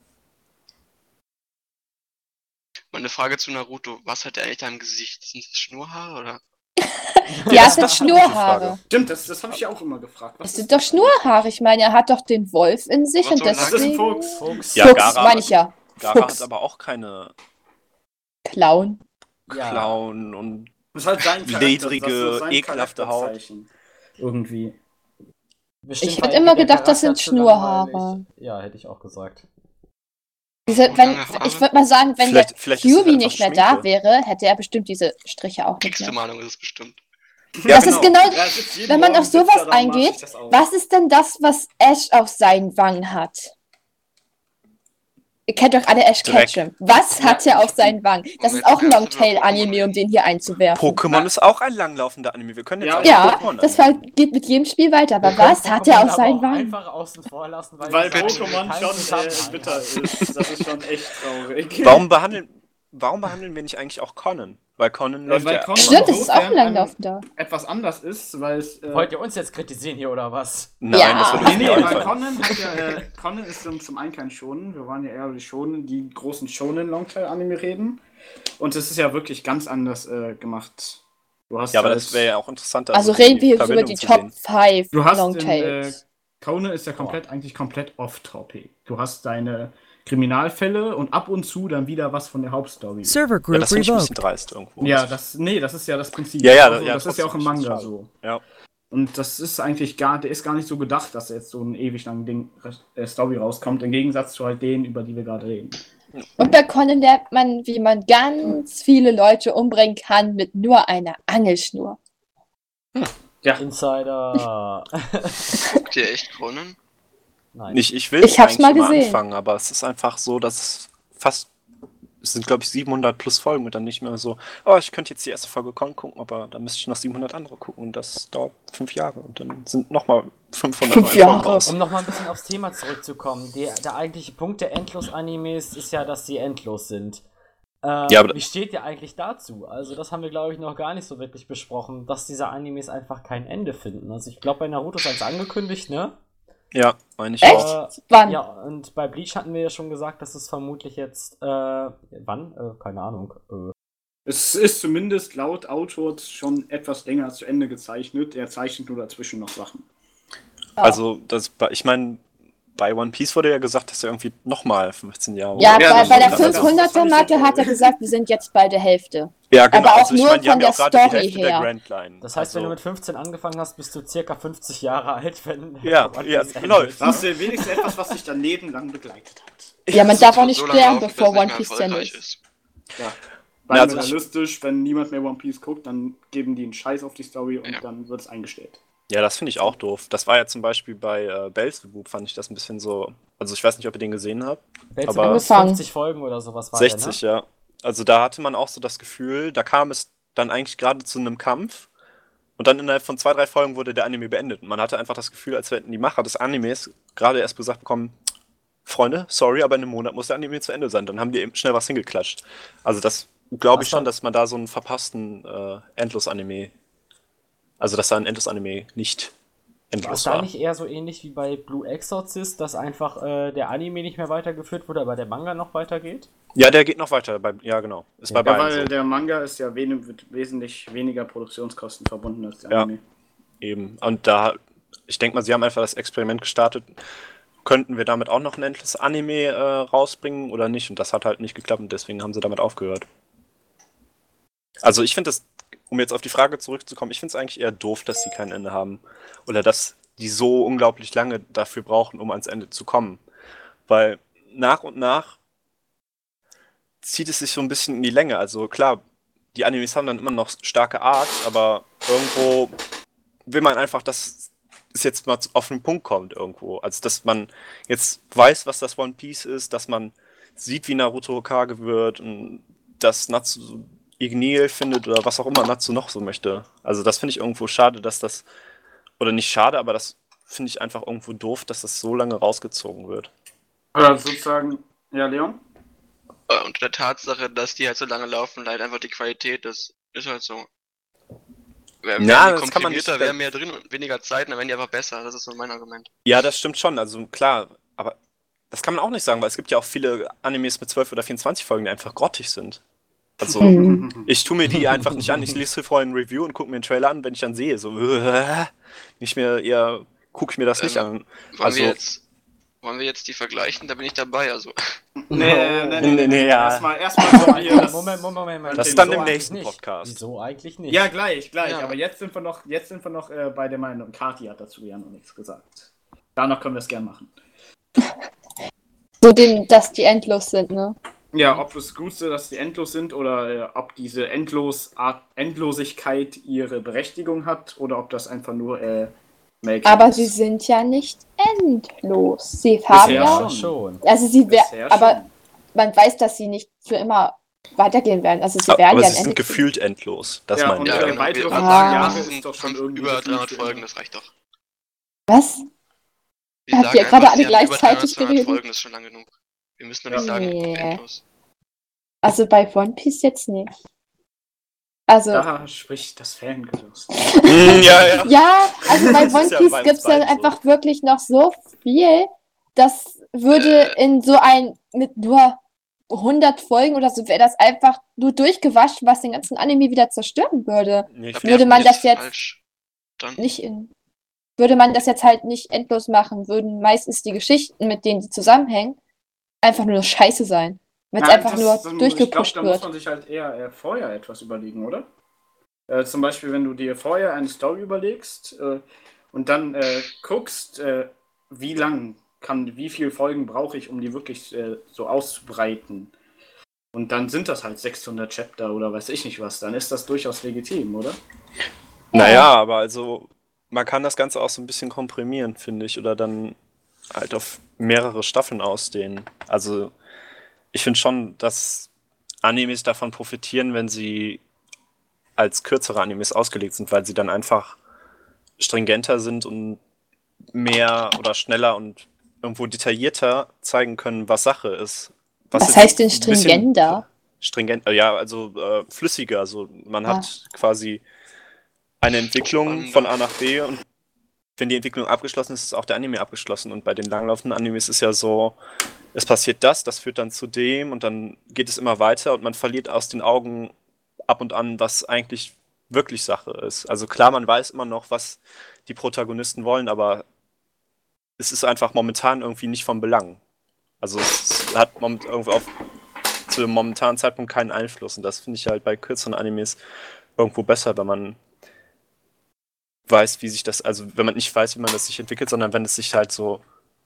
Speaker 3: Meine Frage zu Naruto, was hat er eigentlich da im Gesicht? Sind das Schnurrhaare oder?
Speaker 2: Ja,
Speaker 4: das-
Speaker 2: es sind
Speaker 4: das ist eine gute
Speaker 2: Schnurhaare.
Speaker 4: Frage.
Speaker 5: Stimmt, das, das habe ich ja auch immer gefragt. Was
Speaker 2: Es
Speaker 5: ist
Speaker 2: sind doch
Speaker 5: das?
Speaker 2: Schnurhaare. Ich meine, er hat doch den Wolf in sich
Speaker 3: Was
Speaker 2: und
Speaker 3: soll das?
Speaker 5: Das ist ein
Speaker 2: deswegen...
Speaker 5: Fuchs.
Speaker 1: Fuchs.
Speaker 4: Ja,
Speaker 2: Fuchs,
Speaker 4: Gara-
Speaker 2: meine ich ja.
Speaker 4: Gara
Speaker 2: Fuchs.
Speaker 4: hat aber auch keine
Speaker 2: Clown.
Speaker 1: Ja.
Speaker 4: Klauen und
Speaker 5: Das ist halt sein Charakter,
Speaker 4: ledrige,
Speaker 5: das ist sein
Speaker 4: ekelhafte Haut.
Speaker 5: Charakterzeichen. Irgendwie.
Speaker 1: Bestimmt
Speaker 2: Ich
Speaker 1: war
Speaker 2: hätte
Speaker 1: irgendwie
Speaker 2: immer
Speaker 1: der
Speaker 2: gedacht, das
Speaker 1: Charakter
Speaker 2: sind
Speaker 1: zu langweilig.
Speaker 2: Schnurhaare.
Speaker 1: Ja, hätte ich auch gesagt.
Speaker 2: Diese,
Speaker 3: Und
Speaker 2: wenn,
Speaker 3: lange Haare?
Speaker 2: ich würde mal sagen, wenn
Speaker 4: Vielleicht-
Speaker 2: der
Speaker 4: vielleicht ist es
Speaker 2: Fury
Speaker 4: einfach
Speaker 2: nicht mehr
Speaker 4: Schminke.
Speaker 2: da wäre, hätte er bestimmt diese Striche auch nicht
Speaker 3: Nächste
Speaker 2: mehr.
Speaker 3: Meinung ist es bestimmt.
Speaker 4: Ja,
Speaker 2: Das ist genau,
Speaker 5: Ja, es sitzt jeden
Speaker 2: wenn man
Speaker 5: Morgen,
Speaker 2: auf
Speaker 5: sitzt
Speaker 2: sowas
Speaker 5: er da und macht
Speaker 2: eingeht,
Speaker 5: sich das auf.
Speaker 2: was ist denn das, was Ash auf seinen Wangen hat? Ihr kennt doch alle Ash
Speaker 4: Dreck.
Speaker 2: Ketchum. Was
Speaker 5: Ja.
Speaker 2: hat er auf seinen Wangen? Das ist
Speaker 3: Moment,
Speaker 2: auch ein
Speaker 3: ernst, über
Speaker 2: Longtail-Anime, um den hier einzuwerfen.
Speaker 4: Pokémon ist auch ein langlaufender Anime. Wir können jetzt
Speaker 5: Ja,
Speaker 4: auch
Speaker 2: Ja,
Speaker 4: Pokémon
Speaker 2: das
Speaker 4: annehmen.
Speaker 2: war, geht mit jedem Spiel weiter. Aber
Speaker 1: Wir können
Speaker 2: was hat er
Speaker 1: Pokémon
Speaker 2: auf
Speaker 1: aber
Speaker 2: seinen
Speaker 1: auch
Speaker 2: Wangen?
Speaker 1: einfach außen vor lassen, weil,
Speaker 5: Weil
Speaker 1: das
Speaker 5: Pokémon
Speaker 1: keinen
Speaker 5: schon äh,
Speaker 1: Zusammenhang
Speaker 5: bitter
Speaker 1: hat.
Speaker 5: ist. Das ist schon echt traurig.
Speaker 4: Warum behandeln, warum behandeln wir nicht eigentlich auch Conan? Weil Conan
Speaker 5: Äh,
Speaker 4: läuft
Speaker 5: weil
Speaker 4: ja...
Speaker 5: Conan-
Speaker 2: Stimmt, das ist auch ein
Speaker 5: Insofern
Speaker 2: langlaufender.
Speaker 5: etwas anders ist, weil es. Äh,
Speaker 1: Wollt ihr uns jetzt kritisieren hier oder was?
Speaker 4: Nein,
Speaker 2: Ja.
Speaker 4: das würde
Speaker 5: Nee,
Speaker 4: uns
Speaker 5: nee,
Speaker 4: nicht
Speaker 5: weil
Speaker 4: einfallen.
Speaker 5: Conan hat ja, äh, Conan ist dann zum einen kein Shonen, wir waren ja eher über die Shonen, die großen Shonen-Longtail-Anime reden. Und es ist ja wirklich ganz anders äh, gemacht. Du hast
Speaker 4: Ja, aber
Speaker 5: halt,
Speaker 4: das wäre ja auch interessant.
Speaker 2: Also reden wir jetzt über
Speaker 4: Verbindung
Speaker 2: die
Speaker 4: zu
Speaker 2: Top
Speaker 4: sehen.
Speaker 2: fünf
Speaker 5: Du hast in, äh,
Speaker 2: Longtails.
Speaker 5: Conan ist ja komplett, eigentlich komplett off-topic. Du hast deine Kriminalfälle und ab und zu dann wieder was von der Hauptstory.
Speaker 6: Server
Speaker 4: Ja,
Speaker 6: group
Speaker 4: das finde ich ein bisschen
Speaker 6: revoked.
Speaker 4: dreist irgendwo.
Speaker 5: Ja, das, nee, das ist ja das Prinzip.
Speaker 4: Ja, ja,
Speaker 5: Also,
Speaker 4: ja,
Speaker 5: das ist ja auch im
Speaker 4: trotzdem,
Speaker 5: Manga
Speaker 4: das ist
Speaker 5: so.
Speaker 4: Ja.
Speaker 5: Und das ist eigentlich gar, der ist gar nicht so gedacht, dass jetzt so ein ewig langen Ding, äh, Story rauskommt, im Gegensatz zu halt denen, über die wir gerade reden.
Speaker 2: Und bei Conan lernt man, wie man ganz viele Leute umbringen kann mit nur einer Angelschnur.
Speaker 1: Insider.
Speaker 3: Guckt ihr echt Conan?
Speaker 1: Nein.
Speaker 4: Ich, ich will
Speaker 2: Ich hab's
Speaker 4: eigentlich
Speaker 2: mal
Speaker 4: immer
Speaker 2: gesehen.
Speaker 4: anfangen, aber es ist einfach so, dass es fast es sind, glaube ich, siebenhundert plus Folgen und dann nicht mehr so, oh, ich könnte jetzt die erste Folge gucken, aber dann müsste ich noch siebenhundert andere gucken und das dauert fünf Jahre und dann sind nochmal fünfhundert
Speaker 2: Fünf
Speaker 4: neue Folgen
Speaker 2: Jahre.
Speaker 4: raus.
Speaker 1: Um nochmal ein bisschen aufs Thema zurückzukommen, der, der eigentliche Punkt der Endlos-Animes ist ja, dass sie endlos sind. Äh,
Speaker 4: Ja, aber-
Speaker 1: wie steht ihr eigentlich dazu? Also das haben wir, glaube ich, noch gar nicht so wirklich besprochen, dass diese Animes einfach kein Ende finden. Also ich glaube, bei Naruto ist eins angekündigt, ne?
Speaker 4: Ja, meine ich
Speaker 2: Echt?
Speaker 4: auch.
Speaker 1: Äh,
Speaker 2: Wann?
Speaker 1: ja, und bei Bleach hatten wir ja schon gesagt, dass es vermutlich jetzt, äh, wann? Äh, keine Ahnung. Äh,
Speaker 5: Es ist zumindest laut Autor schon etwas länger zu Ende gezeichnet. Er zeichnet nur dazwischen noch Sachen.
Speaker 4: Also, das, ich meine, bei One Piece wurde ja gesagt, dass er irgendwie nochmal fünfzehn Jahre
Speaker 2: Ja,
Speaker 5: Ja,
Speaker 2: bei,
Speaker 5: das
Speaker 2: bei der
Speaker 5: stimmt. Das- das fand ich
Speaker 2: fünfhunderter-Marke
Speaker 5: so
Speaker 2: hat er
Speaker 5: toll.
Speaker 2: gesagt, wir sind jetzt bei der Hälfte.
Speaker 4: Ja, genau.
Speaker 2: Aber auch
Speaker 4: also, ich
Speaker 2: nur
Speaker 4: meine, die
Speaker 2: von
Speaker 4: haben ja
Speaker 2: der
Speaker 4: auch gerade
Speaker 2: Story
Speaker 4: die Hälfte
Speaker 2: her.
Speaker 4: der Grand Line.
Speaker 1: das heißt, wenn du
Speaker 4: also,
Speaker 1: mit fünfzehn angefangen hast, bist du circa fünfzig Jahre alt, wenn
Speaker 4: Ja,
Speaker 1: One
Speaker 4: ja,
Speaker 1: Piece
Speaker 4: genau.
Speaker 1: endet.
Speaker 5: Da hast du wenigstens etwas, was dich dein Leben lang begleitet hat.
Speaker 2: Ja, man darf auch nicht
Speaker 3: So lange
Speaker 2: sterben,
Speaker 3: laufen, bis
Speaker 2: bevor
Speaker 3: es nicht
Speaker 2: One
Speaker 3: mehr
Speaker 2: Piece zu Ende
Speaker 3: erfolgreich
Speaker 2: ist.
Speaker 5: Ja.
Speaker 4: Na,
Speaker 5: Weil
Speaker 4: also ich-
Speaker 5: realistisch, wenn niemand mehr One Piece guckt, dann geben die einen Scheiß auf die Story und
Speaker 3: Ja.
Speaker 5: dann wird es eingestellt.
Speaker 4: Ja, das finde ich auch doof. Das war ja zum Beispiel bei äh, Belzebub, fand ich das ein bisschen so. Also, ich weiß nicht, ob ihr den gesehen habt.
Speaker 1: Belzebub
Speaker 4: aber-
Speaker 1: ist
Speaker 2: Angefangen.
Speaker 1: fünfzig Folgen oder sowas war
Speaker 4: sechzig,
Speaker 1: der, ne?
Speaker 4: ja. Also, da hatte man auch so das Gefühl, da kam es dann eigentlich gerade zu einem Kampf und dann innerhalb von zwei, drei Folgen wurde der Anime beendet. Und man hatte einfach das Gefühl, als hätten die Macher des Animes gerade erst gesagt bekommen: Freunde, sorry, aber in einem Monat muss der Anime zu Ende sein. Dann haben die eben schnell was hingeklatscht. Also, das glaube
Speaker 1: Was
Speaker 4: ich schon,
Speaker 1: dann-
Speaker 4: dass man da so einen verpassten äh, Endlos-Anime. Also, dass da ein Endlos-Anime nicht
Speaker 1: War es
Speaker 4: endlos
Speaker 1: da
Speaker 4: war.
Speaker 1: nicht eher so ähnlich wie bei Blue Exorcist, dass einfach äh, der Anime nicht mehr weitergeführt wurde, aber der Manga noch weitergeht?
Speaker 4: Ja, der geht noch weiter. Bei, ja, genau. Ist
Speaker 1: Ja,
Speaker 4: bei
Speaker 5: Ja,
Speaker 4: beiden
Speaker 5: weil
Speaker 4: so.
Speaker 5: der Manga ist ja wen mit wesentlich weniger Produktionskosten verbunden als der
Speaker 4: Ja.
Speaker 5: Anime.
Speaker 4: Eben. Und da, ich denke mal, sie haben einfach das Experiment gestartet. Könnten wir damit auch noch ein endloses Anime äh, rausbringen oder nicht? Und das hat halt nicht geklappt und deswegen haben sie damit aufgehört. Also ich finde das, um jetzt auf die Frage zurückzukommen, ich finde es eigentlich eher doof, dass sie kein Ende haben. Oder dass die so unglaublich lange dafür brauchen, um ans Ende zu kommen. Weil nach und nach zieht es sich so ein bisschen in die Länge. Also klar, die Animes haben dann immer noch starke Arcs, aber irgendwo will man einfach, dass es jetzt mal auf den Punkt kommt irgendwo. Also dass man jetzt weiß, was das One Piece ist, dass man sieht, wie Naruto Hokage wird und dass Natsu Igneel findet oder was auch immer Natsu noch so möchte. Also das finde ich irgendwo schade, dass das, oder nicht schade, aber das finde ich einfach irgendwo doof, dass das so lange rausgezogen wird.
Speaker 5: Oder sozusagen, ja, Leon?
Speaker 3: Äh, Unter der Tatsache, dass die halt so lange laufen, leider einfach die Qualität, das ist halt so. Wäre
Speaker 4: Ja,
Speaker 3: die
Speaker 4: das kann man nicht-
Speaker 3: komprimierter, wäre mehr drin und weniger Zeit, dann wären die einfach besser. Das ist so mein Argument.
Speaker 4: Ja, das stimmt schon, also klar, aber das kann man auch nicht sagen, weil es gibt ja auch viele Animes mit zwölf oder vierundzwanzig Folgen, die einfach grottig sind. Also,
Speaker 2: Mhm.
Speaker 4: ich tue mir die einfach nicht an, ich lese vorher ein Review und gucke mir einen Trailer an, wenn ich dann sehe, so, äh, nicht mehr, eher gucke ich mir das nicht
Speaker 3: Ähm,
Speaker 4: an.
Speaker 3: Wollen
Speaker 4: Also-
Speaker 3: wir jetzt, wollen wir jetzt die vergleichen? Da bin ich dabei, also.
Speaker 5: Nee, nee, nee,
Speaker 4: Nee, nee, ja.
Speaker 5: Erstmal, erstmal so hier das.
Speaker 1: Moment, Moment, Moment, Moment.
Speaker 5: Das ist
Speaker 1: Wieso
Speaker 5: dann im
Speaker 1: eigentlich
Speaker 4: nächsten
Speaker 1: nicht?
Speaker 4: Podcast.
Speaker 1: Wieso eigentlich nicht?
Speaker 5: Ja, gleich, gleich.
Speaker 3: Ja.
Speaker 5: Aber jetzt sind wir noch, jetzt sind wir noch äh, bei der Meinung. Kati hat dazu ja noch nichts gesagt. Danach können wir es gern machen.
Speaker 2: So, den, dass die endlos sind, ne?
Speaker 5: Ja, ob es gut ist, dass die endlos sind oder äh, ob diese Endlos Art, Endlosigkeit ihre Berechtigung hat oder ob das einfach nur äh, Make
Speaker 2: Aber
Speaker 5: ist.
Speaker 2: sie sind ja nicht endlos. Sie haben
Speaker 5: Bisher
Speaker 2: ja.
Speaker 1: Ja, schon.
Speaker 2: Also sie
Speaker 5: Bisher
Speaker 2: werden. Aber
Speaker 5: schon.
Speaker 2: man weiß, dass sie nicht für immer weitergehen werden. Also sie
Speaker 4: Aber,
Speaker 2: werden
Speaker 4: aber
Speaker 2: ja
Speaker 4: sie
Speaker 2: ein
Speaker 4: sind
Speaker 2: Ende.
Speaker 4: gefühlt endlos, das
Speaker 5: Ja,
Speaker 4: meine
Speaker 5: und,
Speaker 4: ich.
Speaker 3: Ja,
Speaker 5: äh,
Speaker 3: genau.
Speaker 5: weitere
Speaker 3: Wir
Speaker 2: fünf
Speaker 3: sagen,
Speaker 2: Jahre
Speaker 3: ja,
Speaker 5: ist
Speaker 3: das sind
Speaker 5: doch schon
Speaker 3: fünf,
Speaker 5: irgendwie
Speaker 3: über
Speaker 5: gefühlt
Speaker 3: dreihundert
Speaker 5: für
Speaker 3: Folgen,
Speaker 5: immer.
Speaker 3: das reicht doch.
Speaker 2: Was?
Speaker 3: Wir
Speaker 2: Habt
Speaker 3: sagen
Speaker 2: ihr gerade
Speaker 3: einfach,
Speaker 2: alle
Speaker 3: sie haben über
Speaker 2: gleichzeitig
Speaker 3: dreihundert
Speaker 2: geredet?
Speaker 3: Folgen, das ist schon lang genug. Wir müssen doch nicht
Speaker 5: Ja.
Speaker 3: sagen,
Speaker 2: Nee.
Speaker 3: endlos.
Speaker 2: Also bei One Piece jetzt nicht. Also.
Speaker 5: Da spricht das Fangelust.
Speaker 4: Mm, ja, ja.
Speaker 2: Ja, also bei
Speaker 4: Das
Speaker 2: One
Speaker 4: ist ja
Speaker 2: Piece
Speaker 4: bei uns
Speaker 2: gibt es dann
Speaker 4: beiden so.
Speaker 2: einfach wirklich noch so viel, das würde
Speaker 3: Äh.
Speaker 2: in so ein, mit nur hundert Folgen oder so, wäre das einfach nur durchgewaschen, was den ganzen Anime wieder zerstören würde.
Speaker 4: Nee, ich
Speaker 3: Da
Speaker 2: Würde
Speaker 3: wäre
Speaker 2: man das
Speaker 3: nichts
Speaker 2: jetzt
Speaker 3: falsch. Dann
Speaker 2: nicht in, würde man das jetzt halt nicht endlos machen, würden meistens die Geschichten, mit denen die zusammenhängen, einfach nur scheiße sein. Wenn es
Speaker 5: Nein,
Speaker 2: einfach
Speaker 5: das-
Speaker 2: nur
Speaker 5: das-
Speaker 2: durchgepusht
Speaker 5: Ich glaube, da muss
Speaker 2: wird.
Speaker 5: man sich halt eher äh, vorher etwas überlegen, oder? Äh, zum Beispiel, wenn du dir vorher eine Story überlegst äh, und dann äh, guckst, äh, wie lang kann, wie viele Folgen brauche ich, um die wirklich äh, so auszubreiten. Und dann sind das halt sechshundert Chapter oder weiß ich nicht was. Dann ist das durchaus legitim, oder?
Speaker 4: Naja, aber also man kann das Ganze auch so ein bisschen komprimieren, finde ich, oder dann halt auf mehrere Staffeln ausdehnen. Also ich finde schon, dass Animes davon profitieren, wenn sie als kürzere Animes ausgelegt sind, weil sie dann einfach stringenter sind und mehr oder schneller und irgendwo detaillierter zeigen können, was Sache ist.
Speaker 2: Was
Speaker 4: jetzt
Speaker 2: heißt denn
Speaker 4: ein bisschen
Speaker 2: stringenter?
Speaker 4: Stringent, ja, also äh, flüssiger. Also man
Speaker 2: Ah.
Speaker 4: hat quasi eine Entwicklung von A nach B und wenn die Entwicklung abgeschlossen ist, ist auch der Anime abgeschlossen. Und bei den langlaufenden Animes ist ja so, es passiert das, das führt dann zu dem und dann geht es immer weiter und man verliert aus den Augen ab und an, was eigentlich wirklich Sache ist. Also klar, man weiß immer noch, was die Protagonisten wollen, aber es ist einfach momentan irgendwie nicht von Belang. Also es hat moment irgendwie auf zu dem momentanen Zeitpunkt keinen Einfluss und das finde ich halt bei kürzeren Animes irgendwo besser, wenn man weiß, wie sich das, also wenn man nicht weiß, wie man das sich entwickelt, sondern wenn es sich halt so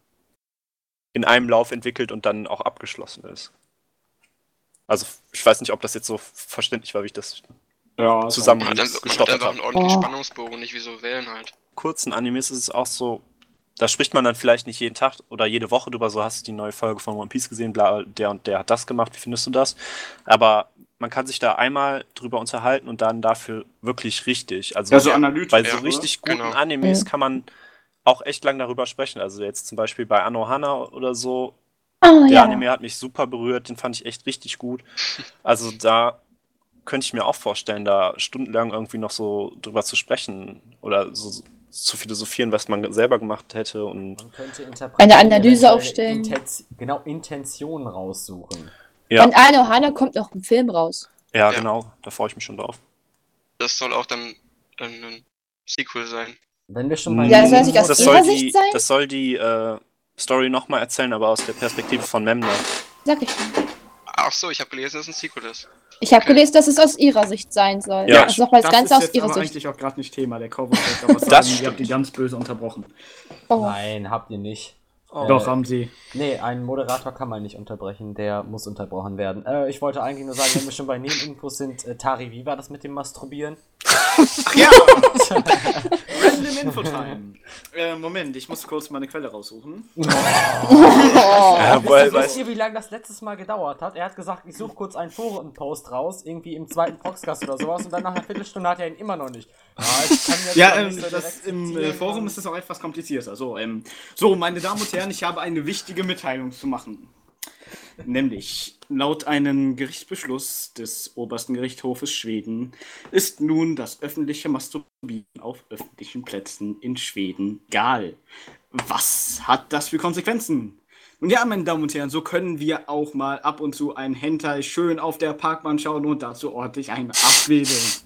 Speaker 4: in einem Lauf entwickelt und dann auch abgeschlossen ist. Also ich weiß nicht, ob das jetzt so verständlich war, wie ich das
Speaker 5: Ja,
Speaker 4: zusammen
Speaker 3: Man hat einfach, man hat
Speaker 4: gestottert
Speaker 3: einfach einen
Speaker 4: habe.
Speaker 3: ordentlichen
Speaker 2: Oh.
Speaker 3: Spannungsbogen, nicht wie so Wellen halt.
Speaker 4: Kurzen Animes ist es auch so, da spricht man dann vielleicht nicht jeden Tag oder jede Woche drüber, so hast du die neue Folge von One Piece gesehen, bla, der und der hat das gemacht, wie findest du das? Aber man kann sich da einmal drüber unterhalten und dann dafür wirklich richtig. Also
Speaker 5: Ja, so analytisch.
Speaker 4: bei
Speaker 3: Ja,
Speaker 4: so
Speaker 3: oder?
Speaker 4: richtig guten
Speaker 3: Genau.
Speaker 4: Animes
Speaker 2: Mhm.
Speaker 4: kann man auch echt lang darüber sprechen. Also jetzt zum Beispiel bei Anohana oder so,
Speaker 2: Ah,
Speaker 4: der
Speaker 2: ja.
Speaker 4: Anime hat mich super berührt, den fand ich echt richtig gut. Also da könnte ich mir auch vorstellen, da stundenlang irgendwie noch so drüber zu sprechen oder so zu philosophieren, was man selber gemacht hätte und
Speaker 1: Man könnte interpretieren,
Speaker 2: Eine Analyse
Speaker 1: eventuell
Speaker 2: aufstellen.
Speaker 1: Intens genau, Intentionen raussuchen.
Speaker 4: ja,
Speaker 2: Von Anohana kommt noch ein Film raus.
Speaker 4: ja,
Speaker 3: Ja.
Speaker 4: genau, da freue ich mich schon drauf.
Speaker 3: Das soll auch dann, dann ein Sequel sein.
Speaker 1: Wenn wir schon bei
Speaker 2: Ja,
Speaker 1: den
Speaker 2: soll es nicht aus
Speaker 4: das
Speaker 2: ihrer
Speaker 4: soll
Speaker 2: Sicht
Speaker 4: die,
Speaker 2: sein?
Speaker 4: Das soll die äh, Story nochmal erzählen, aber aus der Perspektive von Memner.
Speaker 2: Sag ich schon.
Speaker 3: Ach so, ich habe gelesen, dass es ein Sequel ist.
Speaker 2: Ich habe
Speaker 3: Okay.
Speaker 2: gelesen, dass es aus ihrer Sicht sein soll.
Speaker 4: Ja.
Speaker 2: Also nochmal das Ganze
Speaker 5: ist
Speaker 2: aus
Speaker 5: jetzt
Speaker 2: ihrer
Speaker 5: aber
Speaker 2: Sicht.
Speaker 5: eigentlich auch gerade nicht Thema. Der Corvus wollte aber sagen,
Speaker 4: Das
Speaker 5: ihr
Speaker 4: stimmt.
Speaker 5: habt die ganz böse unterbrochen.
Speaker 2: Oh.
Speaker 1: Nein, habt ihr nicht.
Speaker 4: Oh.
Speaker 5: Doch, haben sie.
Speaker 1: Nee, einen Moderator kann man nicht unterbrechen, der muss unterbrochen werden. Äh, ich wollte eigentlich nur sagen, wenn wir schon bei Nebeninfos sind, äh, Tari, wie war das mit dem Masturbieren?
Speaker 5: Ach ja! Random Infotime. Äh, Moment, ich muss kurz meine Quelle raussuchen.
Speaker 2: Oh.
Speaker 4: Ja,
Speaker 1: Wisst
Speaker 4: weil,
Speaker 1: ihr,
Speaker 4: weil,
Speaker 1: wisst ihr, wie lange das letztes Mal gedauert hat? Er hat gesagt, ich suche kurz einen Forenpost raus, irgendwie im zweiten Proxcast oder sowas, und dann nach einer Viertelstunde hat er ihn immer noch nicht. Ah, ich kann jetzt
Speaker 5: Ja,
Speaker 1: doch
Speaker 5: ähm,
Speaker 1: nicht so
Speaker 5: das,
Speaker 1: direkt
Speaker 5: im äh,
Speaker 1: zitieren,
Speaker 5: Forum
Speaker 1: ähm,
Speaker 5: ist es auch etwas komplizierter. So, ähm, so, meine Damen und Herren, ich habe eine wichtige Mitteilung zu machen. Nämlich, laut einem Gerichtsbeschluss des obersten Gerichtshofes Schweden ist nun das öffentliche Masturbieren auf öffentlichen Plätzen in Schweden legal. Was hat das für Konsequenzen? Und ja, meine Damen und Herren, so können wir auch mal ab und zu ein Hentai schön auf der Parkbahn schauen und dazu ordentlich einen abwedeln.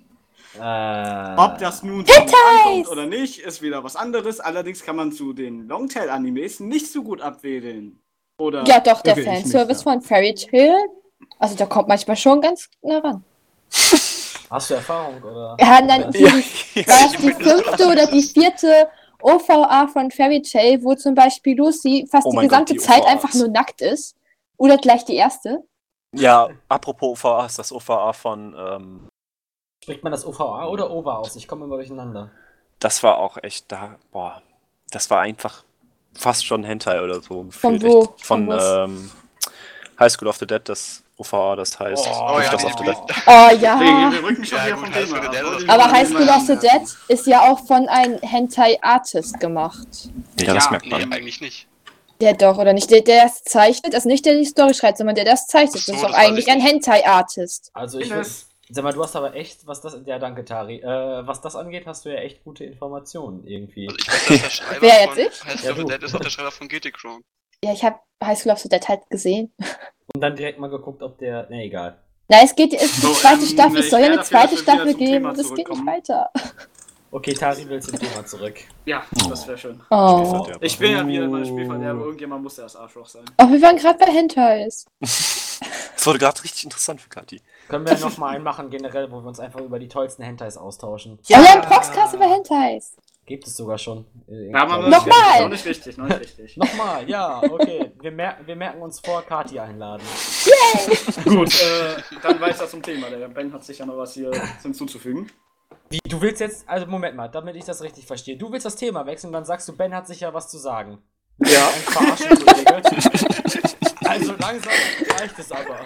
Speaker 1: Äh,
Speaker 5: Ob das nun so gut ankommt oder nicht, ist wieder was anderes. Allerdings kann man zu den Longtail-Animes nicht so gut abwedeln. Oder
Speaker 2: Ja, doch, der
Speaker 5: irre ich mich
Speaker 2: Fanservice
Speaker 5: da?
Speaker 2: von Fairy Tail. Also, der kommt manchmal schon ganz nah ran.
Speaker 1: hast du Erfahrung, oder?
Speaker 2: Er hat dann die,
Speaker 4: ja,
Speaker 2: war das die fünfte oder die vierte O V A von Fairy Tail, wo zum Beispiel Lucy fast
Speaker 4: Oh
Speaker 2: die
Speaker 4: mein Gott,
Speaker 2: gesamte
Speaker 4: die
Speaker 2: Zeit
Speaker 4: O V As.
Speaker 2: einfach nur nackt ist. Oder gleich die erste.
Speaker 4: ja, apropos O V A, ist das O V A von, ähm,
Speaker 1: Spricht man das O V A oder O V A aus? Ich komme immer durcheinander.
Speaker 4: das war auch echt da, boah, das war einfach fast schon Hentai oder so.
Speaker 2: Von
Speaker 4: gefühlt,
Speaker 2: wo?
Speaker 4: echt. Von,
Speaker 2: Von was?
Speaker 4: ähm, High School of the Dead, das O V A, das heißt
Speaker 1: Oh,
Speaker 4: nicht
Speaker 3: ja,
Speaker 4: das
Speaker 3: die-
Speaker 4: of the Dead.
Speaker 2: Oh
Speaker 5: Nee,
Speaker 2: ja.
Speaker 5: wir rücken schon
Speaker 3: Ja,
Speaker 5: wieder
Speaker 3: gut,
Speaker 5: vom
Speaker 3: High
Speaker 5: Thema
Speaker 3: School of the
Speaker 5: ab.
Speaker 3: Dead
Speaker 5: Wollte
Speaker 3: ist-
Speaker 5: ich
Speaker 2: Aber
Speaker 5: mal
Speaker 2: High School of the
Speaker 5: anmerken.
Speaker 2: Dead ist ja auch von einem Hentai-Artist gemacht.
Speaker 4: Ja, das
Speaker 5: Ja,
Speaker 4: merkt
Speaker 3: Nee,
Speaker 4: man.
Speaker 3: eigentlich nicht.
Speaker 2: Der doch, oder nicht? Der, der das zeichnet, also nicht der die Story schreibt, sondern der das zeichnet.
Speaker 3: Ach so,
Speaker 2: das ist doch
Speaker 3: das weiß
Speaker 2: eigentlich
Speaker 3: ich
Speaker 2: ein
Speaker 3: nicht.
Speaker 2: Hentai-Artist.
Speaker 1: Also ich
Speaker 5: Bin
Speaker 1: würde.
Speaker 5: es.
Speaker 1: Sag mal, du hast aber echt, was das. Ja, danke, Tari. Äh, was das angeht, hast du ja echt gute Informationen irgendwie.
Speaker 3: Also ich weiß, dass der Schreiber
Speaker 2: Wer jetzt
Speaker 3: von
Speaker 2: ich?
Speaker 3: High School
Speaker 1: Ja,
Speaker 3: of the
Speaker 1: du.
Speaker 3: Dead ist auch der Schreiber von G T Chrome.
Speaker 2: Ja, ich habe High School of the Dead halt gesehen.
Speaker 1: Und dann direkt mal geguckt, ob der. Ne, egal.
Speaker 2: Nein, es geht, es ist die
Speaker 5: So,
Speaker 2: zweite
Speaker 5: ähm,
Speaker 2: Staffel, es
Speaker 5: ich
Speaker 2: soll ja
Speaker 5: wäre
Speaker 2: eine
Speaker 5: dafür,
Speaker 2: zweite
Speaker 5: dass wir wieder
Speaker 2: Staffel
Speaker 5: zum
Speaker 2: geben
Speaker 5: Thema
Speaker 2: und es geht nicht
Speaker 5: zurückkommen.
Speaker 2: weiter.
Speaker 1: Okay, Tari will zum Thema zurück.
Speaker 5: Ja, das wäre schön.
Speaker 2: Oh.
Speaker 4: Spielverderber.
Speaker 5: Ich bin ja wieder mal Spielverderber, irgendjemand muss das Arschloch sein.
Speaker 2: Oh, wir waren gerade bei Hentais.
Speaker 4: Es wurde gerade richtig interessant für Kathi.
Speaker 1: Können wir nochmal einen machen, generell, wo wir uns einfach über die tollsten Hentais austauschen.
Speaker 2: Ja. Oh ja, ein Proxcast über Hentais.
Speaker 1: Gibt es sogar schon. Äh,
Speaker 5: Ja, man
Speaker 1: glaub
Speaker 2: Noch
Speaker 1: ich.
Speaker 2: mal!
Speaker 5: Noch nicht richtig, noch nicht richtig.
Speaker 1: Nochmal, ja, okay. Wir, mer wir merken uns vor, Kati einladen.
Speaker 5: Gut, äh, dann weiter zum Thema. Der Ben hat sich ja noch was hier hinzuzufügen.
Speaker 1: Wie, du willst jetzt, also Moment mal, damit ich das richtig verstehe. Du willst das Thema wechseln, dann sagst du, Ben hat sicher was zu sagen.
Speaker 5: Ja.
Speaker 1: Ein Verarschen, Kollege. Also langsam reicht es aber.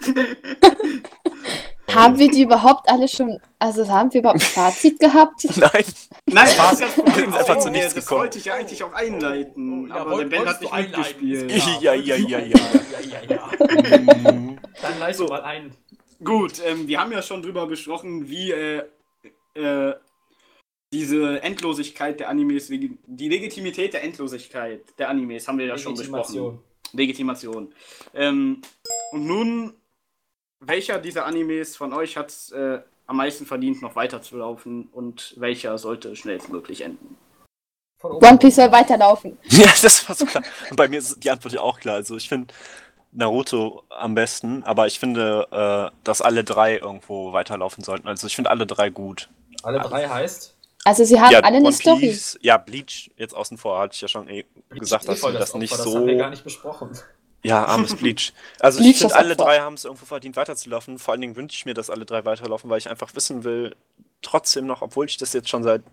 Speaker 2: Haben wir die überhaupt alle schon, also haben wir überhaupt ein Fazit gehabt?
Speaker 4: Nein.
Speaker 5: Nein, das ist das Problem.
Speaker 4: Wir sind einfach zu
Speaker 5: Oh,
Speaker 4: nichts
Speaker 5: das
Speaker 4: gekommen.
Speaker 5: wollte ich ja eigentlich auch einleiten,
Speaker 1: Ja,
Speaker 5: aber
Speaker 1: wollt-
Speaker 5: der Ben
Speaker 1: wolltest
Speaker 5: hat nicht
Speaker 1: du einleiten?
Speaker 5: mitgespielt.
Speaker 1: Ist klar.
Speaker 4: Ja, ja, ja, ja.
Speaker 1: Ja, ja, ja. Dann leite
Speaker 5: So.
Speaker 1: mal ein.
Speaker 5: Gut, ähm, wir haben ja schon drüber gesprochen, wie äh, äh, diese Endlosigkeit der Animes, wegen- die Legitimität der Endlosigkeit der Animes haben wir ja schon besprochen.
Speaker 1: Legitimation.
Speaker 5: Legitimation. Ähm, und nun, welcher dieser Animes von euch hat es äh, am meisten verdient, noch weiterzulaufen und welcher sollte schnellstmöglich enden?
Speaker 1: Von oben.
Speaker 2: One Piece soll weiterlaufen.
Speaker 4: Ja, das war so klar. Und bei mir ist die Antwort ja auch klar. Also ich finde Naruto am besten, aber ich finde, äh, dass alle drei irgendwo weiterlaufen sollten. Also ich finde alle drei gut.
Speaker 1: Alle drei heißt?
Speaker 2: Also sie haben
Speaker 4: ja,
Speaker 2: alle eine
Speaker 4: One
Speaker 2: Story.
Speaker 4: Piece, ja, Bleach jetzt außen vor, hatte ich ja schon eh gesagt, dass
Speaker 1: Voll
Speaker 4: wir das
Speaker 1: Opfer,
Speaker 4: nicht
Speaker 1: das
Speaker 4: so...
Speaker 1: haben wir gar nicht besprochen.
Speaker 4: Ja, armes Bleach. Also
Speaker 2: Bleach
Speaker 4: ich finde,
Speaker 2: das
Speaker 4: alle
Speaker 2: Opfer.
Speaker 4: drei haben es irgendwo verdient, weiterzulaufen. Vor allen Dingen wünsche ich mir, dass alle drei weiterlaufen, weil ich einfach wissen will, trotzdem noch, obwohl ich das jetzt schon seit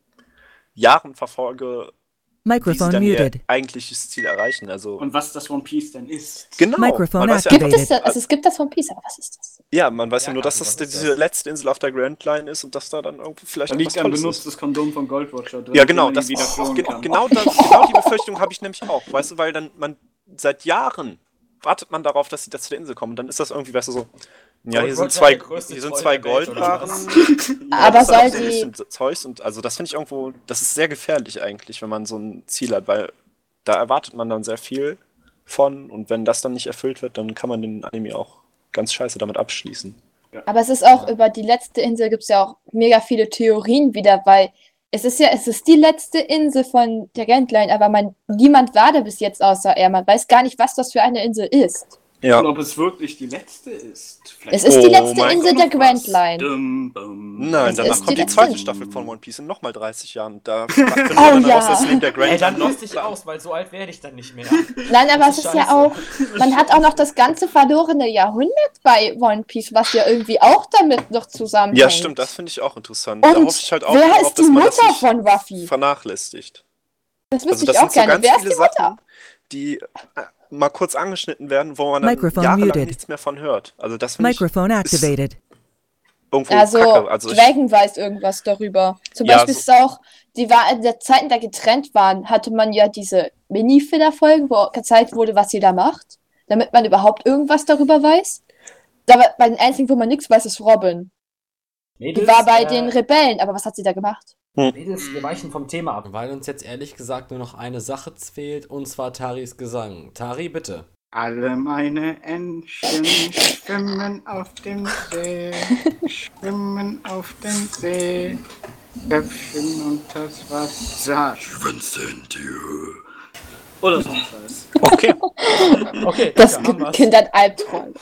Speaker 4: Jahren verfolge, wie sie
Speaker 6: Microphone
Speaker 4: dann ihr
Speaker 6: muted.
Speaker 4: eigentliches Ziel erreichen. Also
Speaker 5: Und was das One Piece denn ist?
Speaker 4: genau.
Speaker 6: Microphone
Speaker 4: man weiß ja,
Speaker 2: Gibt
Speaker 6: activated.
Speaker 2: es das? Also es gibt das One Piece, aber was ist das?
Speaker 4: ja, man weiß ja,
Speaker 1: Ja,
Speaker 4: nur, dass
Speaker 1: Kathi,
Speaker 4: das
Speaker 1: was ist
Speaker 4: diese
Speaker 1: das?
Speaker 4: letzte Insel auf der Grand Line ist und dass da dann irgendwo vielleicht
Speaker 5: Da
Speaker 4: noch was
Speaker 5: liegt ein
Speaker 4: Tolles ist.
Speaker 5: benutztes Kondom von Goldwatcher drin.
Speaker 4: Ja, genau,
Speaker 5: den man
Speaker 4: das,
Speaker 5: wieder klonen
Speaker 4: gen-
Speaker 5: kann.
Speaker 4: genau, das, genau die Befürchtung habe ich nämlich auch, weißt du, weil dann man seit Jahren wartet man darauf, dass sie das zu der Insel kommen. Und dann ist das irgendwie, weißt du, so, ja, hier
Speaker 1: Gold
Speaker 4: sind
Speaker 1: Roger,
Speaker 4: zwei,
Speaker 1: der größte
Speaker 4: hier sind
Speaker 1: Troll
Speaker 4: zwei
Speaker 1: der Welt, oder
Speaker 4: Goldbarren.
Speaker 1: was?
Speaker 2: Aber
Speaker 4: das ist dann
Speaker 2: soll
Speaker 4: auch so ein
Speaker 2: die-
Speaker 4: bisschen Zeugs und also das finde ich irgendwo, das ist sehr gefährlich eigentlich, wenn man so ein Ziel hat, weil da erwartet man dann sehr viel von und wenn das dann nicht erfüllt wird, dann kann man den Anime auch ganz scheiße damit abschließen.
Speaker 2: Aber es ist auch über die letzte Insel gibt es ja auch mega viele Theorien wieder, weil es ist ja, es ist die letzte Insel von der Grand Line, aber man, niemand war da bis jetzt außer er. Man weiß gar nicht, was das für eine Insel ist.
Speaker 4: Ja.
Speaker 5: Und ob es wirklich die letzte ist.
Speaker 2: Es ist
Speaker 4: Oh
Speaker 2: die letzte
Speaker 4: mein
Speaker 2: Insel
Speaker 5: Gott,
Speaker 2: der
Speaker 5: noch
Speaker 2: Grand
Speaker 5: was.
Speaker 2: Line.
Speaker 5: Dum, bum.
Speaker 4: Nein,
Speaker 2: Es
Speaker 4: danach
Speaker 2: ist
Speaker 4: kommt
Speaker 2: die
Speaker 4: die
Speaker 2: letzte-
Speaker 4: zweite Staffel von One Piece in nochmal dreißig Jahren. Da findet man
Speaker 2: Oh
Speaker 4: dann
Speaker 2: ja.
Speaker 4: raus, dass neben der Grand
Speaker 1: Ey, dann
Speaker 4: Line
Speaker 1: lost dich aus, weil so alt werde ich dann nicht mehr.
Speaker 2: Nein, aber
Speaker 1: Das
Speaker 2: es
Speaker 1: ist
Speaker 2: ist ja
Speaker 1: scheiße.
Speaker 2: auch, man hat auch noch das ganze verlorene Jahrhundert bei One Piece, was ja irgendwie auch damit noch zusammenhängt.
Speaker 4: Ja, stimmt, das finde ich auch interessant. da
Speaker 2: Und
Speaker 4: hoffe ich halt auch
Speaker 2: wer
Speaker 4: darauf,
Speaker 2: ist die
Speaker 4: dass man das
Speaker 2: Mutter
Speaker 4: nicht
Speaker 2: von Ruffy?
Speaker 4: vernachlässigt.
Speaker 2: Das wüsste
Speaker 4: Also
Speaker 2: ich
Speaker 4: das
Speaker 2: auch
Speaker 4: sind so
Speaker 2: gerne.
Speaker 4: ganz
Speaker 2: Wer ist die
Speaker 4: viele
Speaker 2: Mutter?
Speaker 4: Sachen, die äh, mal kurz angeschnitten werden, wo man dann
Speaker 6: Microphone
Speaker 4: jahrelang
Speaker 6: muted.
Speaker 4: nichts mehr von hört. Also das finde ich
Speaker 6: Microphone
Speaker 4: ist
Speaker 6: activated.
Speaker 4: irgendwo
Speaker 2: Also,
Speaker 4: kacke. Also ich,
Speaker 2: Dragon weiß irgendwas darüber. Zum
Speaker 4: Ja,
Speaker 2: Beispiel
Speaker 4: so-
Speaker 2: ist es auch, die war in der Zeit, in der getrennt waren, hatte man ja diese Mini-Filler-Folgen, wo gezeigt wurde, was sie da macht, damit man überhaupt irgendwas darüber weiß. Aber bei den einzigen, wo man nichts weiß, ist Robin. Die
Speaker 1: Mädels,
Speaker 2: war bei
Speaker 1: äh,
Speaker 2: den Rebellen, aber was hat sie da gemacht?
Speaker 1: Mädels, wir weichen vom Thema ab, weil uns jetzt ehrlich gesagt nur noch eine Sache fehlt, und zwar Taris Gesang. Tari, bitte.
Speaker 5: Alle meine Entchen schwimmen auf dem See, schwimmen auf dem See, Köpfchen und das Wasser schwänzen dir. Oder so ein Scheiß.
Speaker 4: okay.
Speaker 1: Okay,
Speaker 2: Das
Speaker 1: danke, haben
Speaker 2: gibt
Speaker 1: wir's.
Speaker 2: Kindern Albträume.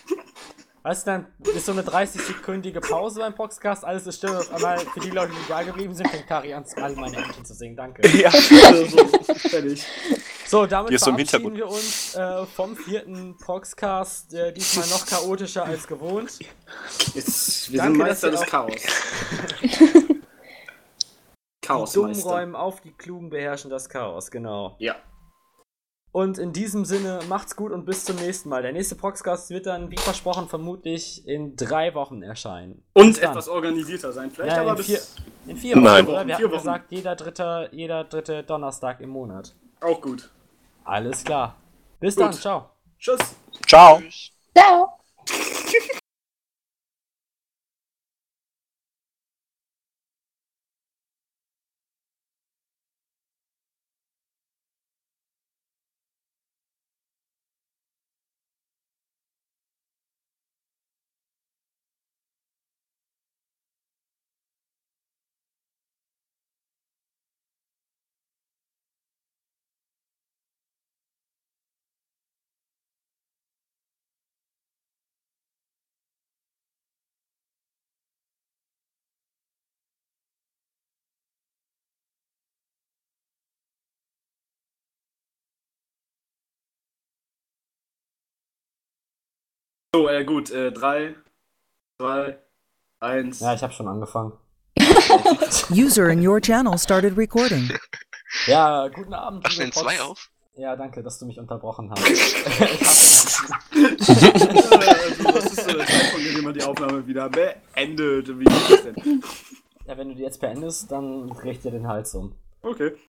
Speaker 1: Weißt du, dann ist so eine dreißig-sekündige Pause beim Podcast, alles ist still, auf einmal für die Leute, die da geblieben sind, fängt Tari an, alle meine Entchen zu singen. Danke.
Speaker 4: Ja.
Speaker 5: Also, so, fertig.
Speaker 1: So, damit
Speaker 4: Hier ist so im
Speaker 1: verabschieden
Speaker 4: Hintergrund.
Speaker 1: wir uns äh, vom vierten Proxcast, äh, diesmal noch chaotischer als gewohnt.
Speaker 5: Jetzt, wir
Speaker 1: Danke,
Speaker 5: sind
Speaker 1: dass
Speaker 5: Meister
Speaker 1: ihr
Speaker 5: des
Speaker 1: auch-
Speaker 5: Chaos.
Speaker 1: Die dummen
Speaker 5: Chaosmeister.
Speaker 1: räumen auf, die Klugen beherrschen das Chaos, genau.
Speaker 5: Ja.
Speaker 1: Und in diesem Sinne, macht's gut und bis zum nächsten Mal. Der nächste Proxcast wird dann, wie versprochen, vermutlich in drei Wochen erscheinen.
Speaker 5: Und
Speaker 1: Bis dann.
Speaker 5: etwas organisierter sein. Vielleicht
Speaker 1: Ja,
Speaker 5: aber
Speaker 1: in
Speaker 5: bis
Speaker 1: vier, in vier Wochen,
Speaker 4: Nein.
Speaker 1: oder? Wir
Speaker 5: Vier
Speaker 1: haben
Speaker 5: Wochen.
Speaker 1: gesagt, jeder dritte, jeder dritte Donnerstag im Monat.
Speaker 5: auch gut.
Speaker 1: Alles klar. Bis
Speaker 5: Gut.
Speaker 1: dann, ciao.
Speaker 5: Tschüss.
Speaker 4: Ciao.
Speaker 2: Ciao.
Speaker 5: So, äh, gut. Äh, drei, zwei, eins.
Speaker 1: Ja, ich habe schon angefangen.
Speaker 6: User in your channel started recording.
Speaker 1: Ja, guten Abend.
Speaker 3: Machst du
Speaker 1: liebe
Speaker 3: denn zwei
Speaker 1: Prox-
Speaker 3: auf?
Speaker 1: Ja, danke, dass du mich unterbrochen hast. Ich hasse
Speaker 5: also, was ist so der Zeitpunkt, in dem man die Aufnahme wieder beendet? Wie ist das denn?
Speaker 1: Ja, wenn du die jetzt beendest, dann dreh ich dir den Hals um.
Speaker 5: Okay.